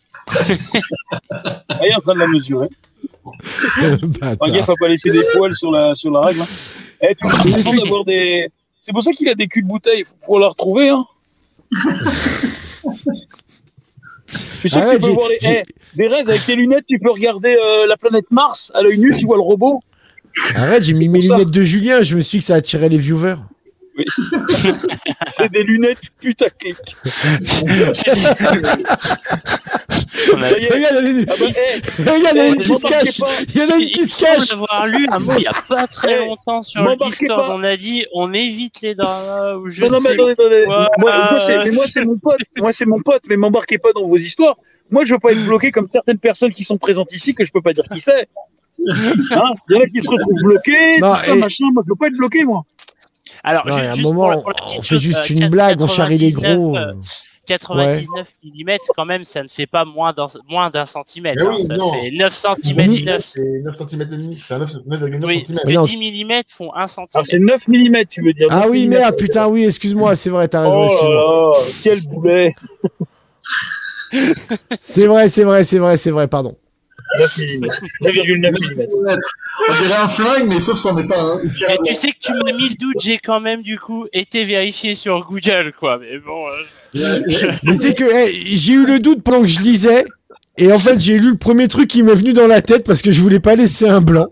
Ah, il est en train de la mesurer. Bâtard. Enfin, gaffe à pas laisser des poils sur la, sur la règle. Hein. Eh, tu as l'impression d'avoir des. C'est pour ça qu'il a des culs de bouteille. Faut pouvoir la retrouver. Hein. Tu sais Ah que ouais, tu peux j'ai- voir les. j'ai- Eh, Derez, avec tes lunettes, tu peux regarder euh, la planète Mars à l'œil nu. Tu vois le robot. Arrête, j'ai mis mes pour ça. lunettes de Julien, je me suis dit que ça attirait les viewers. Oui. C'est des lunettes putaclic. On a- Ça y est. Regarde, il y Ah bah, eh, en a eh, une qui se m'embarquez cache. pas. Il y en a une Il qui il se semble cache. avoir lu un mot il n'y a pas très Eh, longtemps sur le m'embarquez Discord. pas. On a dit on évite les dramas ou je Non, non, ne mais sais attendez, attendez. quoi. Moi, moi, c'est, mais moi, c'est mon pote. Moi, c'est mon pote, mais m'embarquez pas dans vos histoires. Moi, je veux pas être bloqué comme certaines personnes qui sont présentes ici que je peux pas dire qui c'est. Hein, il y en a qui se retrouvent bloqués, Non, tout ça, et- machin. Moi, je veux pas être bloqué, moi. Alors, Non, ju- il y a un juste moment, pour la- pour la on petite fait chose, juste euh, une quatre- blague, on charrie les quatre-vingt-dix-neuf, gros. euh, quatre-vingt-dix-neuf millimètres, quand même, ça ne fait pas moins d'un, moins d'un centimètre. Mais hein, oui, ça non. fait neuf centimètres Oui. neuf. C'est neuf centimètres et demi. C'est neuf virgule neuf Oui, parce centimètres. Mais que non. dix millimètres font un Alors, centimètre. c'est neuf millimètres, tu veux dire. Ah neuf oui, millimètres. merde, putain, oui, excuse-moi, c'est vrai, t'as raison, Oh excuse-moi. là là, quel boulet. C'est vrai, c'est vrai, c'est vrai, c'est vrai, pardon. neuf millimètres. neuf virgule neuf millimètres. On dirait un flingue, mais sauf c'en est pas un. Il tire à Et la- tu sais que tu m'as mis le doute, j'ai quand même du coup été vérifié sur Google, quoi. Mais bon, euh, Mais tu sais que hey, j'ai eu le doute pendant que je lisais, et en fait, j'ai lu le premier truc qui m'est venu dans la tête parce que je voulais pas laisser un blanc.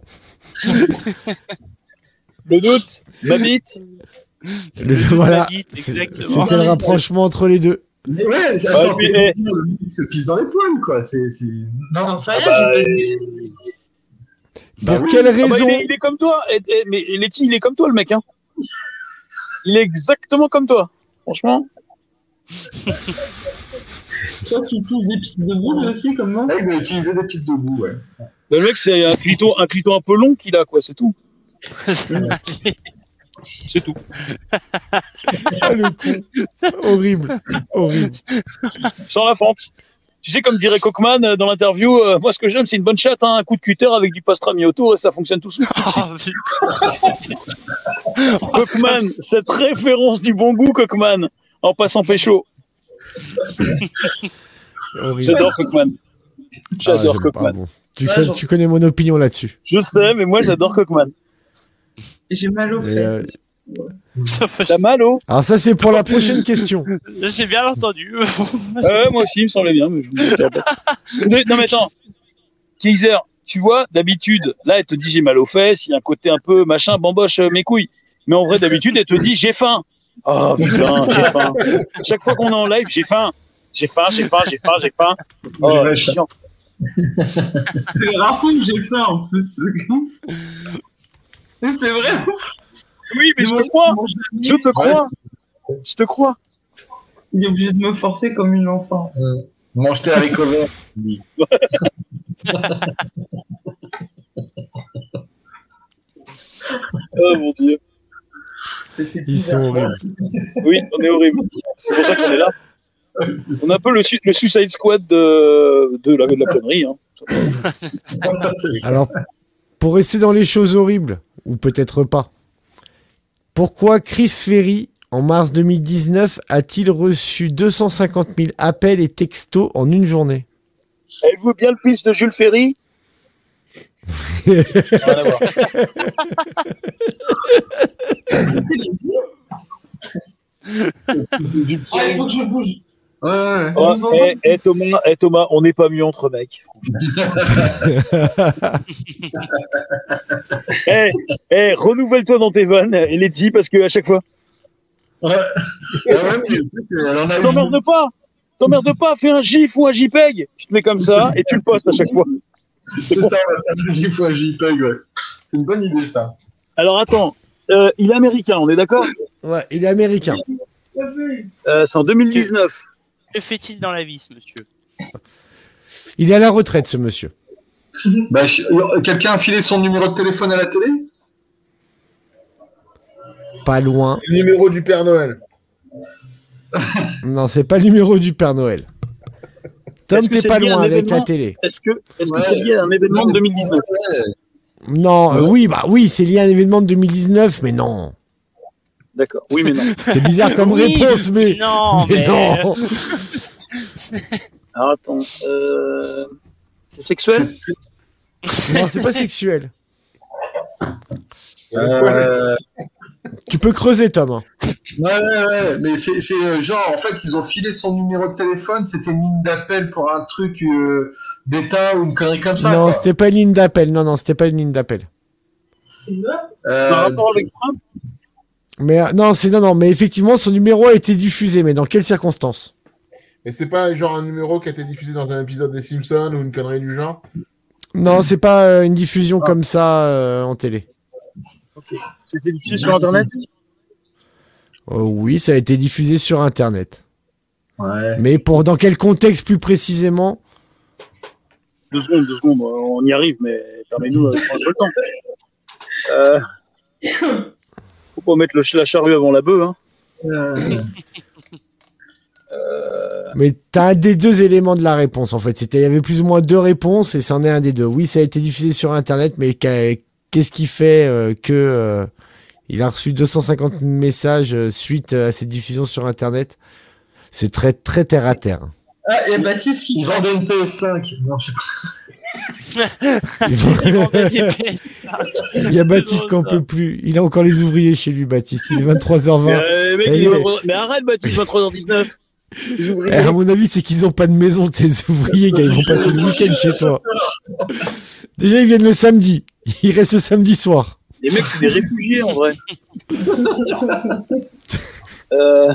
Le doute, ma bite. Le- voilà, bite, c'est- exactement. c'était le rapprochement entre les deux. Mais ouais, c'est- Ah, attends, puis, t'es- eh. il se pisse dans les poils, quoi. C'est, c'est... Non, J'en sais Ah rien, bah, j'ai pas dit. Bah Pour oui. quelle Ah bah, raison il, est, il est comme toi. Et, et- mais Letty, il est comme toi, le mec. Hein. Il est exactement comme toi. Franchement. Toi, tu utilises des pistes de boule aussi, comme moi? Ouais, il va utiliser des pistes de boue, ouais. Le mec, c'est un clito, un clito un peu long qu'il a, quoi. C'est tout. C'est tout. Ah, le con. Horrible, horrible. Sans la fente. Tu sais, comme dirait Cockman euh, dans l'interview, euh, moi, ce que j'aime, c'est une bonne chatte, hein, un coup de cutter avec du pastrami autour et ça fonctionne tout seul. Oh, putain. Cockman, cette référence du bon goût, Cockman, en passant pécho. Horrible. J'adore Cockman. J'adore Ah, j'aime pas, Cockman. bon. Tu, Ouais, connais, j'en- tu connais mon opinion là-dessus. Je sais, mais moi, j'adore Cockman. J'ai mal aux Et, fesses. T'as mal, oh? Alors ça, c'est pour la prochaine question. J'ai bien entendu. Ouais, moi aussi, il me semblait bien, mais je vous dis. Non, mais attends. Kaiser, tu vois, d'habitude, là, elle te dit j'ai mal aux fesses, il y a un côté un peu machin, bamboche euh, mes couilles. Mais en vrai, d'habitude, elle te dit j'ai faim. Oh putain, j'ai faim. Chaque fois qu'on est en live, j'ai faim. J'ai faim, j'ai faim, j'ai faim, j'ai faim. Oh, J'ai la chiant. C'est la rare fois que j'ai faim en plus. Mais c'est vrai. Oui, mais je te crois. Je te crois. Je te crois. Il est obligé de me forcer comme une enfant. Mange tes haricots verts. Oh mon dieu. C'était Ils sont horribles. Oui, on est horrible. C'est pour ça qu'on est là. On est un peu le, su- le Suicide Squad de, de, la, de la connerie. Hein. Alors, pour rester dans les choses horribles, ou peut-être pas, pourquoi Chris Ferry, en mars deux mille dix-neuf, a-t-il reçu deux cent cinquante mille appels et textos en une journée? Êtes-vous bien le fils de Jules Ferry? Rien à voir. Ah, il faut que je bouge. Ouais, ouais, ouais. Oh, eh, eh, Thomas, eh, Thomas, on n'est pas mieux entre mecs. Eh, eh, renouvelle-toi dans tes vannes et les dis parce que à chaque fois. Ouais. Ah ouais, mais c'est qu'elle en a eu. T'emmerdes pas, t'emmerdes pas, fais un gif ou un JPEG. Tu te mets comme ça et tu le postes à chaque fois. C'est ça, ouais, ça fait J fois JPEG, ouais. C'est une bonne idée, ça. Alors attends, euh, il est américain, on est d'accord? Ouais, il est américain. euh, C'est en deux mille dix-neuf. Que fait-il dans la vie, ce monsieur? Il est à la retraite, ce monsieur. Bah, je- Quelqu'un a filé son numéro de téléphone à la télé? Pas loin. Le numéro du Père Noël. Non, c'est pas le numéro du Père Noël. Tom, Est-ce que t'es c'est pas lié à loin un avec événement la télé. Est-ce que est-ce que Ouais. c'est lié à un événement de deux mille dix-neuf? Non, euh, oui, bah oui, c'est lié à un événement de deux mille dix-neuf, mais non. D'accord. Oui, mais non. C'est bizarre comme Oui, réponse, mais, non, mais mais- non. Alors attends, euh... c'est sexuel? Non, c'est pas sexuel. Euh, Tu peux creuser, Tom. hein. Ouais, ouais, ouais, mais c'est c'est, euh, genre, en fait, ils ont filé son numéro de téléphone, c'était une ligne d'appel pour un truc euh, d'État ou une connerie comme ça. Non, quoi. c'était pas une ligne d'appel. Non, non, c'était pas une ligne d'appel. Euh, Par rapport avec Trump? Mais euh, non, c'est non, non. Mais effectivement, son numéro a été diffusé. Mais dans quelles circonstances? Et c'est pas genre un numéro qui a été diffusé dans un épisode des Simpsons ou une connerie du genre? Non, c'est pas euh, une diffusion comme ça euh, en télé. C'était diffusé sur Internet? Euh, oui, ça a été diffusé sur Internet. Ouais. Mais pour dans quel contexte plus précisément? Deux secondes, deux secondes, on y arrive, mais permets-nous de prendre un peu le temps. Euh... Faut pas mettre le, la charrue avant la bœuf, hein. Euh, Mais t'as un des deux éléments de la réponse en fait. C'était, il y avait plus ou moins deux réponses et c'en est un des deux. Oui, ça a été diffusé sur Internet, mais qu'a- qu'est-ce qui fait euh, que euh, il a reçu deux cent cinquante messages euh, suite à cette diffusion sur Internet? C'est très très terre à terre. Ah, et Baptiste qui Ils vendaient une P S cinq. Non, je sais pas. Il va- Ils vendaient des P S cinq. Il y a Baptiste qui en peut plus. Il a encore les ouvriers chez lui, Baptiste. Il est vingt-trois heures Mais, vingt. euh, mec, Elle il est est- vingt-trois mais arrête, Baptiste, vingt-trois heures dix-neuf. Eh, à mon avis, c'est qu'ils ont pas de maison, tes ouvriers, gars. Ils vont passer le week-end chez toi. Déjà, ils viennent le samedi. Ils restent le samedi soir. Les mecs, c'est des réfugiés en vrai. euh...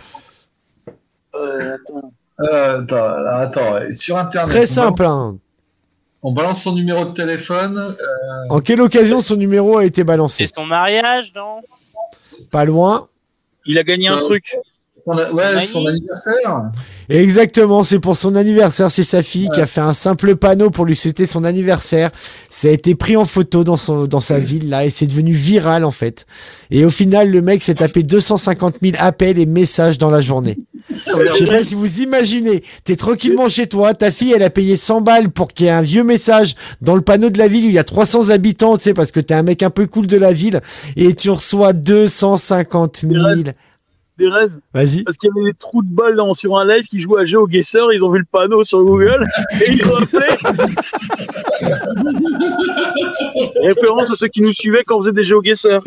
Euh, attends. Euh, attends, attends, ouais. Sur Internet. Très on simple, hein. On balance son numéro de téléphone. euh, En quelle occasion son numéro a été balancé? C'est son mariage, non? Pas loin. Il a gagné un Ça- truc. son a- ouais, Son son anniversaire. Exactement, c'est pour son anniversaire. C'est sa fille qui a fait un simple panneau pour lui souhaiter son anniversaire. Ça a été pris en photo dans, son, dans sa ville, là, et c'est devenu viral, en fait. Et au final, le mec s'est tapé deux cent cinquante mille appels et messages dans la journée. Je sais pas si vous imaginez, t'es tranquillement chez toi, ta fille, elle a payé cent balles pour qu'il y ait un vieux message dans le panneau de la ville où il y a trois cents habitants, tu sais, parce que t'es un mec un peu cool de la ville, et tu reçois deux cent cinquante mille. Des rêves. Vas-y. Parce qu'il y avait des trous de balles dans, sur un live qui jouait à GeoGuessr, ils ont vu le panneau sur Google et ils ont appelé. Référence à ceux qui nous suivaient quand on faisait des GeoGuessr.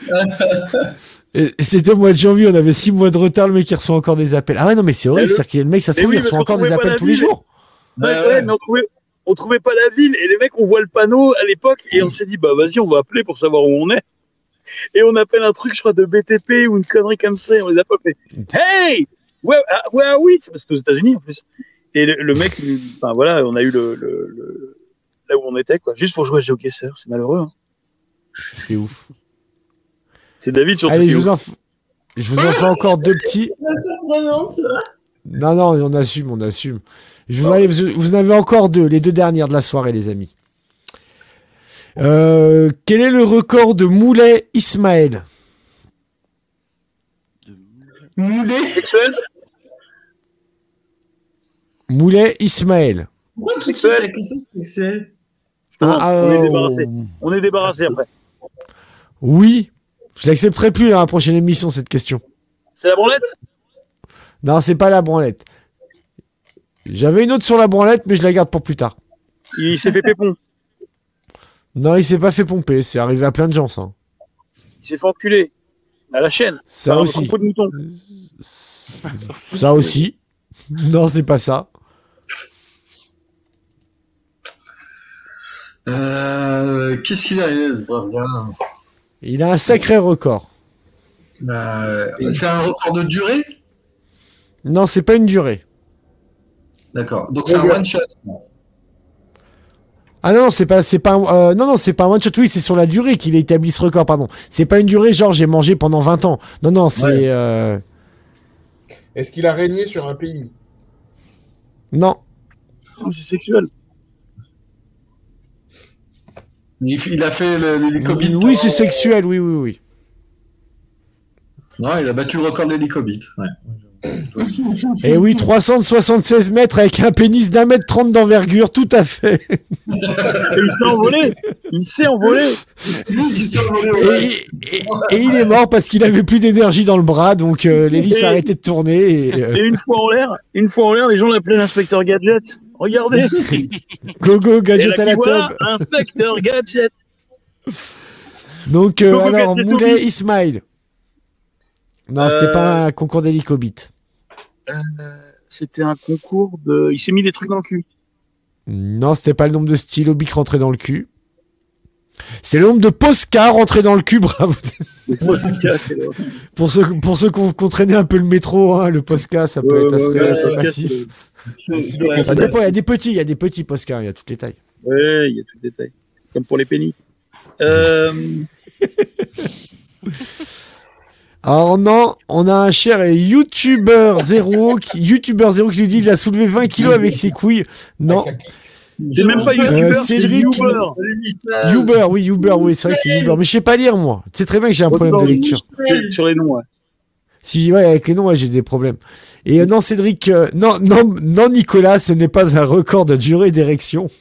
Et C'était au mois de janvier, on avait six mois de retard, le mec il reçoit encore des appels. Ah ouais, non, mais c'est horrible, Mais le- c'est-à-dire que le mec, ça se Mais trouve, oui, il reçoit parce qu'on encore des trouvait pas appels la tous les ville. jours. Ouais, Ouais, ouais, ouais. mais on trouvait, on trouvait pas la ville et les mecs, on voit le panneau à l'époque et on s'est dit, bah vas-y, on va appeler pour savoir où on est. Et on appelle un truc, je crois, de B T P ou une connerie comme ça et on les a pas fait. Hey! Where, uh, where are we? C'est parce que c'est aux États-Unis en plus. Et le, le mec, il- enfin voilà, on a eu le, le, le- là où on était, quoi, juste pour jouer à GeoGuessr. C'est malheureux. Hein. C'est ouf. C'est David sur Allez, je Tokyo. vous en, f- je vous en fais encore deux petits. surprenante. Non, non, on assume, on assume. Je vous, allez, vous, vous en avez encore deux, les deux dernières de la soirée, les amis. Euh, quel est le record de Moulay Ismaël? Moulet. Sexuel. Moulay Ismaël. Pourquoi tout de suite la question sexuelle? Non, Ah, on est oh. débarrassé. On est débarrassé après. Oui, je l'accepterai plus dans la prochaine émission cette question. C'est la branlette? Non, c'est pas la branlette. J'avais une autre sur la branlette, mais je la garde pour plus tard. Il s'est fait pépon. Non, il s'est pas fait pomper, c'est arrivé à plein de gens ça. Il s'est fait enculer. À la chaîne. Ça Par un aussi. troupeau de moutons. Ça aussi. Non, c'est pas ça. Euh, Qu'est-ce qu'il a, ce brave gars? Il a un sacré record. Bah, c'est un record de durée? Non, c'est pas une durée. D'accord. Donc c'est un one shot. Ah non, c'est pas, c'est pas, un- euh, non, non, c'est pas un one shot. Oui, c'est sur la durée qu'il a établi ce record. Pardon. C'est pas une durée genre j'ai mangé pendant vingt ans. Non, non, c'est, Ouais. euh, Est-ce qu'il a régné sur un pays? non. Oh, c'est sexuel. Il, il a fait le- l'hélicobite. Oui, c'est sexuel. Oui, oui, oui. Non, il a battu le record de l'hélicobite. Ouais. Et oui, trois cent soixante-seize mètres avec un pénis d'un mètre trente d'envergure, tout à fait. Et il s'est envolé. Il s'est envolé. Il s'est envolé au Et, match. et- et il est mort parce qu'il avait plus d'énergie dans le bras, donc euh, l'hélice Et- a arrêté de tourner. Et, euh, Et une fois en l'air, une fois en l'air, les gens l'appelaient l'inspecteur Gadget. Regardez. go go, Et gadget là, à la qui voilà, tub. inspecteur Gadget. Donc euh, Go go, alors gadget Moulay Obi. Ismail. Non, Euh, c'était pas un concours d'hélicobite. Euh, C'était un concours de. Il s'est mis des trucs dans le cul. Non, c'était pas le nombre de stylos bic rentrés dans le cul. C'est le nombre de Posca rentrés dans le cul, bravo. Pour ceux, pour ceux qui ont qui ont traîné un peu le métro, hein, le Posca, ça peut Ouais, être assez, ouais, ouais, assez ouais, massif. C'est- c'est- Ça dépend, il y a des petits, il y a des petits Posca, il y a toutes les tailles. Ouais, il y a tout le détail. Comme pour les pénis. Euh, Alors non, on a un cher YouTuber zéro, qui, YouTuber zéro qui nous dit qu'il a soulevé vingt kilos avec ses couilles. Non, c'est même pas Euh, YouTuber, c'est Cédric- Uber. Uber, oui, Uber, oui, c'est vrai que c'est Uber, mais je sais pas lire moi. C'est très bien que j'ai un problème de lecture. C'est sur les noms, ouais. Si, ouais, avec les noms, ouais, j'ai des problèmes. Et euh, non, Cédric, euh, non, non, non, Nicolas, ce n'est pas un record de durée d'érection.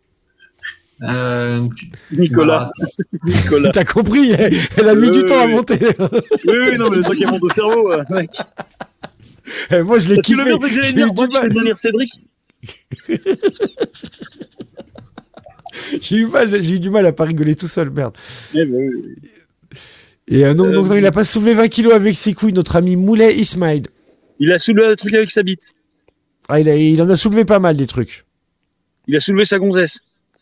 Euh, Nicolas. Nicolas. T'as compris, elle, elle a mis Oui, du oui, temps à oui. monter. Oui, oui, non, mais le truc qui monte au cerveau, ouais, mec. Eh, moi, je l'ai Parce que le kiffé. merde, c'est que j'allais J'ai dire, eu moi, du tu fais mal. bien lire Cédric. J'ai eu mal, j'ai eu du mal à pas rigoler tout seul, merde. Eh ben, oui, oui. Et euh, non, Euh, donc non, il a pas soulevé vingt kilos avec ses couilles, notre ami Moulay Ismail. Il a soulevé le truc avec sa bite. Ah, il, a- il en a soulevé pas mal des trucs. Il a soulevé sa gonzesse.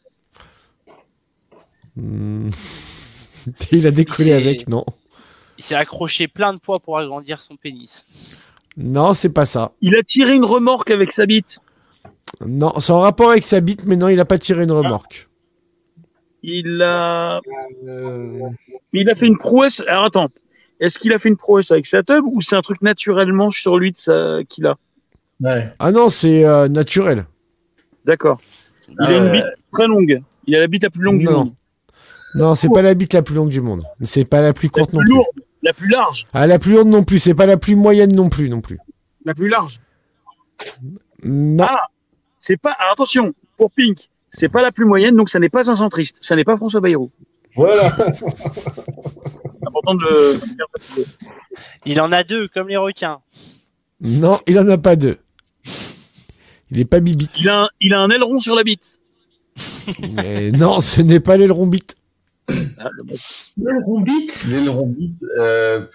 Hmm. Il a décollé C'est- avec, non. Il s'est accroché plein de poids pour agrandir son pénis. Non, c'est pas ça. Il a tiré une remorque avec sa bite. Non, c'est en rapport avec sa bite, mais non, il a pas tiré une remorque. Il a. Euh, Il a fait une prouesse. Alors attends. Est-ce qu'il a fait une prouesse avec sa tub ou c'est un truc naturellement sur lui de sa... qu'il a? ouais. Ah non, c'est euh, naturel. D'accord. Il Ah a une ouais. bite très longue. Il a la bite la plus longue du Non. monde. Non, c'est pas la bite la plus longue du monde. C'est pas la plus La courte non plus plus. lourde, la plus large, Ah, la plus lourde non plus. C'est pas la plus moyenne non plus, non plus. la plus large. Non. Ah, c'est pas. Alors, attention, pour Pink, c'est pas la plus moyenne, donc ça n'est pas un centriste. Ça n'est pas François Bayrou. Voilà. C'est important de le. Il en a deux, comme les requins. Non, il en a pas deux. Il est pas bibite. Il a un, il a un aileron sur la bite. Mais non, ce n'est pas l'aileron bite. Ah, dommage. Le rombite. L'aileron bite. Euh...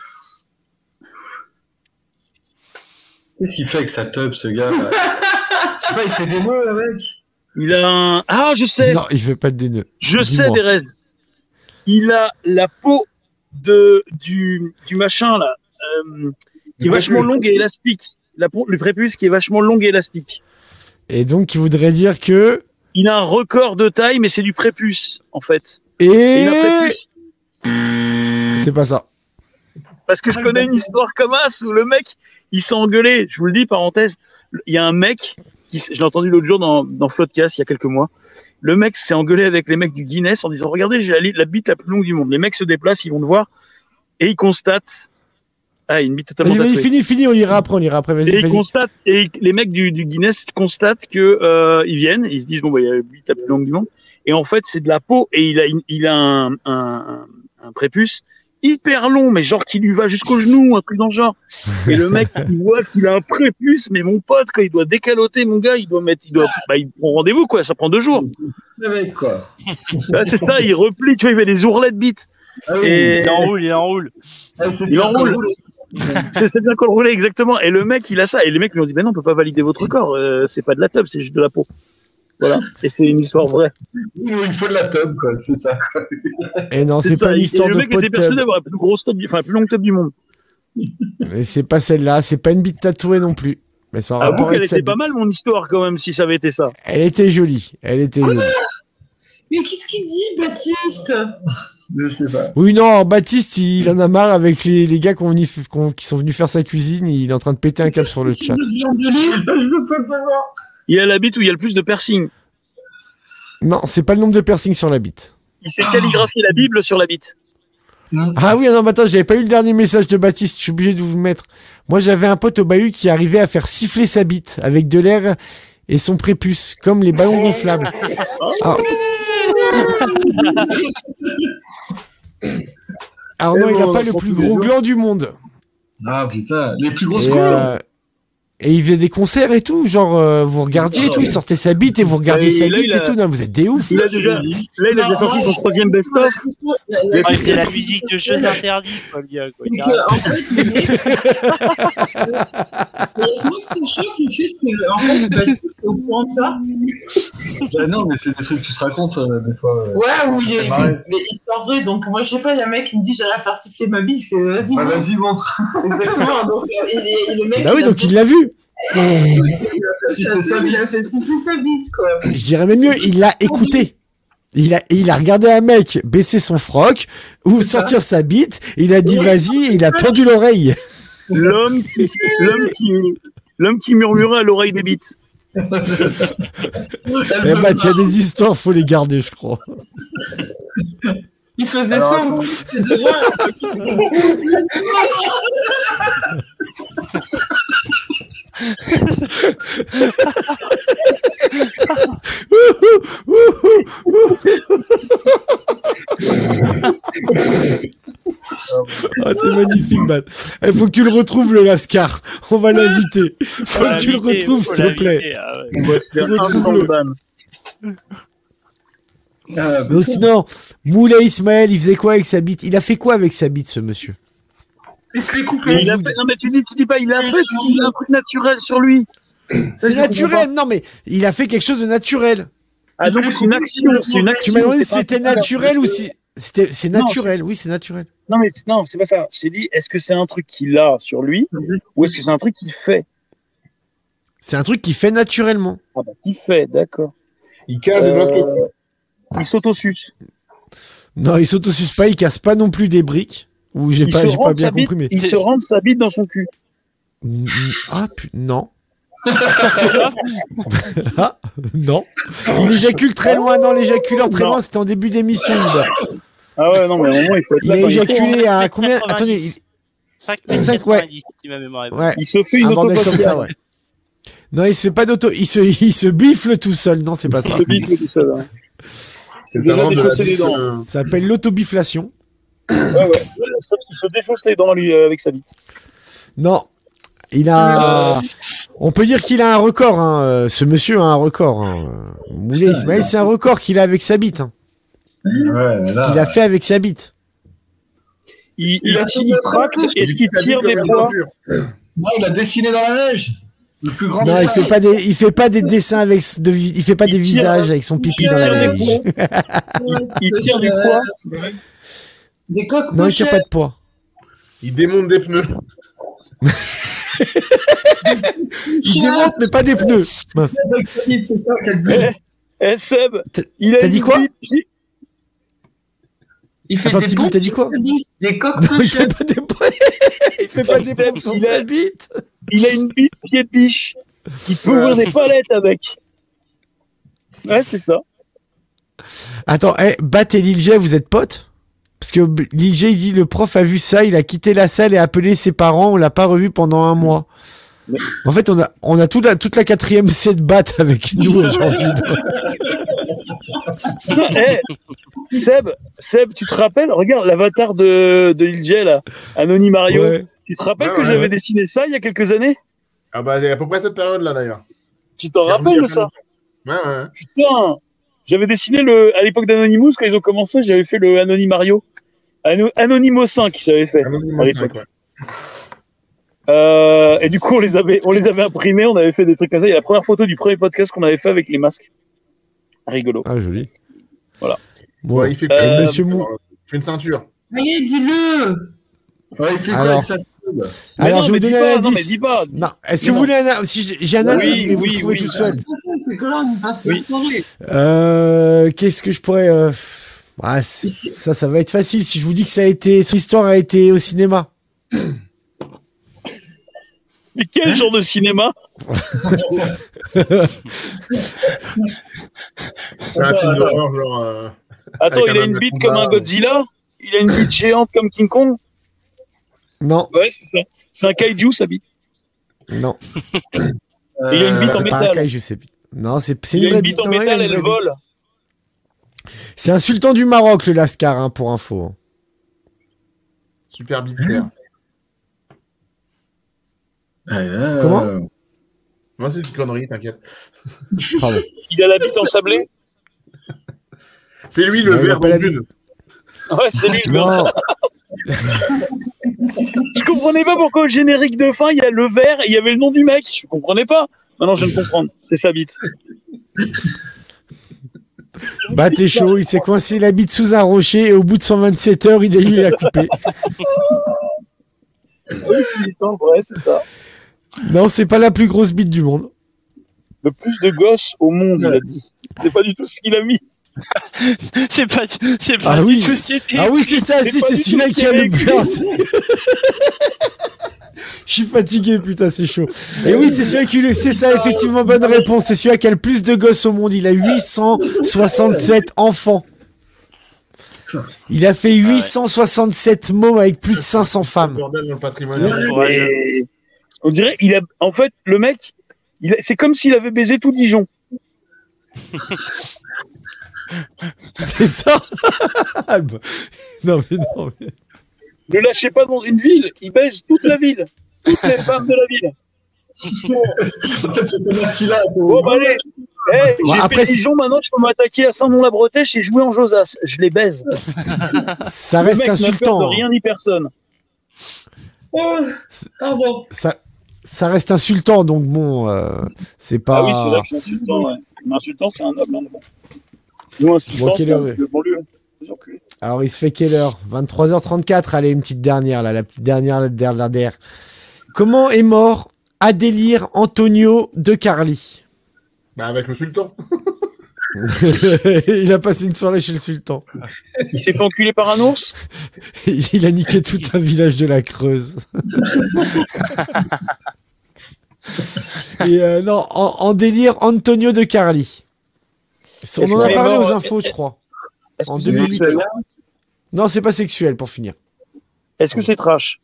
Qu'est-ce qu'il fait avec sa tub, ce gars là? Je sais pas, il fait des nœuds, là, mec. Il a un. Ah, je sais. Non, il fait pas de nœuds. Je Dis-moi. sais, Derez. Il a la peau de, du, du machin, là, euh, qui est Le vachement prépuce. longue et élastique. La peau, le prépuce qui est vachement longue et élastique. Et donc, il voudrait dire que. Il a un record de taille, mais c'est du prépuce, en fait. Et il a un Et. prépuce. C'est pas ça. Parce que je connais une histoire comme ça où le mec, il s'est engueulé. Je vous le dis, parenthèse. Il y a un mec, qui, je l'ai entendu l'autre jour dans, dans Floodcast, il y a quelques mois. Le mec s'est engueulé avec les mecs du Guinness en disant regardez, j'ai la, li- la bite la plus longue du monde. Les mecs se déplacent, ils vont le voir et ils constatent ah une bite totalement Vas-y, vas-y, tatouée. fini, fini, on ira après, on ira après. Vas-y, Et ils vas-y. constatent et les mecs du, du Guinness constatent que euh, ils viennent, ils se disent bon bah il y a la bite la plus longue du monde et en fait c'est de la peau et il a une- il a un, un, un prépuce hyper long mais genre qui lui va jusqu'au genou, un truc dans le genre. Et le mec il voit qu'il a un prépuce mais mon pote quand il doit décaloter mon gars, il doit mettre il doit bah il prend rendez-vous quoi, ça prend deux jours. Le mec, quoi. Bah, c'est ça, il replie, tu vois, il fait des ourlets de bites. Ah oui, Et Il enroule, il enroule. ah, c'est il ça, enroule. comme vous, c'est c'est bien qu'on le roulait exactement. Et le mec il a ça et les mecs lui ont dit ben non on peut pas valider votre corps, euh, c'est pas de la teub, c'est juste de la peau. Voilà. Et c'est une histoire vraie. il faut de la tub, quoi, c'est ça. Et non, c'est ça. pas Et- l'histoire et de le mec pot était de persuadé tub. d'avoir la plus grosse tub, du- enfin la plus longue tub du monde. Mais c'est pas celle-là, c'est pas une bite tatouée non plus. Mais ça a un Avoue rapport qu'elle avec sa était pas bite. mal mon histoire quand même si ça avait été ça. Elle était jolie, elle était jolie. Mais qu'est-ce qu'il dit, Baptiste? Je sais pas. Oui, non, Baptiste, il en a marre avec les, les gars qu'on venu- qu'on- qui sont venus faire sa cuisine. Il est en train de péter un câble sur le chat. Je veux pas savoir. Il y a la bite où il y a le plus de piercing. Non, c'est pas le nombre de piercings sur la bite. Il s'est calligraphié la Bible sur la bite. Ah oui, non, mais attends, j'avais pas eu le dernier message de Baptiste, je suis obligé de vous le mettre. Moi, j'avais un pote au bahut qui arrivait à faire siffler sa bite avec de l'air et son prépuce, comme les ballons gonflables. Alors, Alors non, Et il a bon, pas le pour plus tous les gros autres. gland du monde. Ah putain, les plus grosses Et, couilles. euh, et il faisait des concerts et tout, genre euh, vous regardiez et tout, il sortait sa bite et vous regardiez Et sa là, bite il et a- tout. Non, vous êtes des ouf. Il a déjà, là, il a déjà sorti son troisième best-of. Ouais, c'est la musique de jeux interdits, quoi, le gars. Quoi. C'est que, en fait, il est- Et moi, c'est choc le fait que, en fait, Baptiste est au courant de ça. Bah non, mais c'est des trucs que tu te racontes euh, des fois. euh. Ouais, oui, C'est mais, marrant. mais histoire vraie. Donc, moi, je sais pas, il y a un mec qui me dit j'allais faire siffler ma bille. Je fais vas-y, Bah montre. vas-y, montre. C'est exactement. Donc, euh, et, les- et le mec. Bah oui, il a donc fait- il l'a vu. il a Siffler sa fait- bite. il a fait siffler sa bite, quoi. Je dirais même mieux, il l'a écouté. Il a, il a regardé un mec baisser son froc ou sortir sa bite. Il a dit vas-y, et il a tendu l'oreille. L'homme qui, l'homme qui, l'homme qui murmurait à l'oreille des bites. Eh bah, il y a des histoires, faut les garder, je crois. Il faisait Alors, ça, on était devant. Ah, c'est magnifique, man. Il faut que tu le retrouves, le Lascar. On va l'inviter. Faut que tu le retrouves, s'il te plaît. Ah ouais. On va se faire Retrouve-le. instant ban. Ah, Mais sinon, Moulay Ismaël, il faisait quoi avec sa bite? Il a fait quoi avec sa bite, ce monsieur? Il se l'est Mais coupé. il a fait, non mais tu dis, tu dis pas, il a fait, il a un truc naturel sur lui. Ça, C'est je comprends naturel. Non, mais il a fait quelque chose de naturel. pas. Ah donc c'est une action, c'est une Tu action. m'as demandé si c'est pas un c'était truc. naturel ou si... C'était, c'est Non, naturel, oui, c'est naturel. Non mais c'est- non, c'est pas ça. Je t'ai dit, est-ce que c'est un truc qu'il a sur lui ou est-ce que c'est un truc qu'il fait? C'est un truc qu'il fait naturellement. Ah bah qu'il fait, d'accord. Il casse de l'autre côté. Euh, il s'autosuce. Non, il s'autosuce pas, il casse pas non plus des briques. Ou j'ai Il pas, se j'ai pas rentre bien sa bite- compris, mais. Il se rentre sa bite dans son cul. Mm, mm, Ah, pu- non. Ah, non. Il éjacule très loin, non, l'éjaculateur très Non. loin, c'était en début d'émission. Hubert. Ah ouais, non mais à un moment il faut être Il là a quand il faut, hein. éjaculé à combien? Attendez, il- cinq mètres cinq, ouais. quatre-vingt-dix, si ma mémoire est bonne. ouais, Il se fait une un bordel comme autofaciale. ça, ouais. Non, il se fait pas d'auto, il se, il se bifle tout seul, non, c'est pas ça. Il se bifle tout ça. Là. C'est C'est déjà vraiment de la déchaussé les bite, dents. euh, Ça s'appelle l'autobiflation. Ouais, ouais. Il se déchausse les dents lui euh, avec sa bite. Non, il a. On peut dire qu'il a un record, hein. euh, Ce monsieur a un record. Hein. Moulay Putain, Ismaël, il a- c'est un record qu'il a avec sa bite. Hein. Ouais, là. Qu'il a fait avec sa bite. Il, il, Il a il, fait il des tracte, trucs, est-ce qu'il s'habille tire comme des une poids? voiture. Non, il a dessiné dans la neige. Le plus grand Non, il détail. fait pas des, il fait pas des dessins avec, de, vi- il fait pas Il des tire- visages avec son pipi dans la tire des neige. Il tire du poids. Des coques Non, il tire pas de poids. Il démonte des pneus. Il démonte, mais pas des pneus. Mince. C'est ça qu'elle dit. Eh Seb, T'as- il a t'as une dit quoi bite pi- Il fait Attends, des Tibi, pompes. t'as dit quoi? Des coques Non, il fait pochettes. pas des pompes. Il fait pas des pompes sur Il a- sa bite. Il a une bite pied de biche. Il peut ouvrir des palettes avec. Ouais, c'est ça. Attends, eh, Bat et Lil J, vous êtes potes? Parce que B- Lil J, il dit le prof a vu ça, il a quitté la salle et a appelé ses parents, on l'a pas revu pendant un mois. En fait, on a, on a toute la, toute la quatrième C de Bat avec nous aujourd'hui. Eh, Seb, Seb, tu te rappelles? Regarde l'avatar de, de Lil J, là, Anony Mario. Ouais. Tu te rappelles Ouais, que ouais, j'avais ouais. dessiné ça il y a quelques années? Ah bah, c'est à peu près cette période-là, d'ailleurs. Tu t'en C'est rappelles revenu de il y a ça? Ouais, ouais, ouais. Putain, j'avais dessiné le, à l'époque d'Anonymous, quand ils ont commencé, j'avais fait le Anony Mario. Ano- Anonymo cinq, j'avais fait. Anonymous à l'époque. cinq, ouais. Euh, et du coup, on les avait, on les avait imprimés, on avait fait des trucs comme ça. Il y a la première photo du premier podcast qu'on avait fait avec les masques. Rigolo. Ah, joli. Voilà. Bon, Ouais, il fait Euh, quoi, ça, Monsieur putain, Mou. Il fait une ceinture. Allez, dis-le. Ouais, il fait quoi Alors. avec ça? Mais Alors, non, je vais mais vous dis donner pas, un non, mais indice. dis pas. Non, est-ce que Non. vous voulez un, si j'ai j'ai un Oui, indice, mais vous oui, le trouvez oui. tout seul. C'est ça, c'est que là, on y passe la Oui. soirée. Euh, qu'est-ce que je pourrais, euh... ah, c- ça, ça va être facile si je vous dis que ça a été, son histoire a été au cinéma. Mais quel genre de cinéma? C'est un film d'horreur, genre. euh, Attends, Avec il un a homme une de bite combat, comme un euh. Godzilla? Il a une bite géante comme King Kong? Non, Ouais, c'est ça. C'est un kaiju, sa bite. non. Et il a une bite en C'est pas un métal. cas, je sais plus. Non, c'est c'est Il une a vraie une bite en non, il a métal, une elle vraie bite. vole. C'est un sultan du Maroc, le Lascar, hein, pour info. Super biptère. Euh, Comment Moi, c'est une connerie, t'inquiète. Pardon. Il a la bite ensablée. C'est lui le Ouais, il a verre pas dans la Dune. Ouais, c'est lui. le Non, Je comprenais pas pourquoi au générique de fin, il y a le vert et il y avait le nom du mec. Je comprenais pas. Maintenant, je viens de comprendre. C'est sa bite. bah t'es chaud, il s'est coincé la bite sous un rocher et au bout de cent vingt-sept heures, il a eu la couper. Oui, c'est l'histoire vraie, c'est ça. Non, c'est pas la plus grosse bite du monde. Le plus de gosses au monde, il a dit. C'est pas du tout ce qu'il a mis. C'est pas, c'est pas Ah du oui. tout ce qui était. Ah oui, c'est ça, C'est si, pas c'est du celui-là tout qui a le écrit. plus. Je suis fatigué, putain, c'est chaud. Et oui, c'est celui qui le... C'est ça, effectivement, bonne réponse. C'est celui qui a le plus de gosses au monde. Il a huit cent soixante-sept enfants. Il a fait huit cent soixante-sept mômes avec plus de cinq cents femmes. Bordel dans le patrimoine. Et on dirait, il a, en fait, le mec, il a- c'est comme s'il avait baisé tout Dijon. C'est ça. Non, mais non, mais... Ne le lâchez pas dans une ville, il baise toute la ville. Toutes les femmes de la ville. En fait, c'était Mathila. Bon, bah allez. Eh, Bon, j'ai après, fait Dijon, maintenant je peux m'attaquer à Saint-Nom-la-Bretèche et jouer en Josas. Je les baise. Ça Le reste mec n'a peur de insultant. rien ni personne. Oh, pardon. Ça, ça reste insultant, donc bon, euh, c'est pas. Ah oui, c'est vrai que c'est insultant. Ouais. Mais insultant, c'est un noble. Hein, bon. Nous, insultant, Bon, quelle c'est heure un est- le banlieue. Les enculés. Alors, il se fait quelle heure vingt-trois heures trente-quatre. Allez, une petite dernière, là, la petite dernière, la dernière. dernière. Comment est mort Adélire Antonio de Carli? Bah, avec le sultan. Il a passé une soirée chez le sultan. Il s'est fait enculer par un ours. Il a niqué tout un village de la Creuse. Et euh, non, en, en délire, Antonio de Carli. On Est-ce en a qu'il est parlé mort, aux euh, infos, je crois. Est-ce En que c'est deux mille huit. sexuel Non, c'est pas sexuel, pour finir. Est-ce que c'est trash?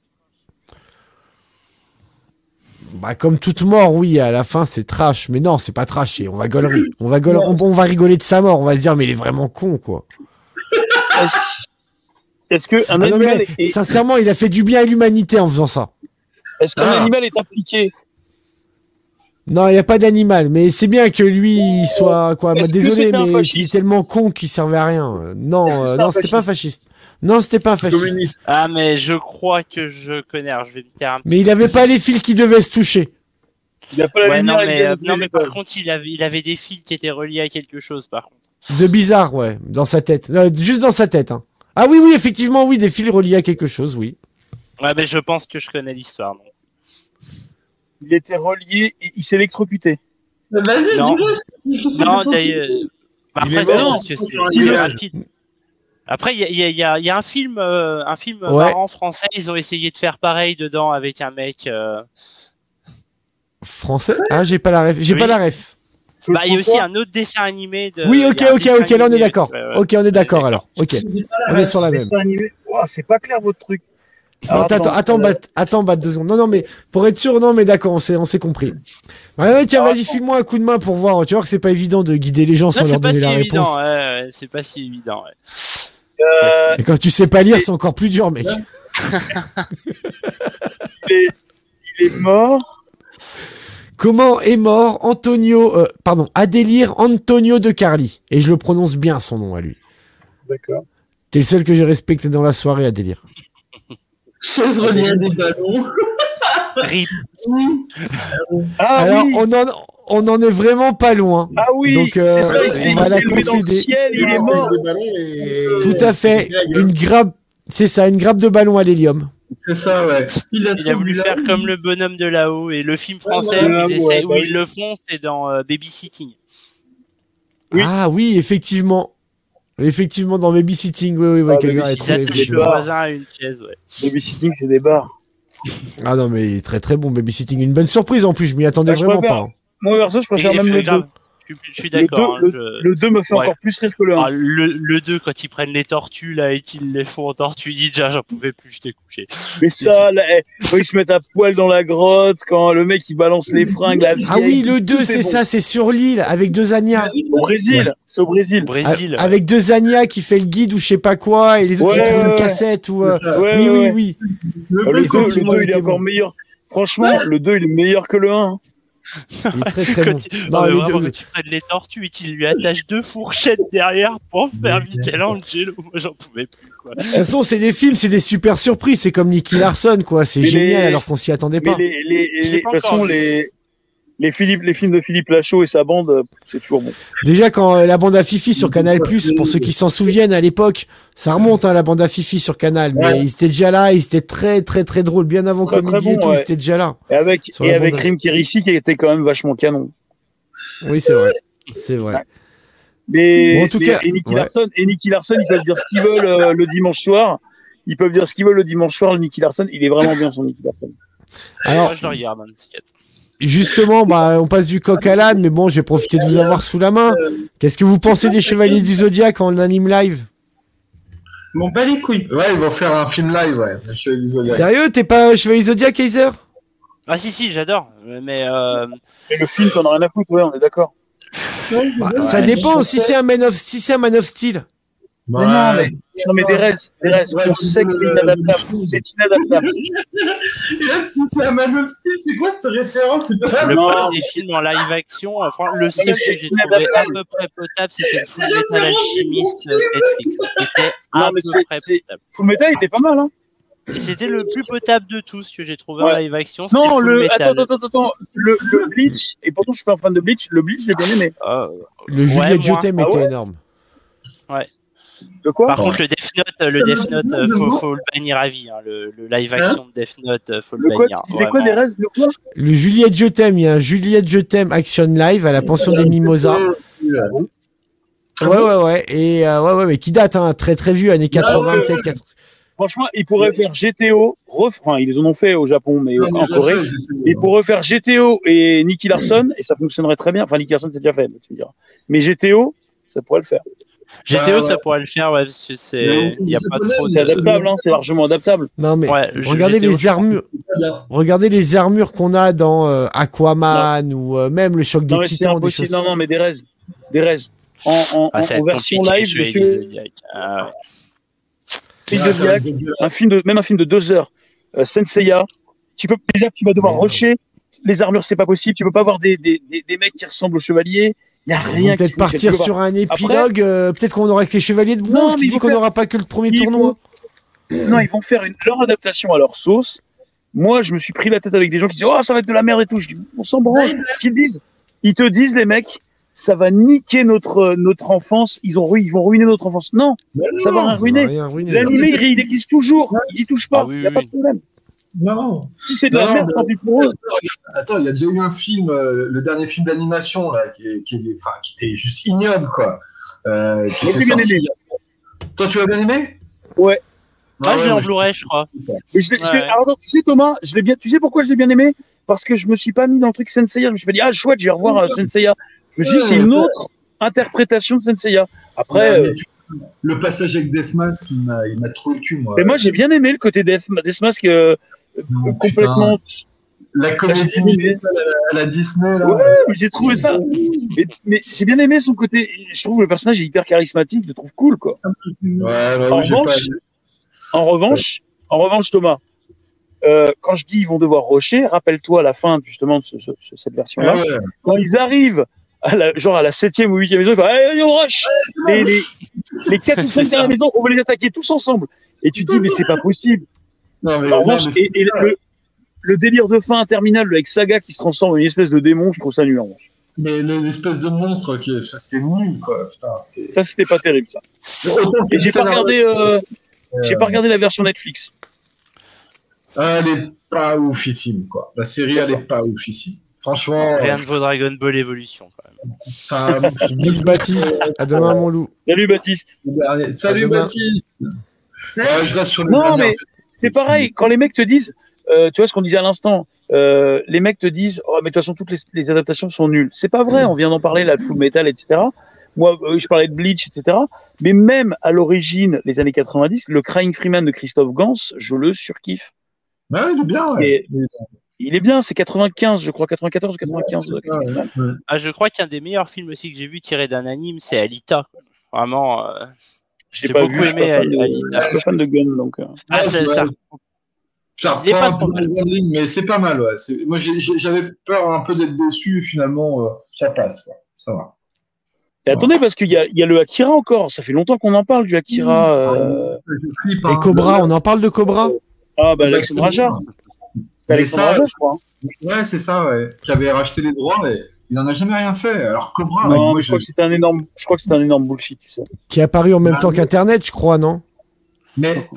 Bah, comme toute mort, oui, à la fin, c'est trash. Mais non, c'est pas trash. et On va golerie. On va, gole- on, on va rigoler de sa mort. On va se dire, mais il est vraiment con, quoi. Est-ce que un Ah non, animal mais est... sincèrement, il a fait du bien à l'humanité en faisant ça. Est-ce qu'un Ah. animal est impliqué? Non, il n'y a pas d'animal. Mais c'est bien que lui, il soit, quoi. Bah, Est-ce que désolé, c'était un mais il fasciste est tellement con qu'il servait à rien. Euh, Non, Est-ce que euh, c'était non, un c'était pas fasciste. Non, c'était pas un fasciste. Communiste. Ah, mais je crois que je connais. Alors, je vais me taire un petit Mais il avait pas les fils qui devaient se toucher. Il n'a pas la Ouais, lumière non, et mais, il euh, gagne non, tous mais les par étoiles. contre, il avait, il avait des fils qui étaient reliés à quelque chose, par contre. De bizarre, ouais, dans sa tête. Euh, juste dans sa tête. Hein. Ah oui, oui, effectivement, oui, des fils reliés à quelque chose, oui. Ouais, mais je pense que je connais l'histoire. donc. Il était relié et il s'est électrocuté. Bah, Vas-y, Non. dis-le. il faut Non, savoir. d'ailleurs. bah, Il est Après, c'est mort, parce que c'est c'est sur un c'est nuage. rapide. Après, il y a, il y, a, il y, a, il y a un film, euh, un film Ouais. marrant français. Ils ont essayé de faire pareil dedans avec un mec. euh, Français? Ah, j'ai pas la ref. J'ai Oui. pas la ref. Bah, il y a aussi un autre dessin animé de. Oui, il ok, y a un ok, dessin ok, là on est animé, d'accord. ouais, ouais. Ok, on est d'accord alors. Ok, on est sur la même. Dessin animé. Oh, c'est pas clair votre truc. Non, Alors, attends, attends, euh, Bat, attends, Bat, deux secondes. Non, non, mais pour être sûr, non, mais d'accord, on s'est, on s'est compris. Ouais, ouais, tiens, Alors, vas-y, attends. file-moi un coup de main pour voir. Tu vois que c'est pas évident de guider les gens Non, sans c'est leur pas donner si la évident. réponse. Ouais, ouais, c'est pas si évident. Ouais. euh, Et quand tu sais pas lire, c'est encore plus dur, mec. il, est, il est mort. Comment est mort Antonio, euh, pardon, Adélire Antonio de Carli? Et je le prononce bien son nom à lui. D'accord. T'es le seul que j'ai respecté dans la soirée, Adélire. Chaise reliée des ballons. Rip. Ah Alors, oui. on en, on en est vraiment pas loin. Ah oui. Donc, euh, c'est ça, il s'est- on va il la s'est levé dans le concéder. ciel, il est mort. Des ballons et- Tout à fait. et la gueule. Une grappe, c'est ça, une grappe de ballon à l'hélium. C'est ça, ouais. Il a, Il a voulu trouvé faire la- comme le bonhomme de là-haut. Et le film français Ouais, où, ouais, ils, ouais, essaient- bah où oui. ils le font, c'est dans euh, Babysitting. Oui. Ah oui, effectivement. Effectivement, dans Babysitting, oui, oui, oui, Ah, Kaiser Babysitting, est Ils trouvé, attachent le effectivement. bars. voisin à une chaise. Ouais. Babysitting, c'est des bars. Ah non, mais très très bon, Babysitting. Une bonne surprise en plus, je m'y attendais Ah, je vraiment préfère. pas. hein. Moi, perso, je préfère Et- même et- le grave, deux. Je, suis- je suis d'accord. Le hein, deux- je- Le deux me fait Ouais. encore plus rire que le un. Ah, le, le deux, quand ils prennent les tortues là et qu'ils les font en tortue ninja, j'en pouvais plus, j'étais couché. Mais ça, là, eh, quand ils se mettent à poil dans la grotte, quand le mec il balance les fringues, la Ah oui, vieille, le tout deux, est c'est bon. ça, c'est sur l'île, avec deux Anya. Au Brésil, c'est au Brésil. Au Brésil. A- Avec deux Anya qui fait le guide ou je sais pas quoi, et les autres Ouais, qui trouvent ouais, une ouais. cassette ou. euh, C'est ça. Ouais, Oui, ouais, oui, ouais. oui. Le deux, le effectivement, deux, il il est était encore bon. meilleur. Franchement, le deux, il est meilleur que le un. Il est très très Quand bon. ils- Non, non, mais les vraiment, deux- quand ils prennent les tortues et qu'ils lui attachent deux fourchettes derrière pour faire Michelangelo, moi j'en pouvais plus quoi. De toute façon, c'est des films, c'est des super surprises. C'est comme Nicky Larson, quoi. C'est Mais génial les- alors qu'on s'y attendait Mais pas. les, les, les, J'ai de pas toute façon, encore vu. les, les, Philippe, les films de Philippe Lachaud et sa bande, euh, c'est toujours bon. Déjà, quand euh, la bande à Fifi sur Canal+, pour ceux qui s'en souviennent à l'époque, ça remonte, hein, la bande à Fifi sur Canal. Mais Ouais. ils étaient déjà là, ils étaient très très très drôles, bien avant Très, Comédie très et bon, tout, ouais. ils étaient déjà là. Et avec, Sur et la avec bande. Rim Kérissi qui était quand même vachement canon. Oui, c'est vrai. C'est vrai. Mais, Bon, en tout mais- cas, et, Nicky ouais. Larson, et Nicky Larson, ils peuvent dire ce qu'ils veulent euh, le dimanche soir. Ils peuvent dire ce qu'ils veulent le dimanche soir. Le Nicky Larson, il est vraiment bien son Nicky Larson. Alors, Moi je le regarde, hein, c'est quatre. justement, bah, on passe du coq à l'âne, mais bon, j'ai profité de vous avoir sous la main. Qu'est-ce que vous pensez des Chevaliers du Zodiaque en anime live? M'en bat les couilles. Ouais, ils vont faire un film live, ouais. de Chevalier du Zodiac. Sérieux, t'es pas Chevalier du Zodiac, Kaiser? Ah si si, j'adore. Mais euh, Et le film, t'en as rien à foutre, ouais, on est d'accord. Bah, ça dépend. Si c'est un Man of, si c'est un Man of Steel. Mais non, mais, non, mais Derez, Derez, on sait que c'est inadaptable. C'est inadaptable. Et là, si c'est un Man of Steel, c'est quoi cette référence? C'est pas le non. problème des films en live action, euh, franchement, le seul que c'est j'ai trouvé à inadaptable. peu près potable, c'était le Full Metal Alchemist euh, Netflix. C'était à Non, mais peu c'est- près c'est- potable. Full Metal, il était pas mal, hein. Et c'était le plus potable de tous que j'ai trouvé en Ouais. live action. C'était Non, Full le, Metal. attends, attends, attends, attends, le, le Bleach, et pourtant je suis pas un fan de Bleach, le Bleach, j'ai bien aimé. Euh, Le Ouais, Juliette moi. Jotem Ah était ouais énorme. De quoi? Par contre, le Death Note, euh, le Death Note, euh, faut, faut le bannir à vie. Hein. Le, le live action de Death Note, euh, faut le Le quoi? bannir. Tu disais quoi, vraiment. Derez? Le quoi? Le Juliette Jotem, il y a un Juliette Jotem Action Live à la pension des Mimosas. Ouais, ouais, ouais. Et euh, ouais, ouais, mais qui date, hein, très très vieux, années quatre-vingts, ouais, peut-être. ouais. quatre- Franchement, ils pourraient faire G T O, ref... enfin, ils les en ont fait au Japon, mais Non, mais en ça, Corée. ça, j'étais- Ils pourraient faire G T O et Nicky Larson, et ça fonctionnerait très bien. Enfin, Nicky Larson, c'est déjà fait, tu me diras. Mais G T O, ça pourrait le faire. G T O, Ouais, ouais. ça pourrait le faire, ouais, parce que Mais c'est. on- Il n'y a c'est pas pas trop mal, C'est de. adaptable, hein, c'est largement adaptable. Non, mais Ouais, je- regardez G T O, les je- armures. Regardez les armures qu'on a dans euh, Aquaman ou euh, même le choc des Non, mais c'est titans, des impossible. choses. Non, non, mais Derez, Derez, en, en, Ah, ça va en être version compliqué, live, je de vais Chevalier les Zodiac. Ah, ouais. Chevalier Ah, ça va Zodiac, être dégueulasse. un film de, même un film de deux heures, euh, Senseiya, tu peux, déjà, tu vas devoir Merde. rusher. Les armures, c'est pas possible. Tu peux pas avoir des, des, des, des mecs qui ressemblent aux chevaliers. Il y a Ils vont rien qui peut-être fonctionne. partir Tu peux sur un épilogue. euh, peut-être qu'on aura que les chevaliers de bronze, Non, mais qui ils dit vont qu'on faire- n'aura pas que le premier Ils tournoi. voir- Non, ils vont faire une, leur adaptation à leur sauce. Moi, je me suis pris la tête avec des gens qui disent oh, ça va être de la merde et tout. Je dis on s'en branle. Qu'ils disent Ils te disent, les mecs, ça va niquer notre, notre enfance. Ils, ont, ru- ils vont ruiner notre enfance. Non, ça va rien Ça va ruiner. rien ruiner. L'animé, il, il existe toujours. Il y touche pas. Ah oui, Il n'y a oui, pas oui. de problème. Non. Si c'est de Non, la merde, mais- tant pis pour eux. Attends, il y a déjà eu un film, euh, le dernier film d'animation, là, qui, est- qui, est- enfin, qui était juste ignoble, quoi. Euh, qui Moi, était j'ai bien sorti aimé. il y a- Toi, tu l'as bien aimé? Ouais. Ah, Ah je ouais, l'ai en moi, je- Blu-ray, je crois. Et je l'ai- je l'ai- Ouais. alors, attends, tu sais, Thomas, je l'ai bien, tu sais pourquoi je l'ai bien aimé? Parce que je me suis pas mis dans le truc Senseiya. Je me suis pas dit, ah, chouette, je vais revoir euh, Senseiya. Je me suis dit, c'est une autre interprétation de Senseiya. Après, Ouais, euh, mais tu- le passage avec Deathmask, il m'a, il m'a trouvé le cul, moi. mais moi j'ai bien aimé le côté Death, Deathmask euh, Non, complètement. La comédie j'ai- musicale à la, à la Disney, là. Ouais, mais j'ai trouvé ça. Mais, mais j'ai bien aimé son côté. Je trouve le personnage est hyper charismatique, je le trouve cool, quoi. Ouais, ouais, En oui, j'ai revanche, pas- En revanche, en revanche, Thomas, euh, quand je dis ils vont devoir rusher, rappelle-toi à la fin justement de ce- ce- ce- cette version-là, Ah ouais. quand ils arrivent à la, genre à la septième ou huitième maison, ils font allez, on rush. Les, les, les quatre ou cinq C'est dernières ça. maisons, on va les attaquer tous ensemble. Et tu te dis mais c'est pas possible. Non, mais, En non, revanche, mais c'est- et, et le, le délire de fin interminable avec Saga qui se transforme en une espèce de démon, je trouve ça nul en revanche. mais l'espèce de monstre, qui, ça, c'est nul, quoi. Putain, c'était. Ça c'était pas terrible ça. Autant que Et j'ai pas Captain regardé, euh, j'ai Euh, pas regardé la version Netflix. Ah, elle est pas oufissime, quoi. La série, elle est pas oufissime. Franchement, Rien euh, ne vaut Dragon Ball Evolution quand même. enfin, Bis Baptiste, à demain mon loup. Salut Baptiste. le dernier- Salut À demain. Baptiste. Ouais, je reste sur les Non, dernières- mais c'est pareil, quand les mecs te disent, euh, tu vois ce qu'on disait à l'instant, euh, les mecs te disent, oh, mais de toute façon, toutes les, les adaptations sont nulles. C'est pas vrai, on vient d'en parler, là, de Full Metal, et cetera. Moi, euh, je parlais de Bleach, et cetera. Mais même à l'origine, les années quatre-vingt-dix, le Crying Freeman de Christophe Gans, je le surkiffe. Ouais, il est bien, ouais. Et il est bien, c'est quatre-vingt-quinze, je crois, quatre-vingt-quatorze ou quatre-vingt-quinze. Ouais, c'est ça, ouais. Ouais. Ah, je crois qu'un des meilleurs films aussi que j'ai vu tiré d'un anime, c'est Alita. Vraiment, euh, J'ai J'ai pas beaucoup vu, je suis aimé pas fan de- Alita. je suis pas fan de Gun, donc. euh. ah, Ouais, ça, ouais. ça- Ça Il est pas reprend un trop peu mal. dans la ligne, mais c'est pas mal, ouais. C'est- Moi, j'ai- j'ai- j'avais peur un peu d'être déçu, finalement, euh, ça passe, quoi. Ça va. Et attendez, parce qu'il y a, il y a le Akira encore. Ça fait longtemps qu'on en parle du Akira. euh, Je flippe, Et hein. Cobra, on en parle de Cobra? Ah, bah, Alexandre Aja. C'est Mais Alexandre ça, Aja, je crois. Ouais, c'est ça, ouais. Qui avait racheté les droits, mais il n'en a jamais rien fait. Alors, Cobra, Non, moi, mais je je. crois que c'était un énorme, je crois que c'était un énorme bullshit, tu sais. Qui est apparu en même Bah, temps oui. qu'Internet, je crois, non? Mais.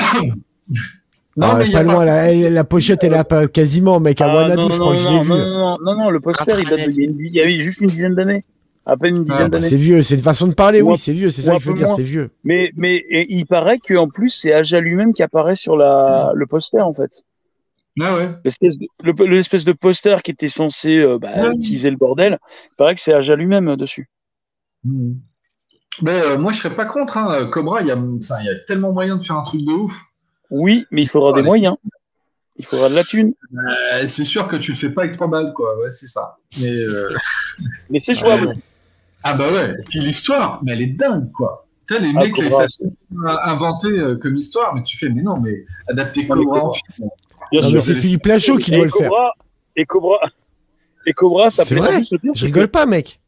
Ah, mais il y a pas loin, la, elle- la pochette, elle est pas quasiment, mec. À Ah, Wanadu, non, je crois non, que je non, l'ai vu. non, non, non, non, le poster, il date de, il y a une- il y avait juste une dizaine d'années. À peine une dizaine Ah, bah, d'années. c'est vieux, c'est une façon de parler, Ou un- oui, c'est vieux, c'est ou ça un que je veux peu dire, moins. c'est vieux. Mais, mais et il paraît qu'en plus, c'est Aja lui-même qui apparaît sur la, le poster, en fait. Ah ouais. L'espèce de, le- l'espèce de poster qui était censé euh, bah, Ouais. utiliser le bordel, il paraît que c'est Aja lui-même euh, dessus. Mhm. Mais euh, moi, je serais pas contre. Hein. Cobra, il y, a... enfin, il y a tellement moyen de faire un truc de ouf. Oui, mais il faudra Ouais. des moyens. Il faudra de la thune. Euh, c'est sûr que tu le fais pas avec trois balles, quoi. Ouais, c'est ça. Mais, euh, Mais c'est jouable. ah bah ouais. Et puis l'histoire, mais elle est dingue, quoi. Tu sais, les Ah, mecs, les Cobra, inventé euh, comme histoire, mais tu fais, mais non, mais adapter Non, mais Cobra en Cobra. film. Bien Non, sûr. mais c'est Philippe Lachaud qui Et doit le faire. Cobra, et Cobra, et Cobra, ça C'est plaît. vrai En plus, le pire, Je c'est rigole pas, mec.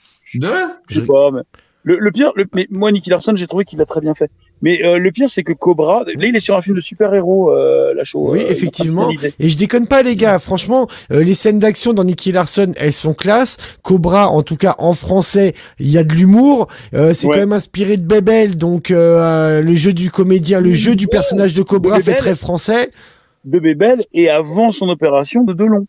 De Je sais pas, mais le, le pire, le, mais moi, Nicky Larson, j'ai trouvé qu'il l'a très bien fait. Mais euh, le pire, c'est que Cobra, là, il est sur un film de super-héros, euh, la show. Oui, euh, effectivement. il a Et je déconne pas, les gars. Franchement, euh, les scènes d'action dans Nicky Larson, elles sont classe. Cobra, en tout cas en français, il y a de l'humour. Euh, c'est Ouais. quand même inspiré de Bébel, donc euh, le jeu du comédien, le jeu du personnage de Cobra De fait Bébel. très français. de Bébel et avant son opération de Delon.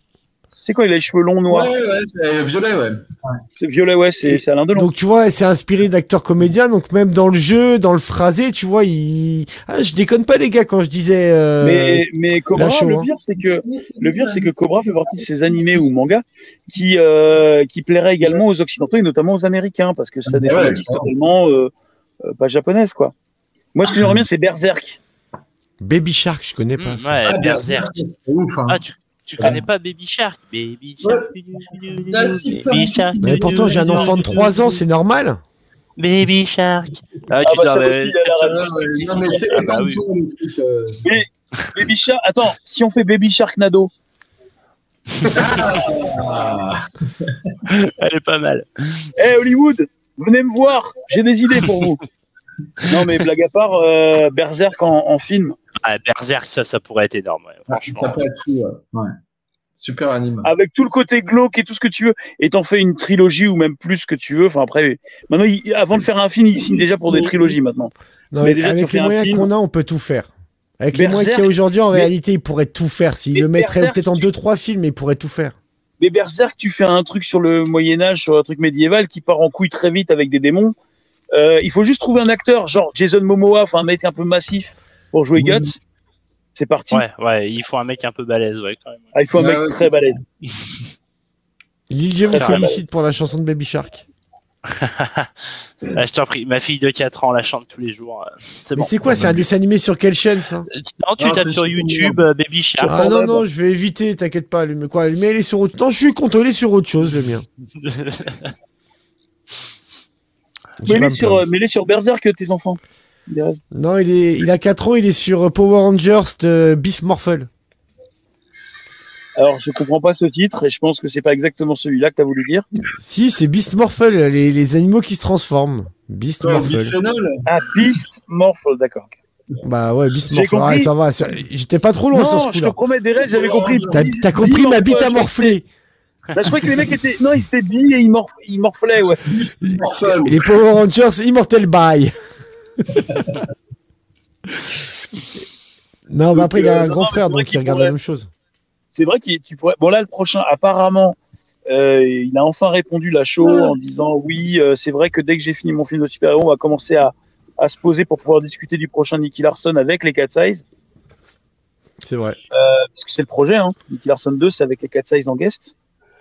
C'est quoi, il a les cheveux longs noirs. Ouais, ouais, c'est violet, ouais. C'est violet, ouais, c'est c'est Alain Delon. Donc tu vois, c'est inspiré d'acteurs comédiens. Donc même dans le jeu, dans le phrasé, tu vois, il. Ah, je déconne pas, les gars, quand je disais. Euh... Mais, mais Cobra, Lachaud, le hein. pire, c'est que le pire, c'est que Cobra fait partie de ces animés ou mangas qui euh, qui plairaient également aux occidentaux et notamment aux américains parce que ça a des Ouais, thématiques ouais. totalement euh, euh, pas japonaises, quoi. Moi, ce que j'aimerais bien, c'est Berserk. Baby Shark, je connais Mmh, pas. ça. ouais, Ah, Berserk. C'est ouf, hein. Ah, tu, tu connais pas Baby Shark? Baby Shark. Ah, si, putain, Baby si, Shark. si. Mais pourtant, j'ai un enfant de trois ans, c'est normal. Baby Shark. Ah, Ah, tu bah, dois- ça aussi, il a l'air Ah, à- ouais, non, mais t'es Ah, bah oui. épargne-toi, le truc, euh. Baby Shark. Attends, si on fait Baby Sharknado. Ah. Elle est pas mal. Eh Hollywood, venez me voir, j'ai des idées pour vous. Non mais blague à part, euh, Berserk en, en film, Ah, Berserk, ça, ça pourrait être énorme. Ouais, franchement. Ça peut être fou, ouais. Ouais. Super anime. avec tout le côté glauque et tout ce que tu veux, et t'en fais une trilogie ou même plus que tu veux. Enfin après, maintenant, il- avant de faire un film, il signe déjà pour des trilogies maintenant. Non, Mais mais déjà, tu avec fais les un moyens film. qu'on a, on peut tout faire. Avec les Berserk, moyens qu'il y a aujourd'hui, en mais- réalité, il pourrait tout faire. S'il mais le mettrait Berserk, peut-être en tu- deux, trois films, il pourrait tout faire. Mais Berserk, tu fais un truc sur le Moyen-Âge, sur un truc médiéval qui part en couille très vite avec des démons. Euh, il faut juste trouver un acteur, genre Jason Momoa, enfin un mec un peu massif pour jouer Mhm. Guts. C'est parti. Ouais, ouais, il faut un mec un peu balèze, ouais, quand même. Ah, il faut un Ouais, mec ouais, très c'est- balèze. Lily me Très félicite pour la chanson de Baby Shark. Ah, je t'en prie, ma fille de quatre ans la chante tous les jours. euh, C'est Mais bon. c'est quoi, c'est un dessin animé sur quelle chaîne ça? Non, tu Non, tapes c'est sur sur YouTube Mignon. euh, Baby Shark. Ah non, non, je vais éviter, t'inquiète pas. Mais quoi, mais elle est sur autre... Non, je suis content, il est sur autre chose, le mien. Je vais pas Mets-les me sur, plaindre. euh, mets-les sur Berserk, tes enfants. Des- Non, il, est... il a quatre ans, il est sur Power Rangers de Beast Morphle. Alors, je comprends pas ce titre et je pense que c'est pas exactement celui-là que t'as voulu dire. Si, c'est Beast Morphle, les, les animaux qui se transforment. Beast Ouais, Morphle. bisphénol. Ah, Beast Morphle, d'accord. Bah ouais, Beast J'ai Morphle. compris. Ah, ça va, ça- j'étais pas trop loin sur ce Non, je te coup-là. promets, des rêves, j'avais compris. T'as Beast- t'as compris Beast ma bite à Morphle. morfler. Bah, je croyais que les mecs étaient. Non, ils étaient bi et ils, morf... ils morflaient, ouais. Morphole. Les Power Rangers Immortal Bye. Non, mais après, il a un euh, grand non, frère, c'est vrai donc il qu'il regarde pourrait- la même chose. C'est vrai qu'il tu pourrais. Bon, là, le prochain, apparemment, euh, il a enfin répondu la show en disant oui, euh, c'est vrai que dès que j'ai fini mon film de super-héros, on va commencer à, à se poser pour pouvoir discuter du prochain Nicky Larson avec les Cat Size. C'est vrai. Parce que c'est le projet, hein. Nicky Larson deux, c'est avec les Cat Size en guest.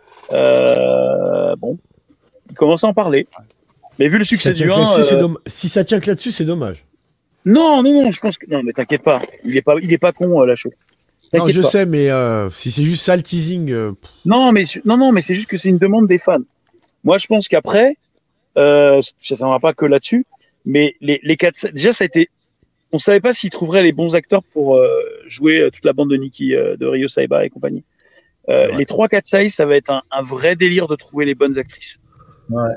Euh, bon, il commence à en parler. Mais vu le Si ça succès tient du que un. là-dessus, c'est euh, domm- si ça tient que là-dessus, c'est dommage. Non, non, non, je pense que. Non, mais t'inquiète pas. Il est pas, il est pas con, euh, la show. Non, T'inquiète je pas. sais, mais euh, si c'est juste ça le teasing, euh, pff, Non, mais non, non, mais c'est juste que c'est une demande des fans. Moi, je pense qu'après, euh, ça ne va pas que là-dessus, mais les, les quatre, déjà, ça a été, on savait pas s'ils trouveraient les bons acteurs pour euh, jouer euh, toute la bande de Nikki, euh, de Ryo Saiba et compagnie. Euh, C'est vrai. les trois quatre size, ça va être un, un vrai délire de trouver les bonnes actrices. Ouais.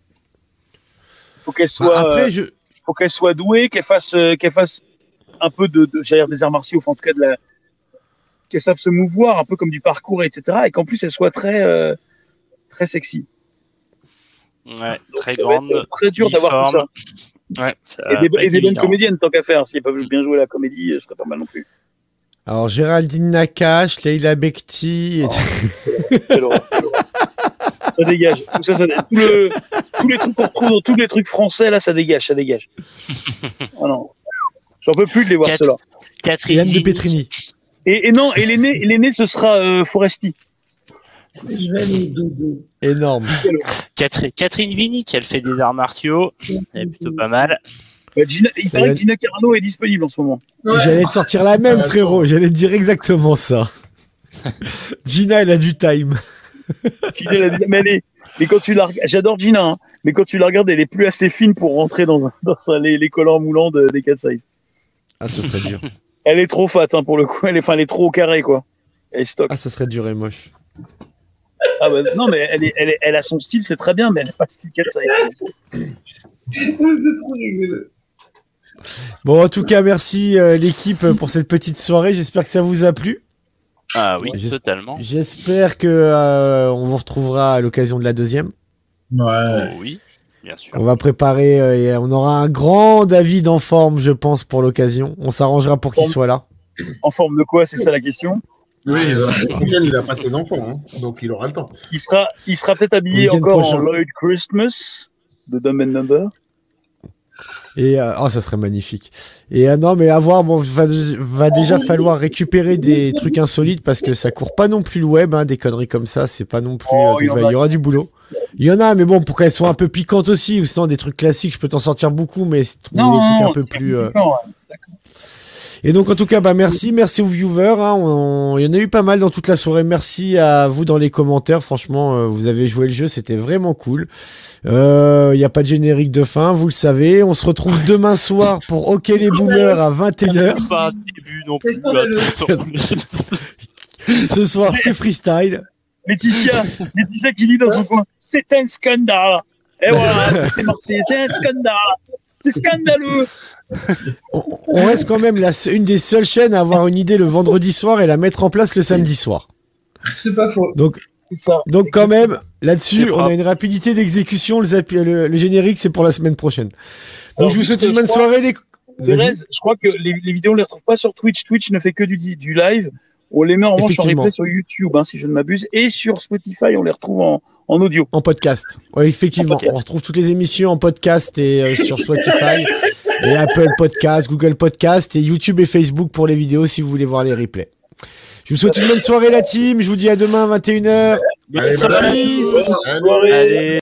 Faut qu'elles bah, soient, après, euh, je... faut qu'elles soient douées, qu'elles fassent, euh, qu'elles fassent un peu de, de j'allais dire des arts martiaux, enfin en tout cas de la, qu'elles savent se mouvoir un peu comme du parcours, et cetera. Et qu'en plus elles soient très, euh, très sexy. Ouais, Donc, très ça va grande. être très dur d'avoir tout ça. Ouais, ça Et va des, pas et être des bonnes évident. comédiennes, tant qu'à faire. S'ils peuvent bien jouer la comédie, ce serait pas mal non plus. Alors, Géraldine Nakache, Leila Bekti... et- Quelle horreur, quelle horreur. Ça dégage. Tout ça, ça dé- tout le- tous les trucs qu'on retrouve dans tous les trucs français, là, ça dégage, ça dégage. Ah non. J'en peux plus de les voir, Quatre- ceux-là. Catherine Yann de Vigny. Petrini. Et, et non, et l'aîné, l'aîné, ce sera euh, Foresti. Je vais aller dodo. Énorme. Catherine, Catherine Vigny, qui elle fait des arts martiaux. Elle est plutôt pas mal. Bah, Gina- il paraît Yann- que Gina Carano est disponible en ce moment. J'allais te sortir la même, frérot. J'allais te dire exactement ça. Gina, elle a du time. Gina, elle a dit- mais elle est- mais quand tu la reg- j'adore Gina, hein, mais quand tu la regardes, elle est plus assez fine pour rentrer dans, un, dans un- les, les collants moulants de- des quatre size. Ah, ça serait dur. Elle est trop fat hein, pour le coup, elle est, enfin, elle est trop au carré quoi. Elle est stock. Ah, ça serait dur et moche. Ah bah, non mais elle, est, elle, est- elle a son style, c'est très bien, mais elle n'a pas le style quatre size. C'est trop rigolo. Bon, en tout cas, merci euh, l'équipe pour cette petite soirée. J'espère que ça vous a plu. Ah oui, J'es- totalement. J'espère que euh, on vous retrouvera à l'occasion de la deuxième. Ouais. Oh oui, bien sûr. On va préparer euh, et on aura un grand David en forme, je pense, pour l'occasion. On s'arrangera pour qu'il Forme. soit là. En forme de quoi, c'est ça la question. Oui, Yann, il a pas ses enfants, hein, donc il aura le temps. Il sera, il sera peut-être habillé Week-end encore prochain. en Lloyd Christmas de Dumb and Number. Et euh, oh, ça serait magnifique. Et euh, non, mais à voir, bon, va, va déjà falloir récupérer des trucs insolites parce que ça court pas non plus le web, hein, des conneries comme ça, c'est pas non plus. Oh, euh, il y en il a. y aura du boulot. Il y en a, mais bon, pour qu'elles soient un peu piquantes aussi, ou sinon des trucs classiques, je peux t'en sortir beaucoup, mais c'est trouver des trucs un peu c'est plus. euh, compliquant, ouais. Et donc en tout cas, bah merci, merci aux viewers. Hein, on- il y en a eu pas mal dans toute la soirée. Merci à vous dans les commentaires. Franchement, euh, vous avez joué le jeu, c'était vraiment cool. Euh, Il n'y a pas de générique de fin, vous le savez. On se retrouve demain soir pour OK les boomers à vingt et une heures. Pas un début non plus. C'est scandaleux. attention. Ce soir, c'est freestyle. Laetitia, Laetitia qui dit dans son coin, c'est un scandale. Et voilà, c'était Marseille, c'est un scandale. C'est scandaleux. On, on reste quand même la, une des seules chaînes à avoir une idée le vendredi soir et la mettre en place le samedi soir. C'est pas faux. Donc, C'est ça. donc quand même, là-dessus, C'est on propre. a une rapidité d'exécution. Le, zap- le, le générique, c'est pour la semaine prochaine. Donc Alors, je vous souhaite je une bonne crois- soirée. Les... Vas-y. Thérèse, je crois que les, les vidéos, on les retrouve pas sur Twitch. Twitch ne fait que du, du live. On les met en revanche en Effectivement. replay sur YouTube, hein, si je ne m'abuse. Et sur Spotify, on les retrouve en, en audio. En podcast. Ouais, effectivement. En podcast. On retrouve toutes les émissions en podcast et euh, sur Spotify et Apple Podcast, Google Podcast et YouTube et Facebook pour les vidéos si vous voulez voir les replays. Je vous souhaite une bonne soirée la team. Je vous dis à demain à vingt et une heures. Allez, Salut. bye. Allez.